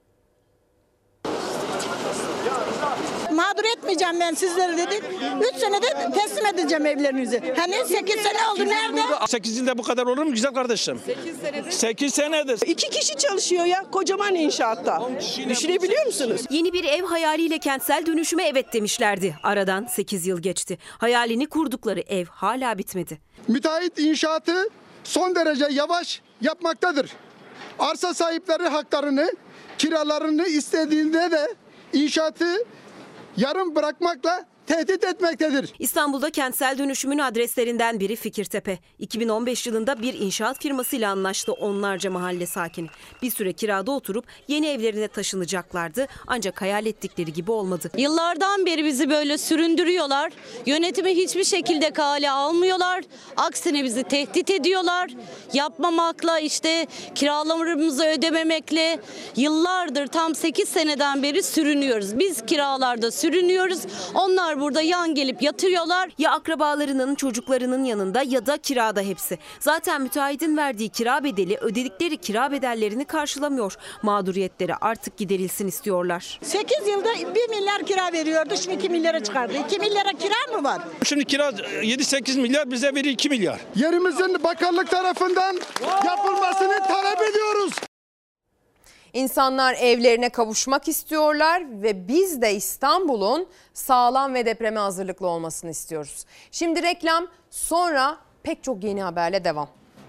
Mağdur etmeyeceğim ben sizleri dedim. Üç senede teslim edeceğim evlerinizi. Hani sekiz sene oldu nerede? Sekizinde bu kadar olur mu güzel kardeşim? Sekiz senedir. Sekiz senedir. İki kişi çalışıyor ya kocaman inşaatta. Düşünebiliyor musunuz? Yeni bir ev hayaliyle kentsel dönüşüme evet demişlerdi. Aradan sekiz yıl geçti. Hayalini kurdukları ev hala bitmedi. Müteahhit inşaatı son derece yavaş yapmaktadır. arsa sahipleri haklarını, kiralarını istediğinde de inşaatı yarım bırakmakla tehdit etmektedir. İstanbul'da kentsel dönüşümün adreslerinden biri Fikirtepe. iki bin on beş yılında bir inşaat firmasıyla anlaştı onlarca mahalle sakini. Bir süre kirada oturup yeni evlerine taşınacaklardı ancak hayal ettikleri gibi olmadı. Yıllardan beri bizi böyle süründürüyorlar. Yönetimi hiçbir şekilde kale almıyorlar. Aksine bizi tehdit ediyorlar. Yapmamakla, işte kiralarımızı ödememekle yıllardır, tam sekiz seneden beri sürünüyoruz. Biz kiralarda sürünüyoruz. Onlar burada yan gelip yatıyorlar. Ya akrabalarının, çocuklarının yanında ya da kirada hepsi. Zaten müteahhitin verdiği kira bedeli ödedikleri kira bedellerini karşılamıyor. Mağduriyetleri artık giderilsin istiyorlar. sekiz yılda bir milyar kira veriyordu, şimdi iki milyara çıkardı. iki milyara kira mı var? Şimdi kira yedi sekiz milyar, bize veriyor iki milyar. Yerimizin bakanlık tarafından yapılmasını talep ediyoruz. İnsanlar evlerine kavuşmak istiyorlar ve biz de İstanbul'un sağlam ve depreme hazırlıklı olmasını istiyoruz. Şimdi reklam, sonra pek çok yeni haberle devam.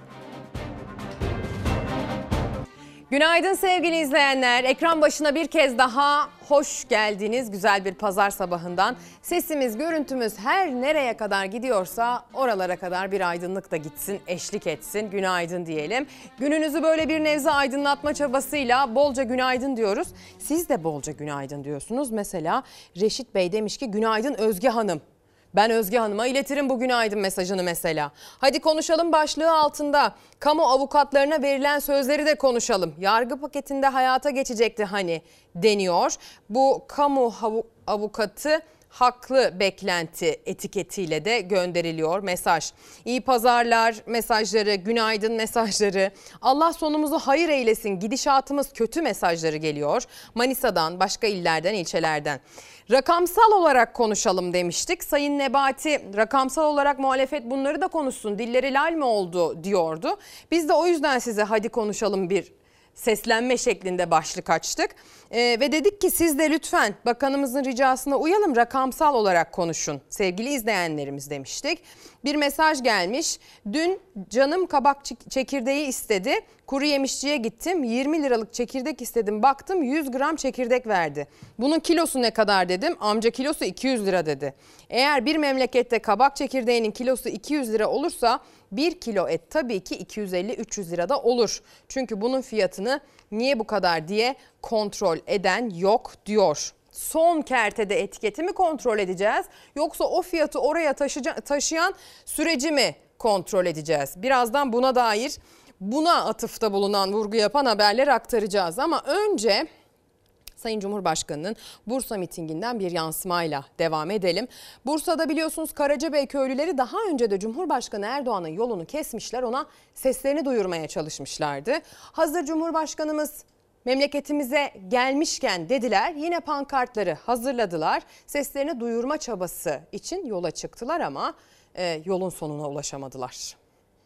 Günaydın sevgili izleyenler. Ekran başına bir kez daha hoş geldiniz. Güzel bir pazar sabahından. Sesimiz, görüntümüz her nereye kadar gidiyorsa oralara kadar bir aydınlık da gitsin, eşlik etsin. Günaydın diyelim. Gününüzü böyle bir nebze aydınlatma çabasıyla bolca günaydın diyoruz. Siz de bolca günaydın diyorsunuz. Mesela Reşit Bey demiş ki günaydın Özge Hanım. Ben Özge Hanım'a iletirim bu günaydın mesajını mesela. Hadi konuşalım başlığı altında. Kamu avukatlarına verilen sözleri de konuşalım. Yargı paketinde hayata geçecekti hani deniyor. Bu kamu avukatı haklı beklenti etiketiyle de gönderiliyor mesaj. İyi pazarlar mesajları, günaydın mesajları, Allah sonumuzu hayır eylesin, gidişatımız kötü mesajları geliyor. Manisa'dan, başka illerden, ilçelerden. Rakamsal olarak konuşalım demiştik. Sayın Nebati rakamsal olarak muhalefet bunları da konuşsun, dilleri lal mi oldu diyordu. Biz de o yüzden size hadi konuşalım bir seslenme şeklinde başlık açtık. Ee, ve dedik ki siz de lütfen bakanımızın ricasına uyalım, rakamsal olarak konuşun sevgili izleyenlerimiz demiştik. Bir mesaj gelmiş. Dün canım kabak çekirdeği istedi. Kuru yemişçiye gittim. yirmi liralık çekirdek istedim. Baktım yüz gram çekirdek verdi. Bunun kilosu ne kadar dedim. Amca kilosu iki yüz lira dedi. Eğer bir memlekette kabak çekirdeğinin kilosu iki yüz lira olursa bir kilo et tabii ki iki yüz elli üç yüz lirada olur. Çünkü bunun fiyatını niye bu kadar diye kontrol eden yok diyor. Son kertede etiketi mi kontrol edeceğiz yoksa o fiyatı oraya taşıyan süreci mi kontrol edeceğiz? Birazdan buna dair, buna atıfta bulunan, vurgu yapan haberler aktaracağız ama önce Sayın Cumhurbaşkanı'nın Bursa mitinginden bir yansımayla devam edelim. Bursa'da biliyorsunuz Karacabey köylüleri daha önce de Cumhurbaşkanı Erdoğan'ın yolunu kesmişler, ona seslerini duyurmaya çalışmışlardı. Hazır Cumhurbaşkanımız memleketimize gelmişken dediler, yine pankartları hazırladılar. Seslerini duyurma çabası için yola çıktılar ama e, yolun sonuna ulaşamadılar.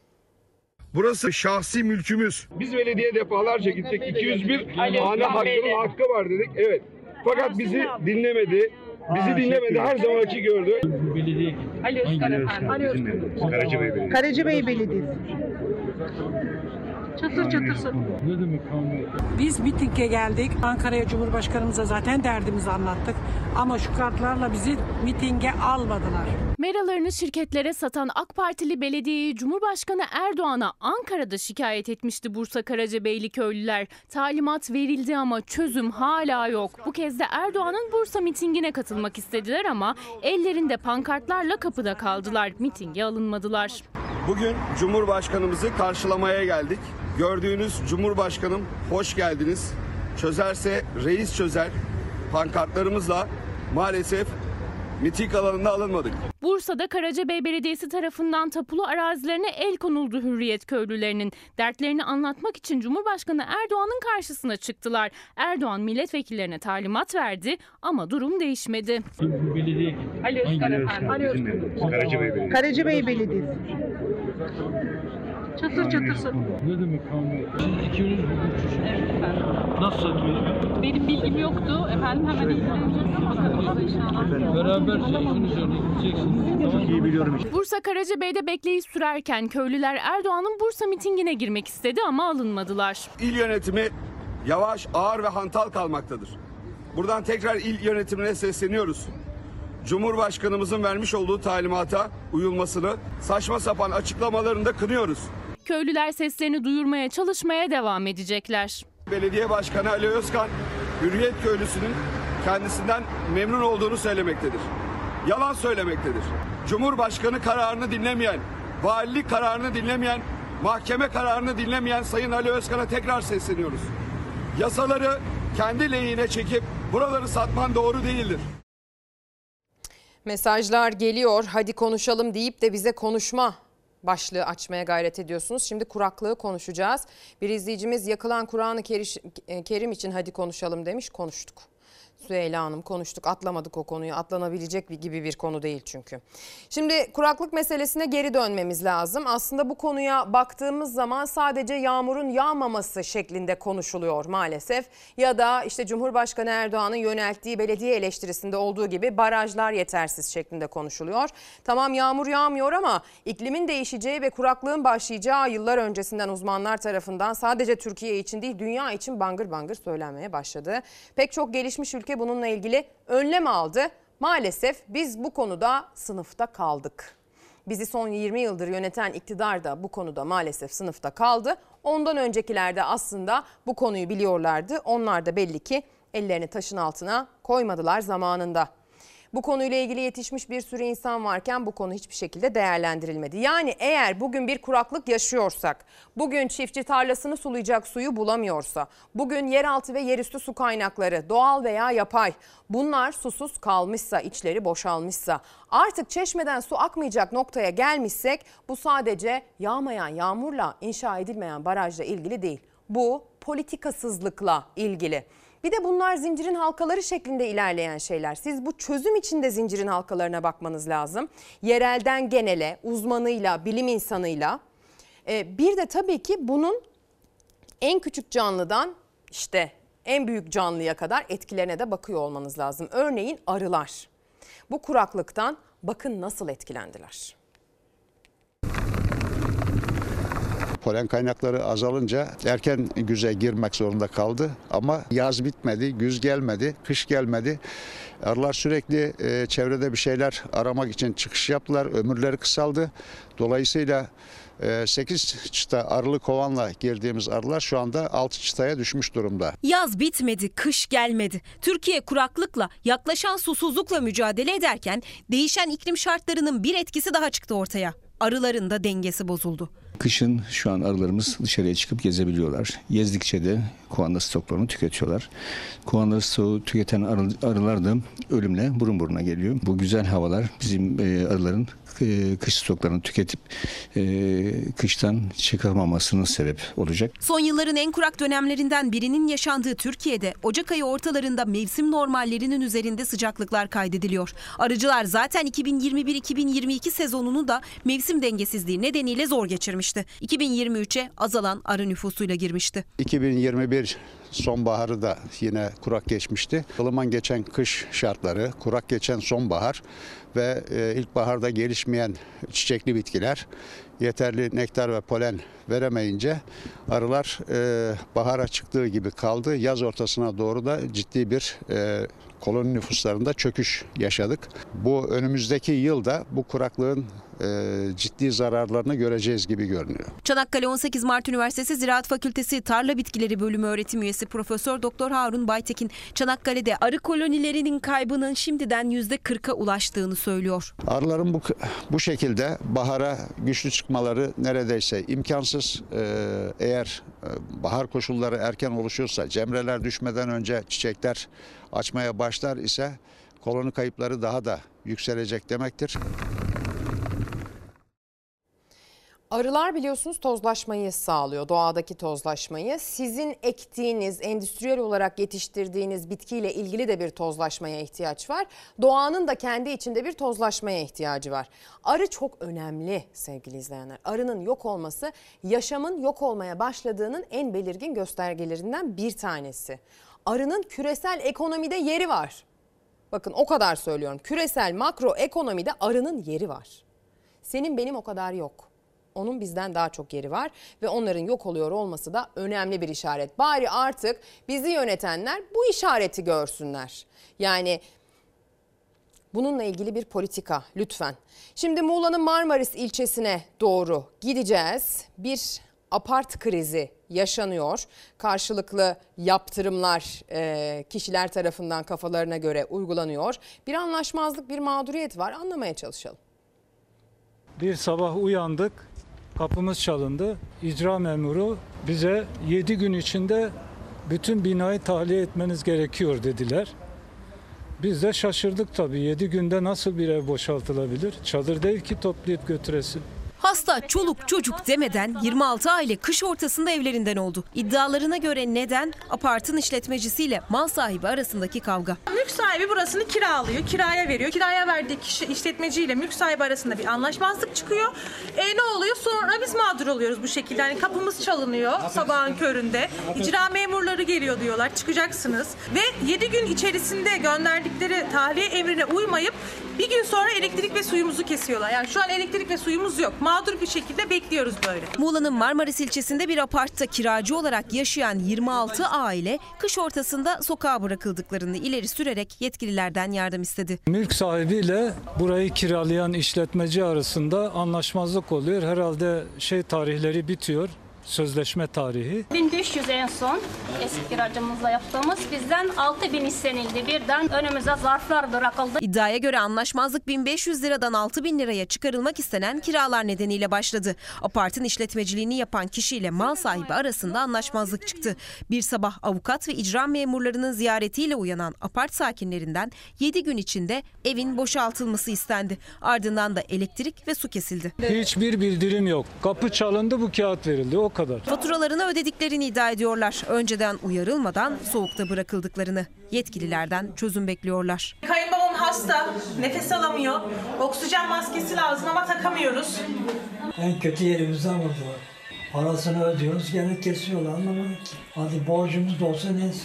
Burası şahsi mülkümüz. Biz belediye defalarca gittik. iki yüz bir hane hakkının hakkı var dedik. Evet. Fakat bizi dinlemedi. Bizi dinlemedi. Her zamanki gördü. Belediye. Ali Özkan efendim. Ali Özkan. Karacabey Belediyesi. Karacabey Belediyesi. Çatır çatır. Ne demek? Biz mitinge geldik. Ankara'ya Cumhurbaşkanımıza zaten derdimizi anlattık. Ama şu kartlarla bizi mitinge almadılar. Meralarını şirketlere satan AK Partili belediyeyi Cumhurbaşkanı Erdoğan'a Ankara'da şikayet etmişti Bursa Karacabeyli köylüler. Talimat verildi ama çözüm hala yok. Bu kez de Erdoğan'ın Bursa mitingine katılmak istediler ama ellerinde pankartlarla kapıda kaldılar. Mitinge alınmadılar. Bugün Cumhurbaşkanımızı karşılamaya geldik. Gördüğünüz Cumhurbaşkanım hoş geldiniz. Çözerse reis çözer. Pankartlarımızla maalesef miting alanında alınmadık. Bursa'da Karacabey Belediyesi tarafından tapulu arazilerine el konuldu Hürriyet köylülerinin. Dertlerini anlatmak için Cumhurbaşkanı Erdoğan'ın karşısına çıktılar. Erdoğan milletvekillerine talimat verdi ama durum değişmedi. Belediye. Ali Özkan efendim. Ali Özkan. Karacabey Belediyesi. Karacabey Belediyesi. Çatır çatır satıyor. Ne demek kamyon? Siz ikiniz mi uçuşuyorsunuz? Evet efendim. Nasıl satıyorsunuz? Benim bilgim yoktu. Efendim hemen ilgileneceğiz. Bakalım inşallah. Beraber şunu söyle gideceksiniz. Çok iyi biliyorum. Bursa Karacabey'de bekleyiş sürerken köylüler Erdoğan'ın Bursa mitingine girmek istedi ama alınmadılar. İl yönetimi yavaş, ağır ve hantal kalmaktadır. Buradan tekrar il yönetimine sesleniyoruz. Cumhurbaşkanımızın vermiş olduğu talimata uyulmasını, saçma sapan açıklamalarını da kınıyoruz. Köylüler seslerini duyurmaya çalışmaya devam edecekler. Belediye Başkanı Ali Özkan, Hürriyet Köylüsü'nün kendisinden memnun olduğunu söylemektedir. Yalan söylemektedir. Cumhurbaşkanı kararını dinlemeyen, valilik kararını dinlemeyen, mahkeme kararını dinlemeyen Sayın Ali Özkan'a tekrar sesleniyoruz. Yasaları kendi lehine çekip buraları satman doğru değildir. Mesajlar geliyor. Hadi konuşalım deyip de bize konuşma başlığı açmaya gayret ediyorsunuz. Şimdi kuraklığı konuşacağız. Bir izleyicimiz yakılan Kur'an-ı Kerim için hadi konuşalım demiş. Konuştuk. Süheyla Hanım konuştuk, atlamadık o konuyu. Atlanabilecek bir gibi bir konu değil çünkü. Şimdi kuraklık meselesine geri dönmemiz lazım. Aslında bu konuya baktığımız zaman sadece yağmurun yağmaması şeklinde konuşuluyor maalesef. Ya da işte Cumhurbaşkanı Erdoğan'ın yönelttiği belediye eleştirisinde olduğu gibi barajlar yetersiz şeklinde konuşuluyor. Tamam, yağmur yağmıyor ama iklimin değişeceği ve kuraklığın başlayacağı yıllar öncesinden uzmanlar tarafından sadece Türkiye için değil dünya için bangır bangır söylenmeye başladı. Pek çok gelişmiş ülke bununla ilgili önlem aldı. Maalesef biz bu konuda sınıfta kaldık. Bizi son yirmi yıldır yöneten iktidar da bu konuda maalesef sınıfta kaldı. Ondan öncekiler de aslında bu konuyu biliyorlardı. Onlar da belli ki ellerini taşın altına koymadılar zamanında. Bu konuyla ilgili yetişmiş bir sürü insan varken bu konu hiçbir şekilde değerlendirilmedi. Yani eğer bugün bir kuraklık yaşıyorsak, bugün çiftçi tarlasını sulayacak suyu bulamıyorsa, bugün yeraltı ve yerüstü su kaynakları doğal veya yapay bunlar susuz kalmışsa, içleri boşalmışsa, artık çeşmeden su akmayacak noktaya gelmişsek bu sadece yağmayan yağmurla inşa edilmeyen barajla ilgili değil. Bu politikasızlıkla ilgili. Bir de bunlar zincirin halkaları şeklinde ilerleyen şeyler. Siz bu çözüm için de zincirin halkalarına bakmanız lazım. Yerelden genele, uzmanıyla, bilim insanıyla. Ee, bir de tabii ki bunun en küçük canlıdan işte en büyük canlıya kadar etkilerine de bakıyor olmanız lazım. Örneğin arılar. Bu kuraklıktan bakın nasıl etkilendiler. Polen kaynakları azalınca erken güze girmek zorunda kaldı. Ama yaz bitmedi, güz gelmedi, kış gelmedi. Arılar sürekli e, çevrede bir şeyler aramak için çıkış yaptılar. Ömürleri kısaldı. Dolayısıyla e, sekiz çıta arılı kovanla girdiğimiz arılar şu anda altı çıtaya düşmüş durumda. Yaz bitmedi, kış gelmedi. Türkiye kuraklıkla, yaklaşan susuzlukla mücadele ederken değişen iklim şartlarının bir etkisi daha çıktı ortaya. Arıların da dengesi bozuldu. Kışın şu an arılarımız dışarıya çıkıp gezebiliyorlar. Gezdikçe de kovanlı stoklarını tüketiyorlar. Kovanlı stoğu tüketen arılar da ölümle burun buruna geliyor. Bu güzel havalar bizim arıların kış stoklarını tüketip kıştan çıkamamasının sebep olacak. Son yılların en kurak dönemlerinden birinin yaşandığı Türkiye'de Ocak ayı ortalarında mevsim normallerinin üzerinde sıcaklıklar kaydediliyor. Arıcılar zaten iki bin yirmi bir iki bin yirmi iki sezonunu da mevsim dengesizliği nedeniyle zor geçirmişti. iki bin yirmi üçe azalan arı nüfusuyla girmişti. iki bin yirmi bir sonbaharı da yine kurak geçmişti. Ilıman geçen kış şartları, kurak geçen sonbahar ve ilkbaharda gelişmeyen çiçekli bitkiler yeterli nektar ve polen veremeyince arılar e, bahara çıktığı gibi kaldı. Yaz ortasına doğru da ciddi bir e, koloni nüfuslarında çöküş yaşadık. Bu önümüzdeki yılda bu kuraklığın e, ciddi zararlarını göreceğiz gibi görünüyor. Çanakkale on sekiz Mart Üniversitesi Ziraat Fakültesi Tarla Bitkileri Bölümü öğretim üyesi Profesör Doktor Harun Baytekin, Çanakkale'de arı kolonilerinin kaybının şimdiden yüzde kırka ulaştığını söylüyor. Arıların bu bu şekilde bahara güçlü çıkmaları neredeyse imkansız. Ee, eğer bahar koşulları erken oluşuyorsa, cemreler düşmeden önce çiçekler açmaya başlar ise koloni kayıpları daha da yükselecek demektir. Arılar biliyorsunuz tozlaşmayı sağlıyor, doğadaki tozlaşmayı. Sizin ektiğiniz, endüstriyel olarak yetiştirdiğiniz bitkiyle ilgili de bir tozlaşmaya ihtiyaç var. Doğanın da kendi içinde bir tozlaşmaya ihtiyacı var. Arı çok önemli sevgili izleyenler. Arının yok olması yaşamın yok olmaya başladığının en belirgin göstergelerinden bir tanesi. Arının küresel ekonomide yeri var. Bakın o kadar söylüyorum. Küresel makro ekonomide arının yeri var. Senin benim o kadar yok. Onun bizden daha çok yeri var ve onların yok oluyor olması da önemli bir işaret. Bari artık bizi yönetenler bu işareti görsünler. Yani bununla ilgili bir politika lütfen. Şimdi Muğla'nın Marmaris ilçesine doğru gideceğiz. Bir apart krizi yaşanıyor. Karşılıklı yaptırımlar e, kişiler tarafından kafalarına göre uygulanıyor. Bir anlaşmazlık, bir mağduriyet var. Anlamaya çalışalım. Bir sabah uyandık, kapımız çalındı. İcra memuru bize yedi gün içinde bütün binayı tahliye etmeniz gerekiyor dediler. Biz de şaşırdık tabii. yedi günde nasıl bir ev boşaltılabilir? Çadır değil ki toplayıp götüresin. Hasta, çoluk, çocuk demeden yirmi altı aile kış ortasında evlerinden oldu. İddialarına göre neden? Apartın işletmecisiyle mal sahibi arasındaki kavga. Mülk sahibi burasını kiralıyor, kiraya veriyor. Kiraya verdiği kişi işletmeciyle mülk sahibi arasında bir anlaşmazlık çıkıyor. E ne oluyor? Sonra biz mağdur oluyoruz bu şekilde. Yani kapımız çalınıyor sabahın köründe. İcra memurları geliyor diyorlar, çıkacaksınız. Ve yedi gün içerisinde gönderdikleri tahliye emrine uymayıp bir gün sonra elektrik ve suyumuzu kesiyorlar. Yani şu an elektrik ve suyumuz yok. Mağdur bir şekilde bekliyoruz böyle. Muğla'nın Marmaris ilçesinde bir apartta kiracı olarak yaşayan yirmi altı aile kış ortasında sokağa bırakıldıklarını ileri sürerek yetkililerden yardım istedi. Mülk sahibiyle burayı kiralayan işletmeci arasında anlaşmazlık oluyor. Herhalde şey tarihleri bitiyor. Sözleşme tarihi. bin beş yüz en son eski kiracımızla yaptığımız, bizden altı bin istenildi. Birden önümüze zarflar bırakıldı. İddiaya göre anlaşmazlık bin beş yüz liradan altı bin liraya çıkarılmak istenen kiralar nedeniyle başladı. Apartın işletmeciliğini yapan kişiyle mal sahibi arasında anlaşmazlık çıktı. Bir sabah avukat ve icra memurlarının ziyaretiyle uyanan apart sakinlerinden yedi gün içinde evin boşaltılması istendi. Ardından da elektrik ve su kesildi. Hiçbir bildirim yok. Kapı çalındı, bu kağıt verildi. O kadar. Faturalarını ödediklerini iddia ediyorlar. Önceden uyarılmadan soğukta bırakıldıklarını. Yetkililerden çözüm bekliyorlar. Kayınbabam hasta, nefes alamıyor. Oksijen maskesi lazım ama takamıyoruz. En kötü yerimizden vurdular. Parasını ödüyoruz, gene kesiyorlar, anlamadım ki. Hadi borcumuz da olsa neyse.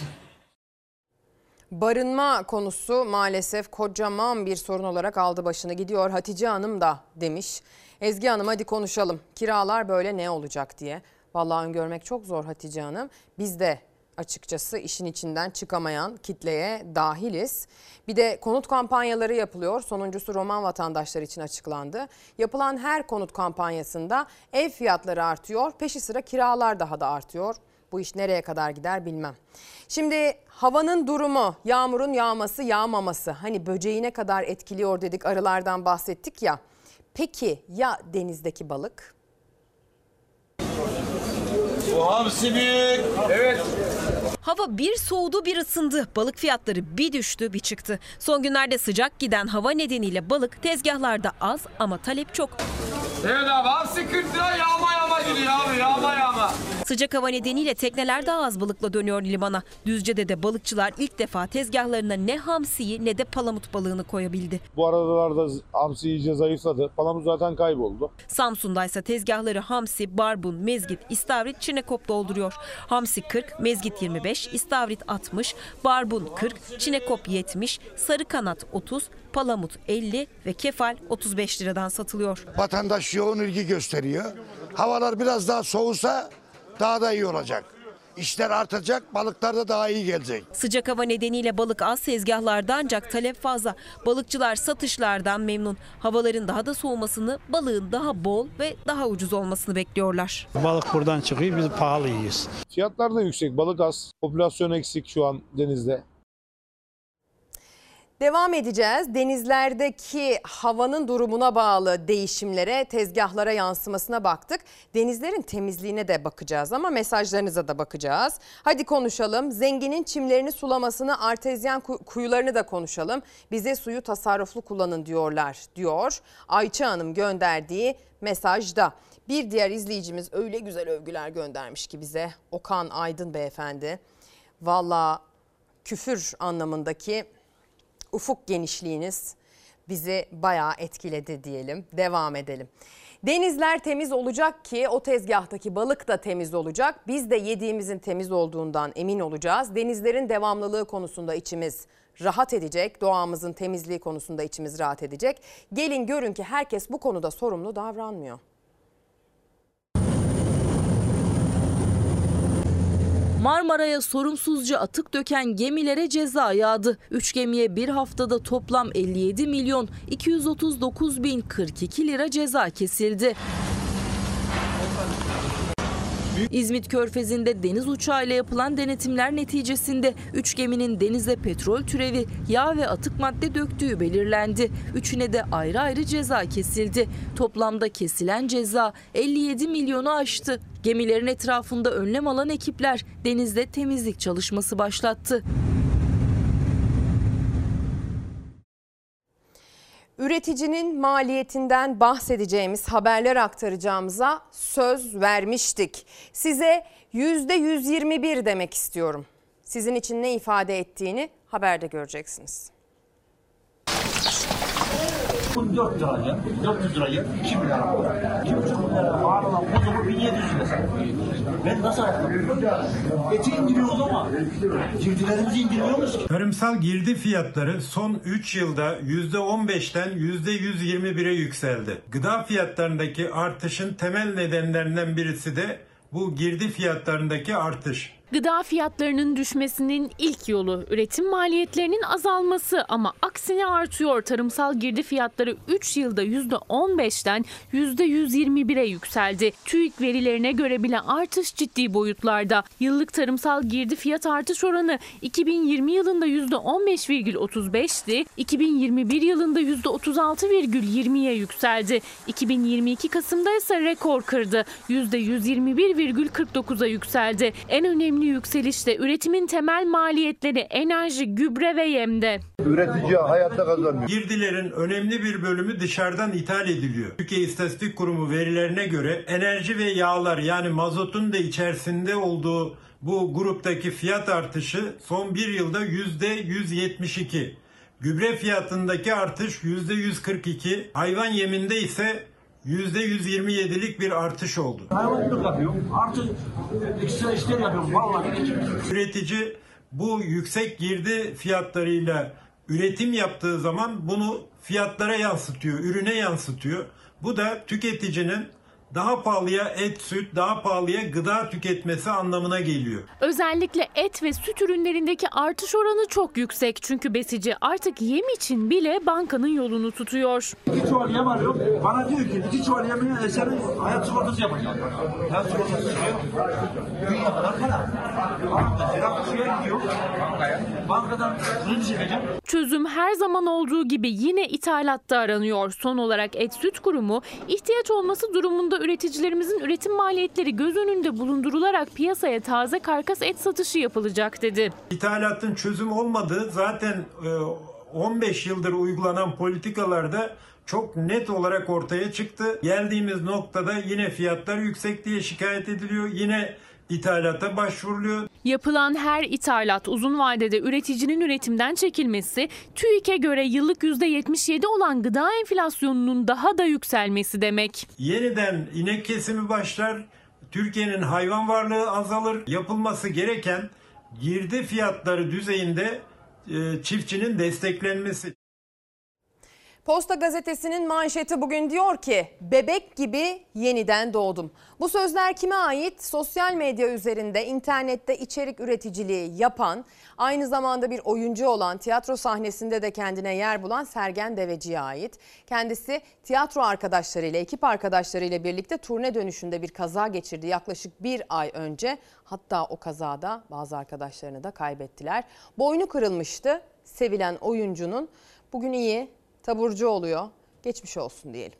Barınma konusu maalesef kocaman bir sorun olarak aldı başını gidiyor. Hatice Hanım da demiş. Ezgi Hanım hadi konuşalım. Kiralar böyle ne olacak diye. Vallahi öngörmek çok zor Hatice Hanım. Biz de açıkçası işin içinden çıkamayan kitleye dahiliz. Bir de konut kampanyaları yapılıyor. Sonuncusu Roman vatandaşları için açıklandı. Yapılan her konut kampanyasında ev fiyatları artıyor. Peşi sıra kiralar daha da artıyor. Bu iş nereye kadar gider bilmem. Şimdi havanın durumu, yağmurun yağması, yağmaması hani böceğine kadar etkiliyor dedik, arılardan bahsettik ya. Peki ya denizdeki balık? Bu hamsi büyük. Evet. Hava bir soğudu bir ısındı. Balık fiyatları bir düştü bir çıktı. Son günlerde sıcak giden hava nedeniyle balık tezgahlarda az ama talep çok. Evet abi hamsi kırk lira yağma yağma gidiyor abi yağma yağma. Sıcak hava nedeniyle tekneler daha az balıkla dönüyor limana. Düzce'de de balıkçılar ilk defa tezgahlarına ne hamsiyi ne de palamut balığını koyabildi. Bu aralarda hamsi iyice zayıfladı. Palamut zaten kayboldu. Samsun'da ise tezgahları hamsi, barbun, mezgit, istavrit, çinekop dolduruyor. Hamsi kırk, mezgit yirmi beş, istavrit altmış, barbun kırk, çinekop yetmiş, sarı kanat otuz, palamut elli ve kefal otuz beş liradan satılıyor. Vatandaş yoğun ilgi gösteriyor. Havalar biraz daha soğusa daha da iyi olacak. İşler artacak, balıklar da daha iyi gelecek. Sıcak hava nedeniyle balık az tezgahlarda ancak talep fazla. Balıkçılar satışlardan memnun. Havaların daha da soğumasını, balığın daha bol ve daha ucuz olmasını bekliyorlar. Balık buradan çıkıyor, biz pahalı yiyoruz. Fiyatlar da yüksek, balık az. Popülasyon eksik şu an denizde. Devam edeceğiz. Denizlerdeki havanın durumuna bağlı değişimlere, tezgahlara yansımasına baktık. Denizlerin temizliğine de bakacağız ama mesajlarınıza da bakacağız. Hadi konuşalım. Zenginin çimlerini sulamasını, artezyen kuyularını da konuşalım. Bize suyu tasarruflu kullanın diyorlar, diyor Ayça Hanım gönderdiği mesajda. Bir diğer izleyicimiz öyle güzel övgüler göndermiş ki bize. Okan Aydın beyefendi. Valla küfür anlamındaki ufuk genişliğiniz bizi bayağı etkiledi diyelim. Devam edelim. Denizler temiz olacak ki o tezgahtaki balık da temiz olacak. Biz de yediğimizin temiz olduğundan emin olacağız. Denizlerin devamlılığı konusunda içimiz rahat edecek. Doğamızın temizliği konusunda içimiz rahat edecek. Gelin görün ki herkes bu konuda sorumlu davranmıyor. Marmara'ya sorumsuzca atık döken gemilere ceza yağdı. Üç gemiye bir haftada toplam elli yedi milyon iki yüz otuz dokuz bin kırk iki lira ceza kesildi. İzmit Körfezi'nde deniz uçağıyla yapılan denetimler neticesinde üç geminin denize petrol türevi, yağ ve atık madde döktüğü belirlendi. Üçüne de ayrı ayrı ceza kesildi. Toplamda kesilen ceza elli yedi milyonu aştı. Gemilerin etrafında önlem alan ekipler denizde temizlik çalışması başlattı. Üreticinin maliyetinden bahsedeceğimiz, haberler aktaracağımıza söz vermiştik. Size yüzde yüz yirmi bir demek istiyorum. Sizin için ne ifade ettiğini haberde göreceksiniz. dört liraya, dört yüz liraya iki milyar. iki buçuk milyar ağırlanan bozumu bin yedi yüz lira. Ben nasıl yaptım? Eti indiriyoruz ama girdilerimizi indirmiyoruz ki. Tarımsal girdi fiyatları son üç yılda yüzde on beşten yüzde yüz yirmi bire yükseldi. Gıda fiyatlarındaki artışın temel nedenlerinden birisi de bu girdi fiyatlarındaki artış. Gıda fiyatlarının düşmesinin ilk yolu üretim maliyetlerinin azalması ama aksine artıyor. Tarımsal girdi fiyatları üç yılda yüzde on beşten yüzde yüz yirmi bire yükseldi. TÜİK verilerine göre bile artış ciddi boyutlarda. Yıllık tarımsal girdi fiyat artış oranı iki bin yirmi yılında yüzde on beş virgül otuz beşti. iki bin yirmi bir yılında yüzde otuz altı virgül yirmiye yükseldi. iki bin yirmi iki Kasım'da ise rekor kırdı. yüzde yüz yirmi bir virgül kırk dokuza yükseldi. En önemli yükselişte üretimin temel maliyetleri enerji, gübre ve yemde. Üretici hayatta kazanıyor. Girdilerin önemli bir bölümü dışarıdan ithal ediliyor. Türkiye İstatistik Kurumu verilerine göre enerji ve yağlar, yani mazotun da içerisinde olduğu bu gruptaki fiyat artışı son bir yılda yüzde yüz yetmiş iki. Gübre fiyatındaki artış yüzde yüz kırk iki. Hayvan yeminde ise yüzde yüz yirmi yedilik bir artış oldu. Hayvancılık yapıyorum. Artık ekstra işler yapıyorum. Vallahi. Üretici bu yüksek girdi fiyatlarıyla üretim yaptığı zaman bunu fiyatlara yansıtıyor, ürüne yansıtıyor. Bu da tüketicinin daha pahalıya et, süt, daha pahalıya gıda tüketmesi anlamına geliyor. Özellikle et ve süt ürünlerindeki artış oranı çok yüksek. Çünkü besici artık yem için bile bankanın yolunu tutuyor. İki çuval yem alıyorum. Bana diyor ki iki çuval yemin senin hayat sigortası yapacağım. Hayat sigortası çıkıyor. Dünya kadar para. Banka şuraya gidiyor. Bankadan kredi çekeceğim. Çözüm her zaman olduğu gibi yine ithalatta aranıyor. Son olarak Et Süt Kurumu ihtiyaç olması durumunda üreticilerimizin üretim maliyetleri göz önünde bulundurularak piyasaya taze karkas et satışı yapılacak dedi. İthalatın çözüm olmadığı zaten on beş yıldır uygulanan politikalarda çok net olarak ortaya çıktı. Geldiğimiz noktada yine fiyatlar yüksek diye şikayet ediliyor. Yine ithalata başvuruluyor. Yapılan her ithalat uzun vadede üreticinin üretimden çekilmesi, TÜİK'e göre yıllık yüzde yetmiş yedi olan gıda enflasyonunun daha da yükselmesi demek. Yeniden inek kesimi başlar, Türkiye'nin hayvan varlığı azalır. Yapılması gereken girdi fiyatları düzeyinde e, çiftçinin desteklenmesi. Posta Gazetesi'nin manşeti bugün diyor ki bebek gibi yeniden doğdum. Bu sözler kime ait? Sosyal medya üzerinde internette içerik üreticiliği yapan, aynı zamanda bir oyuncu olan, tiyatro sahnesinde de kendine yer bulan Sergen Deveci'ye ait. Kendisi tiyatro arkadaşlarıyla, ekip arkadaşlarıyla birlikte turne dönüşünde bir kaza geçirdi yaklaşık bir ay önce. Hatta o kazada bazı arkadaşlarını da kaybettiler. Boynu kırılmıştı. sevilen oyuncunun bugün iyi, taburcu oluyor. Geçmiş olsun diyelim.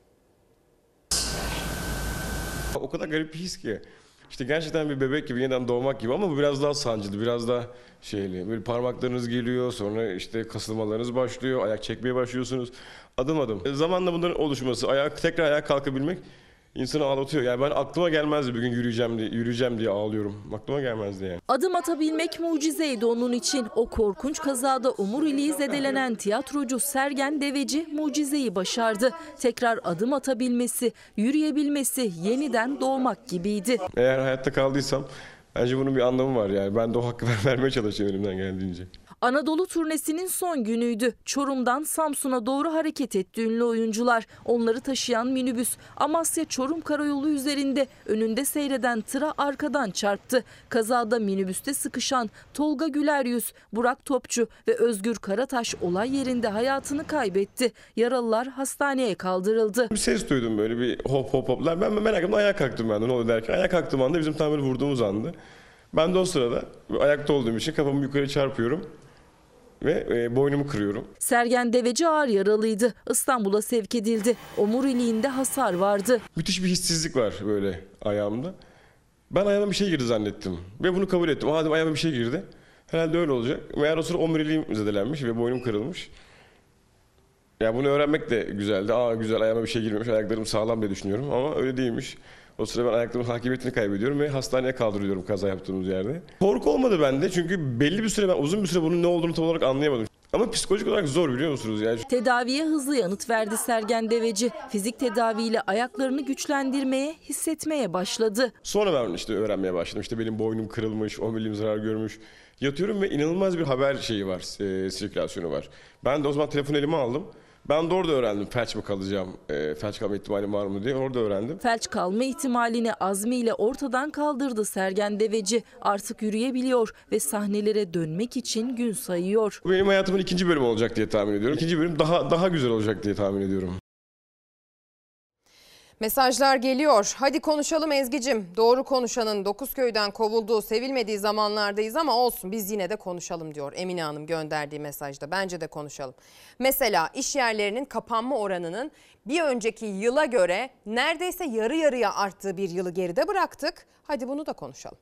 O kadar garip bir his ki. İşte gerçekten bir bebek gibi, yeniden doğmak gibi ama bu biraz daha sancılı, biraz daha şeyli. Böyle parmaklarınız geliyor, sonra işte kasılmalarınız başlıyor, ayak çekmeye başlıyorsunuz. Adım adım. E, zamanla bunların oluşması, ayak, tekrar ayağa kalkabilmek insanı ağlatıyor. Yani ben aklıma gelmezdi bir gün yürüyeceğim diye, yürüyeceğim diye ağlıyorum. Aklıma gelmezdi yani. Adım atabilmek mucizeydi onun için. O korkunç kazada omuriliği zedelenen tiyatrocu Sergen Deveci mucizeyi başardı. Tekrar adım atabilmesi, yürüyebilmesi, yeniden doğmak gibiydi. Eğer hayatta kaldıysam bence bunun bir anlamı var yani. Ben de o hakkı vermeye çalışıyorum elimden geldiğince. Anadolu turnesinin son günüydü. Çorum'dan Samsun'a doğru hareket etti ünlü oyuncular. Onları taşıyan minibüs Amasya-Çorum karayolu üzerinde önünde seyreden tıra arkadan çarptı. Kazada minibüste sıkışan Tolga Güleryüz, Burak Topçu ve Özgür Karataş olay yerinde hayatını kaybetti. Yaralılar hastaneye kaldırıldı. Bir ses duydum böyle bir hop hop hoplar. Ben merak ettim, ayağa kalktım ben de ne oldu derken. Ayağa kalktığım anda bizim tam böyle vurduğumuz andı. Ben de o sırada ayakta olduğum için kafamı yukarı çarpıyorum ve e, boynumu kırıyorum. Sergen Deveci ağır yaralıydı. İstanbul'a sevk edildi. Omuriliğinde hasar vardı. Müthiş bir hissizlik var böyle ayağımda. Ben ayağıma bir şey girdi zannettim ve bunu kabul ettim. Aa dedim, ayağıma bir şey girdi. Herhalde öyle olacak. Meğer o sırada omuriliğim zedelenmiş ve boynum kırılmış. Ya bunu öğrenmek de güzeldi. Aa güzel, ayağıma bir şey girmemiş, ayaklarım sağlam diye düşünüyorum ama öyle değilmiş. O sırada ben ayaklarımın hakimiyetini kaybediyorum ve hastaneye kaldırılıyorum kaza yaptığımız yerde. Korku olmadı bende çünkü belli bir süre, ben uzun bir süre bunun ne olduğunu tam olarak anlayamadım. Ama psikolojik olarak zor, biliyor musunuz? Yani tedaviye hızlı yanıt verdi Sergen Deveci. Fizik tedaviyle ayaklarını güçlendirmeye, hissetmeye başladı. Sonra ben işte öğrenmeye başladım. İşte benim boynum kırılmış, omuriliğim zarar görmüş. Yatıyorum ve inanılmaz bir haber şeyi var, e, sirkülasyonu var. Ben de o zaman telefonu elime aldım. Ben de orada öğrendim felç mi kalacağım, e, felç kalma ihtimalim var mı diye orada öğrendim. Felç kalma ihtimalini azmiyle ortadan kaldırdı Sergen Deveci. Artık yürüyebiliyor ve sahnelere dönmek için gün sayıyor. Benim hayatımın ikinci bölümü olacak diye tahmin ediyorum. İkinci bölüm daha daha güzel olacak diye tahmin ediyorum. Mesajlar geliyor. Hadi konuşalım Ezgi'cim. Doğru konuşanın Dokuzköy'den kovulduğu, sevilmediği zamanlardayız ama olsun biz yine de konuşalım diyor Emine Hanım gönderdiği mesajda. Bence de konuşalım. Mesela iş yerlerinin kapanma oranının bir önceki yıla göre neredeyse yarı yarıya arttığı bir yılı geride bıraktık. Hadi bunu da konuşalım.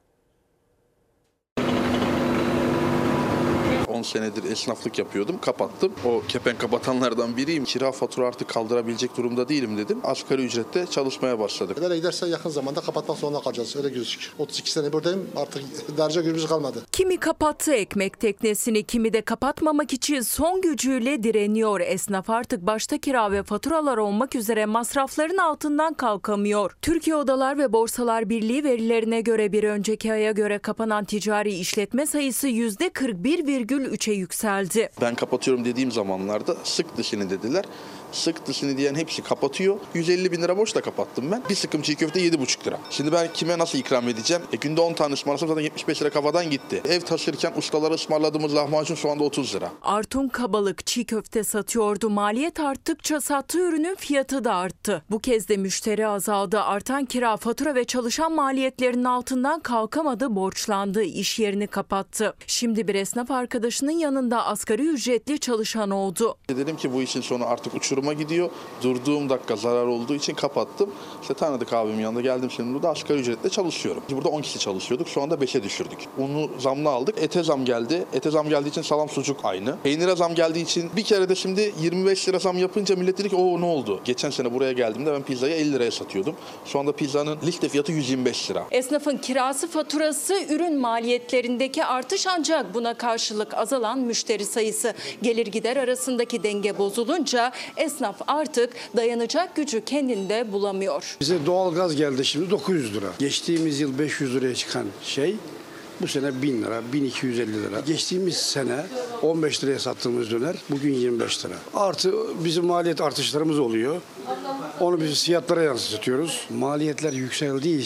on senedir esnaflık yapıyordum. Kapattım. O kepenk kapatanlardan biriyim. Kira fatura artık kaldırabilecek durumda değilim dedim. Asgari ücrette çalışmaya başladık. Böyle giderse yakın zamanda kapatmak zorunda kalacağız. Öyle gözüküyor. otuz iki sene buradayım. Artık derece gücümüz kalmadı. Kimi kapattı ekmek teknesini, kimi de kapatmamak için son gücüyle direniyor. Esnaf artık başta kira ve faturalar olmak üzere masrafların altından kalkamıyor. Türkiye Odalar ve Borsalar Birliği verilerine göre bir önceki aya göre kapanan ticari işletme sayısı yüzde kırk bir virgül üçe yükseldi. Ben kapatıyorum dediğim zamanlarda sık dişini dediler. Sık dişini diyen hepsi kapatıyor. yüz elli bin lira borçla kapattım ben. Bir sıkım çiğ köfte yedi buçuk lira. Şimdi ben kime nasıl ikram edeceğim? E günde on tane ısmarlasam zaten yetmiş beş lira kafadan gitti. Ev taşırken ustalara ısmarladığımız lahmacun şu anda otuz lira. Artun Kabalık çiğ köfte satıyordu. Maliyet arttıkça sattığı ürünün fiyatı da arttı. Bu kez de müşteri azaldı. Artan kira, fatura ve çalışan maliyetlerinin altından kalkamadı, borçlandı. İş yerini kapattı. Şimdi bir esnaf arkadaşının yanında asgari ücretli çalışan oldu. Dedim ki bu işin sonu artık uçuruma gidiyor. Durduğum dakika zarar olduğu için kapattım. İşte tanıdık abimin yanında geldim, şimdi burada asgari ücretle çalışıyorum. Burada on kişi çalışıyorduk. Şu anda beşe düşürdük. Unu zamlı aldık. Ete zam geldi. Ete zam geldiği için salam sucuk aynı. Peynire zam geldiği için bir kere de şimdi yirmi beş lira zam yapınca millet dedi ki o ne oldu? Geçen sene buraya geldiğimde ben pizzayı elli liraya satıyordum. Şu anda pizzanın liste fiyatı yüz yirmi beş lira. Esnafın kirası, faturası, ürün maliyetlerindeki artış, ancak buna karşılık azalan müşteri sayısı. Gelir gider arasındaki denge bozulunca esnaf artık dayanacak gücü kendinde bulamıyor. Bize doğalgaz geldi şimdi dokuz yüz lira. Geçtiğimiz yıl beş yüz liraya çıkan şey bu sene bin lira, bin iki yüz elli lira. Geçtiğimiz sene on beş liraya sattığımız döner bugün yirmi beş lira. Artı bizim maliyet artışlarımız oluyor. Onu biz fiyatlara yansıtıyoruz. Maliyetler yükseldiği için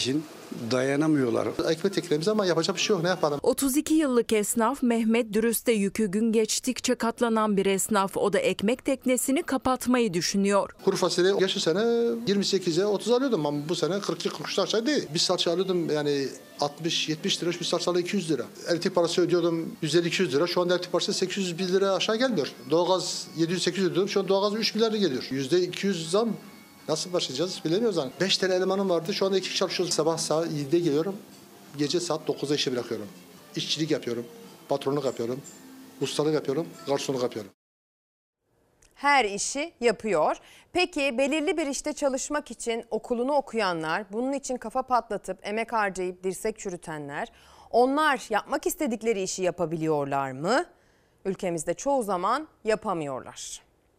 dayanamıyorlar. Ekmek teknemiz ama yapacak bir şey yok, ne yapalım? otuz iki yıllık esnaf Mehmet Dürüst'e yükü gün geçtikçe katlanan bir esnaf. O da ekmek teknesini kapatmayı düşünüyor. Kuru fasulye geçen sene yirmi sekize otuz alıyordum ama bu sene kırk iki kırk üç aşağı değil. Bir salça alıyordum yani altmış yetmiş lira, bir salçalı iki yüz lira. Elektrik parası ödüyordum yüz elli iki yüz lira. Şu anda elektrik parası sekiz yüz bir lira aşağı gelmiyor. Doğalgaz yedi yüz sekiz yüz ödüyordum. Şu an doğalgaz üç bin lira geliyor. yüzde iki yüz zam. Nasıl başlayacağız bilemiyoruz yani. beş tane elemanım vardı. Şu anda iki kişi çalışıyoruz. Sabah saat yedide geliyorum. Gece saat dokuzda işe bırakıyorum. İşçilik yapıyorum. Patronluk yapıyorum. Ustalık yapıyorum. Garsonluk yapıyorum. Her işi yapıyor. Peki belirli bir işte çalışmak için okulunu okuyanlar, bunun için kafa patlatıp emek harcayıp dirsek çürütenler, onlar yapmak istedikleri işi yapabiliyorlar mı? Ülkemizde çoğu zaman yapamıyorlar.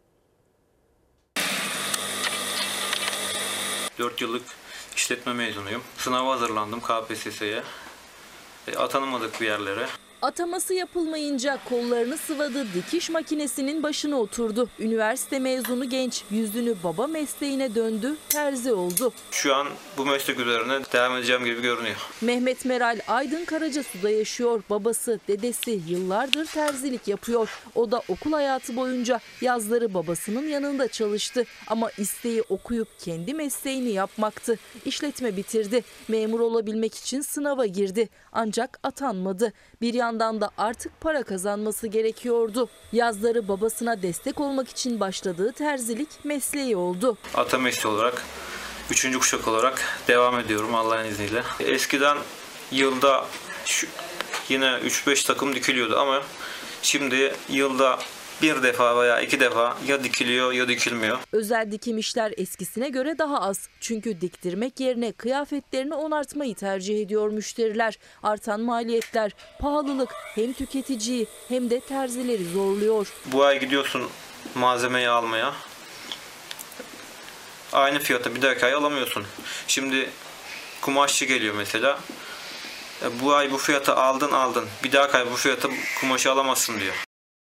dört yıllık işletme mezunuyum. Sınava hazırlandım K P S S'ye. E, atanamadık bir yerlere. Ataması yapılmayınca kollarını sıvadı, dikiş makinesinin başına oturdu. Üniversite mezunu genç yüzünü baba mesleğine döndü, terzi oldu. Şu an bu meslek üzerine devam edeceğim gibi görünüyor. Mehmet Meral Aydın Karacasu'da yaşıyor. Babası, dedesi yıllardır terzilik yapıyor. O da okul hayatı boyunca yazları babasının yanında çalıştı. Ama isteği okuyup kendi mesleğini yapmaktı. İşletme bitirdi. Memur olabilmek için sınava girdi. Ancak atanmadı. Bir yandan da artık para kazanması gerekiyordu. Yazları babasına destek olmak için başladığı terzilik mesleği oldu. Ata mesleği olarak, üçüncü kuşak olarak devam ediyorum Allah'ın izniyle. Eskiden yılda şu, yine üç beş takım dikiliyordu ama şimdi yılda bir defa veya iki defa ya dikiliyor ya dikilmiyor. Özel dikim işler eskisine göre daha az. Çünkü diktirmek yerine kıyafetlerini onartmayı tercih ediyor müşteriler. Artan maliyetler, pahalılık hem tüketiciyi hem de terzileri zorluyor. Bu ay gidiyorsun malzemeyi almaya. Aynı fiyata bir dahaki ay alamıyorsun. Şimdi kumaşçı geliyor mesela. Bu ay bu fiyata aldın aldın. Bir dahaki ay bu fiyata kumaşı alamazsın diyor.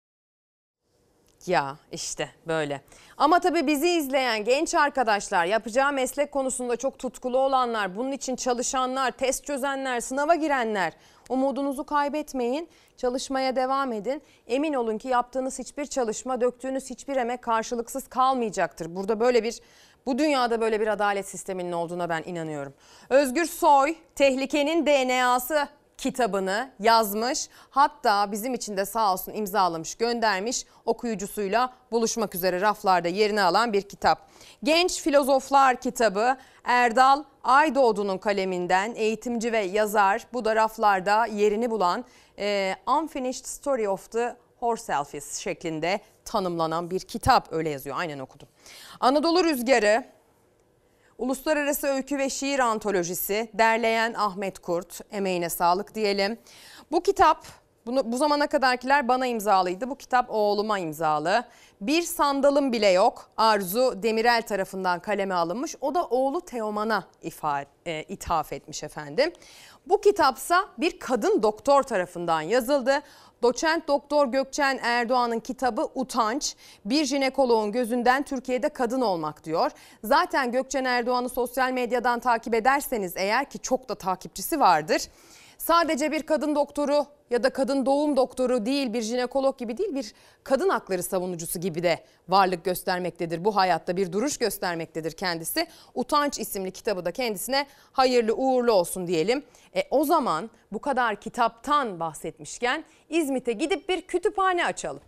Ya işte böyle. Ama tabii bizi izleyen genç arkadaşlar, yapacağı meslek konusunda çok tutkulu olanlar, bunun için çalışanlar, test çözenler, sınava girenler, umudunuzu kaybetmeyin. Çalışmaya devam edin. Emin olun ki yaptığınız hiçbir çalışma, döktüğünüz hiçbir emek karşılıksız kalmayacaktır. Burada böyle bir, bu dünyada böyle bir adalet sisteminin olduğuna ben inanıyorum. Özgür Soy, Tehlikenin D N A'sı kitabını yazmış. Hatta bizim için de sağ olsun imzalamış, göndermiş. Okuyucusuyla buluşmak üzere raflarda yerini alan bir kitap. Genç Filozoflar kitabı Erdal Aydoğdu'nun kaleminden, eğitimci ve yazar. Bu da raflarda yerini bulan e, Unfinished Story of the Horse Elvis şeklinde tanımlanan bir kitap. Öyle yazıyor, aynen okudum. Anadolu Rüzgarı, Uluslararası Öykü ve Şiir Antolojisi, derleyen Ahmet Kurt, emeğine sağlık diyelim. Bu kitap, bunu, bu zamana kadarkiler bana imzalıydı. Bu kitap oğluma imzalı. Bir Sandalım Bile Yok, Arzu Demirel tarafından kaleme alınmış. O da oğlu Teoman'a ifade, e, ithaf etmiş efendim. Bu kitapsa bir kadın doktor tarafından yazıldı. Doçent Doktor Gökçen Erdoğan'ın kitabı Utanç, bir jinekoloğun gözünden Türkiye'de kadın olmak diyor. Zaten Gökçen Erdoğan'ı sosyal medyadan takip ederseniz eğer, ki çok da takipçisi vardır, sadece bir kadın doktoru ya da kadın doğum doktoru değil, bir jinekolog gibi değil, bir kadın hakları savunucusu gibi de varlık göstermektedir. Bu hayatta bir duruş göstermektedir kendisi. Utanç isimli kitabı da kendisine hayırlı uğurlu olsun diyelim. E, o zaman bu kadar kitaptan bahsetmişken İzmit'e gidip bir kütüphane açalım.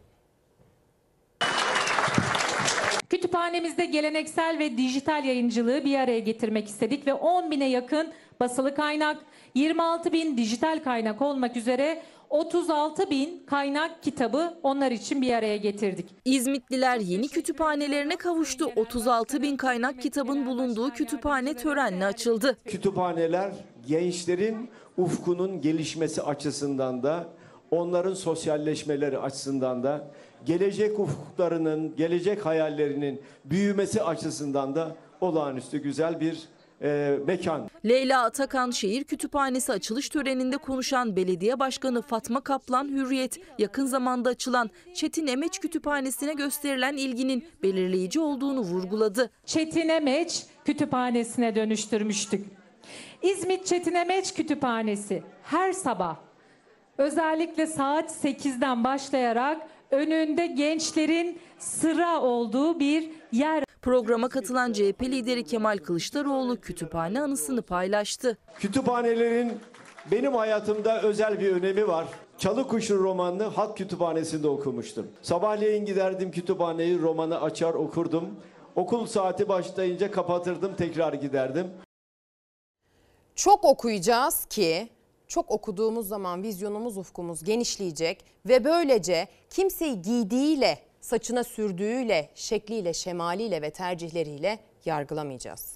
Kütüphanemizde geleneksel ve dijital yayıncılığı bir araya getirmek istedik ve on bine yakın basılı kaynak, yirmi altı bin dijital kaynak olmak üzere otuz altı bin kaynak kitabı onlar için bir araya getirdik. İzmitliler yeni kütüphanelerine kavuştu. otuz altı bin kaynak kitabın bulunduğu kütüphane törenle açıldı. Kütüphaneler gençlerin ufkunun gelişmesi açısından da, onların sosyalleşmeleri açısından da, gelecek ufuklarının, gelecek hayallerinin büyümesi açısından da olağanüstü güzel bir e, mekan. Leyla Atakan Şehir Kütüphanesi açılış töreninde konuşan Belediye Başkanı Fatma Kaplan Hürriyet, yakın zamanda açılan Çetin Emeç Kütüphanesi'ne gösterilen ilginin belirleyici olduğunu vurguladı. Çetin Emeç Kütüphanesi'ne dönüştürmüştük. İzmit Çetinemeç Kütüphanesi her sabah özellikle saat sekizden başlayarak önünde gençlerin sıra olduğu bir yer. Programa katılan C H P lideri Kemal Kılıçdaroğlu kütüphane anısını paylaştı. Kütüphanelerin benim hayatımda özel bir önemi var. Çalıkuşu romanını Halk Kütüphanesi'nde okumuştum. Sabahleyin giderdim kütüphaneyi, romanı açar okurdum. Okul saati başlayınca kapatırdım, tekrar giderdim. Çok okuyacağız ki çok okuduğumuz zaman vizyonumuz, ufkumuz genişleyecek ve böylece kimseyi giydiğiyle, saçına sürdüğüyle, şekliyle, şemaliyle ve tercihleriyle yargılamayacağız.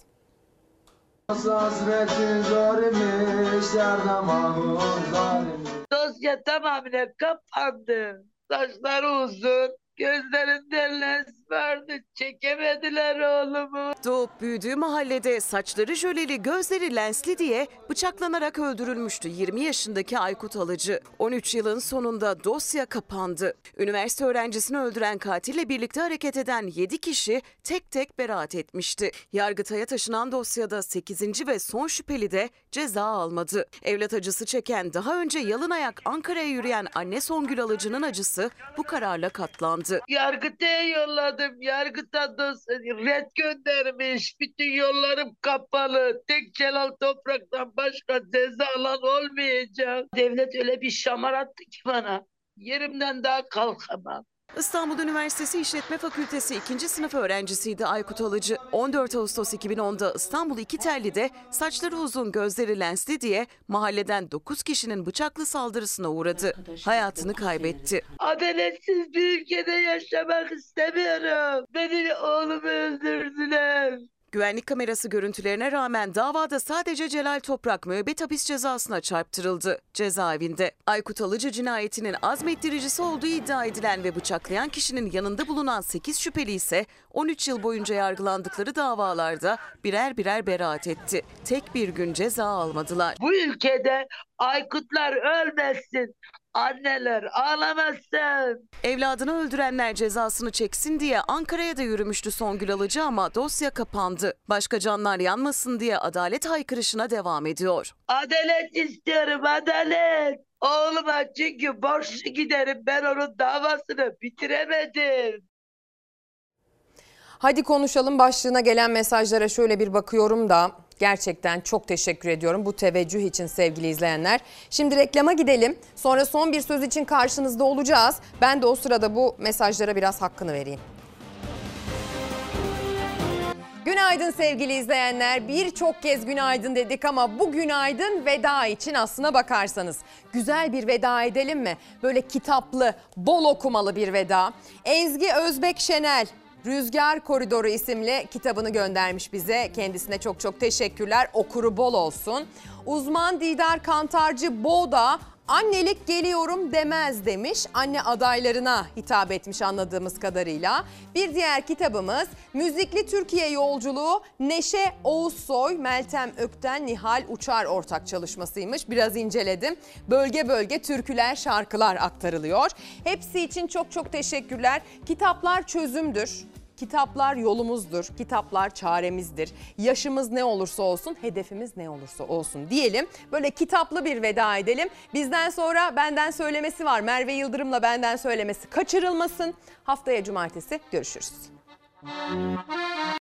Dosya tamamen kapandı. Saçları uzun, gözlerinden lens vardı. Çekemediler oğlumu. Doğup büyüdüğü mahallede saçları jöleli, gözleri lensli diye bıçaklanarak öldürülmüştü yirmi yaşındaki Aykut Alıcı. on üç yılın sonunda dosya kapandı. Üniversite öğrencisini öldüren katille birlikte hareket eden yedi kişi tek tek beraat etmişti. Yargıtay'a taşınan dosyada sekizinci ve son şüpheli de ceza almadı. Evlat acısı çeken, daha önce yalın ayak Ankara'ya yürüyen anne Songül Alıcı'nın acısı bu kararla katlandı. Yargıtay'a yolladım. Yargıta dosya red göndermiş. Bütün yollarım kapalı. Tek Celal Toprak'tan başka ceza alan olmayacak. Devlet öyle bir şamar attı ki bana. Yerimden daha kalkamam. İstanbul Üniversitesi İşletme Fakültesi ikinci sınıf öğrencisiydi Aykut Alıcı. on dört Ağustos iki bin onda İstanbul İkitelli'de saçları uzun, gözleri lensli diye mahalleden dokuz kişinin bıçaklı saldırısına uğradı. Hayatını kaybetti. Adaletsiz bir ülkede yaşamak istemiyorum. Benim oğlumu öldürdüler. Güvenlik kamerası görüntülerine rağmen davada sadece Celal Toprak müebbet hapis cezasına çarptırıldı cezaevinde. Aykut Alıcı cinayetinin azmettiricisi olduğu iddia edilen ve bıçaklayan kişinin yanında bulunan sekiz şüpheli ise on üç yıl boyunca yargılandıkları davalarda birer birer beraat etti. Tek bir gün ceza almadılar. Bu ülkede Aykutlar ölmesin. Anneler ağlamasın. Evladını öldürenler cezasını çeksin diye Ankara'ya da yürümüştü Songül Alıcı ama dosya kapandı. Başka canlar yanmasın diye adalet haykırışına devam ediyor. Adalet istiyorum, adalet. Oğluma çünkü borçlu giderim, ben onun davasını bitiremedim. Hadi konuşalım başlığına gelen mesajlara şöyle bir bakıyorum da gerçekten çok teşekkür ediyorum bu teveccüh için sevgili izleyenler. Şimdi reklama gidelim, sonra son bir söz için karşınızda olacağız. Ben de o sırada bu mesajlara biraz hakkını vereyim. Günaydın sevgili izleyenler. Birçok kez günaydın dedik ama bu günaydın veda için aslına bakarsanız. Güzel bir veda edelim mi? Böyle kitaplı, bol okumalı bir veda. Ezgi Özbek Şenel Rüzgar Koridoru isimli kitabını göndermiş bize. Kendisine çok çok teşekkürler. Okuru bol olsun. Uzman Didar Kantarcı Boğda annelik geliyorum demez demiş. Anne adaylarına hitap etmiş anladığımız kadarıyla. Bir diğer kitabımız Müzikli Türkiye Yolculuğu Neşe Oğuzsoy, Meltem Ökten, Nihal Uçar ortak çalışmasıymış. Biraz inceledim. Bölge bölge türküler, şarkılar aktarılıyor. Hepsi için çok çok teşekkürler. Kitaplar çözümdür. Kitaplar yolumuzdur, kitaplar çaremizdir. Yaşımız ne olursa olsun, hedefimiz ne olursa olsun diyelim. Böyle kitaplı bir veda edelim. Bizden sonra benden söylemesi var. Merve Yıldırım'la benden söylemesi kaçırılmasın. Haftaya cumartesi görüşürüz.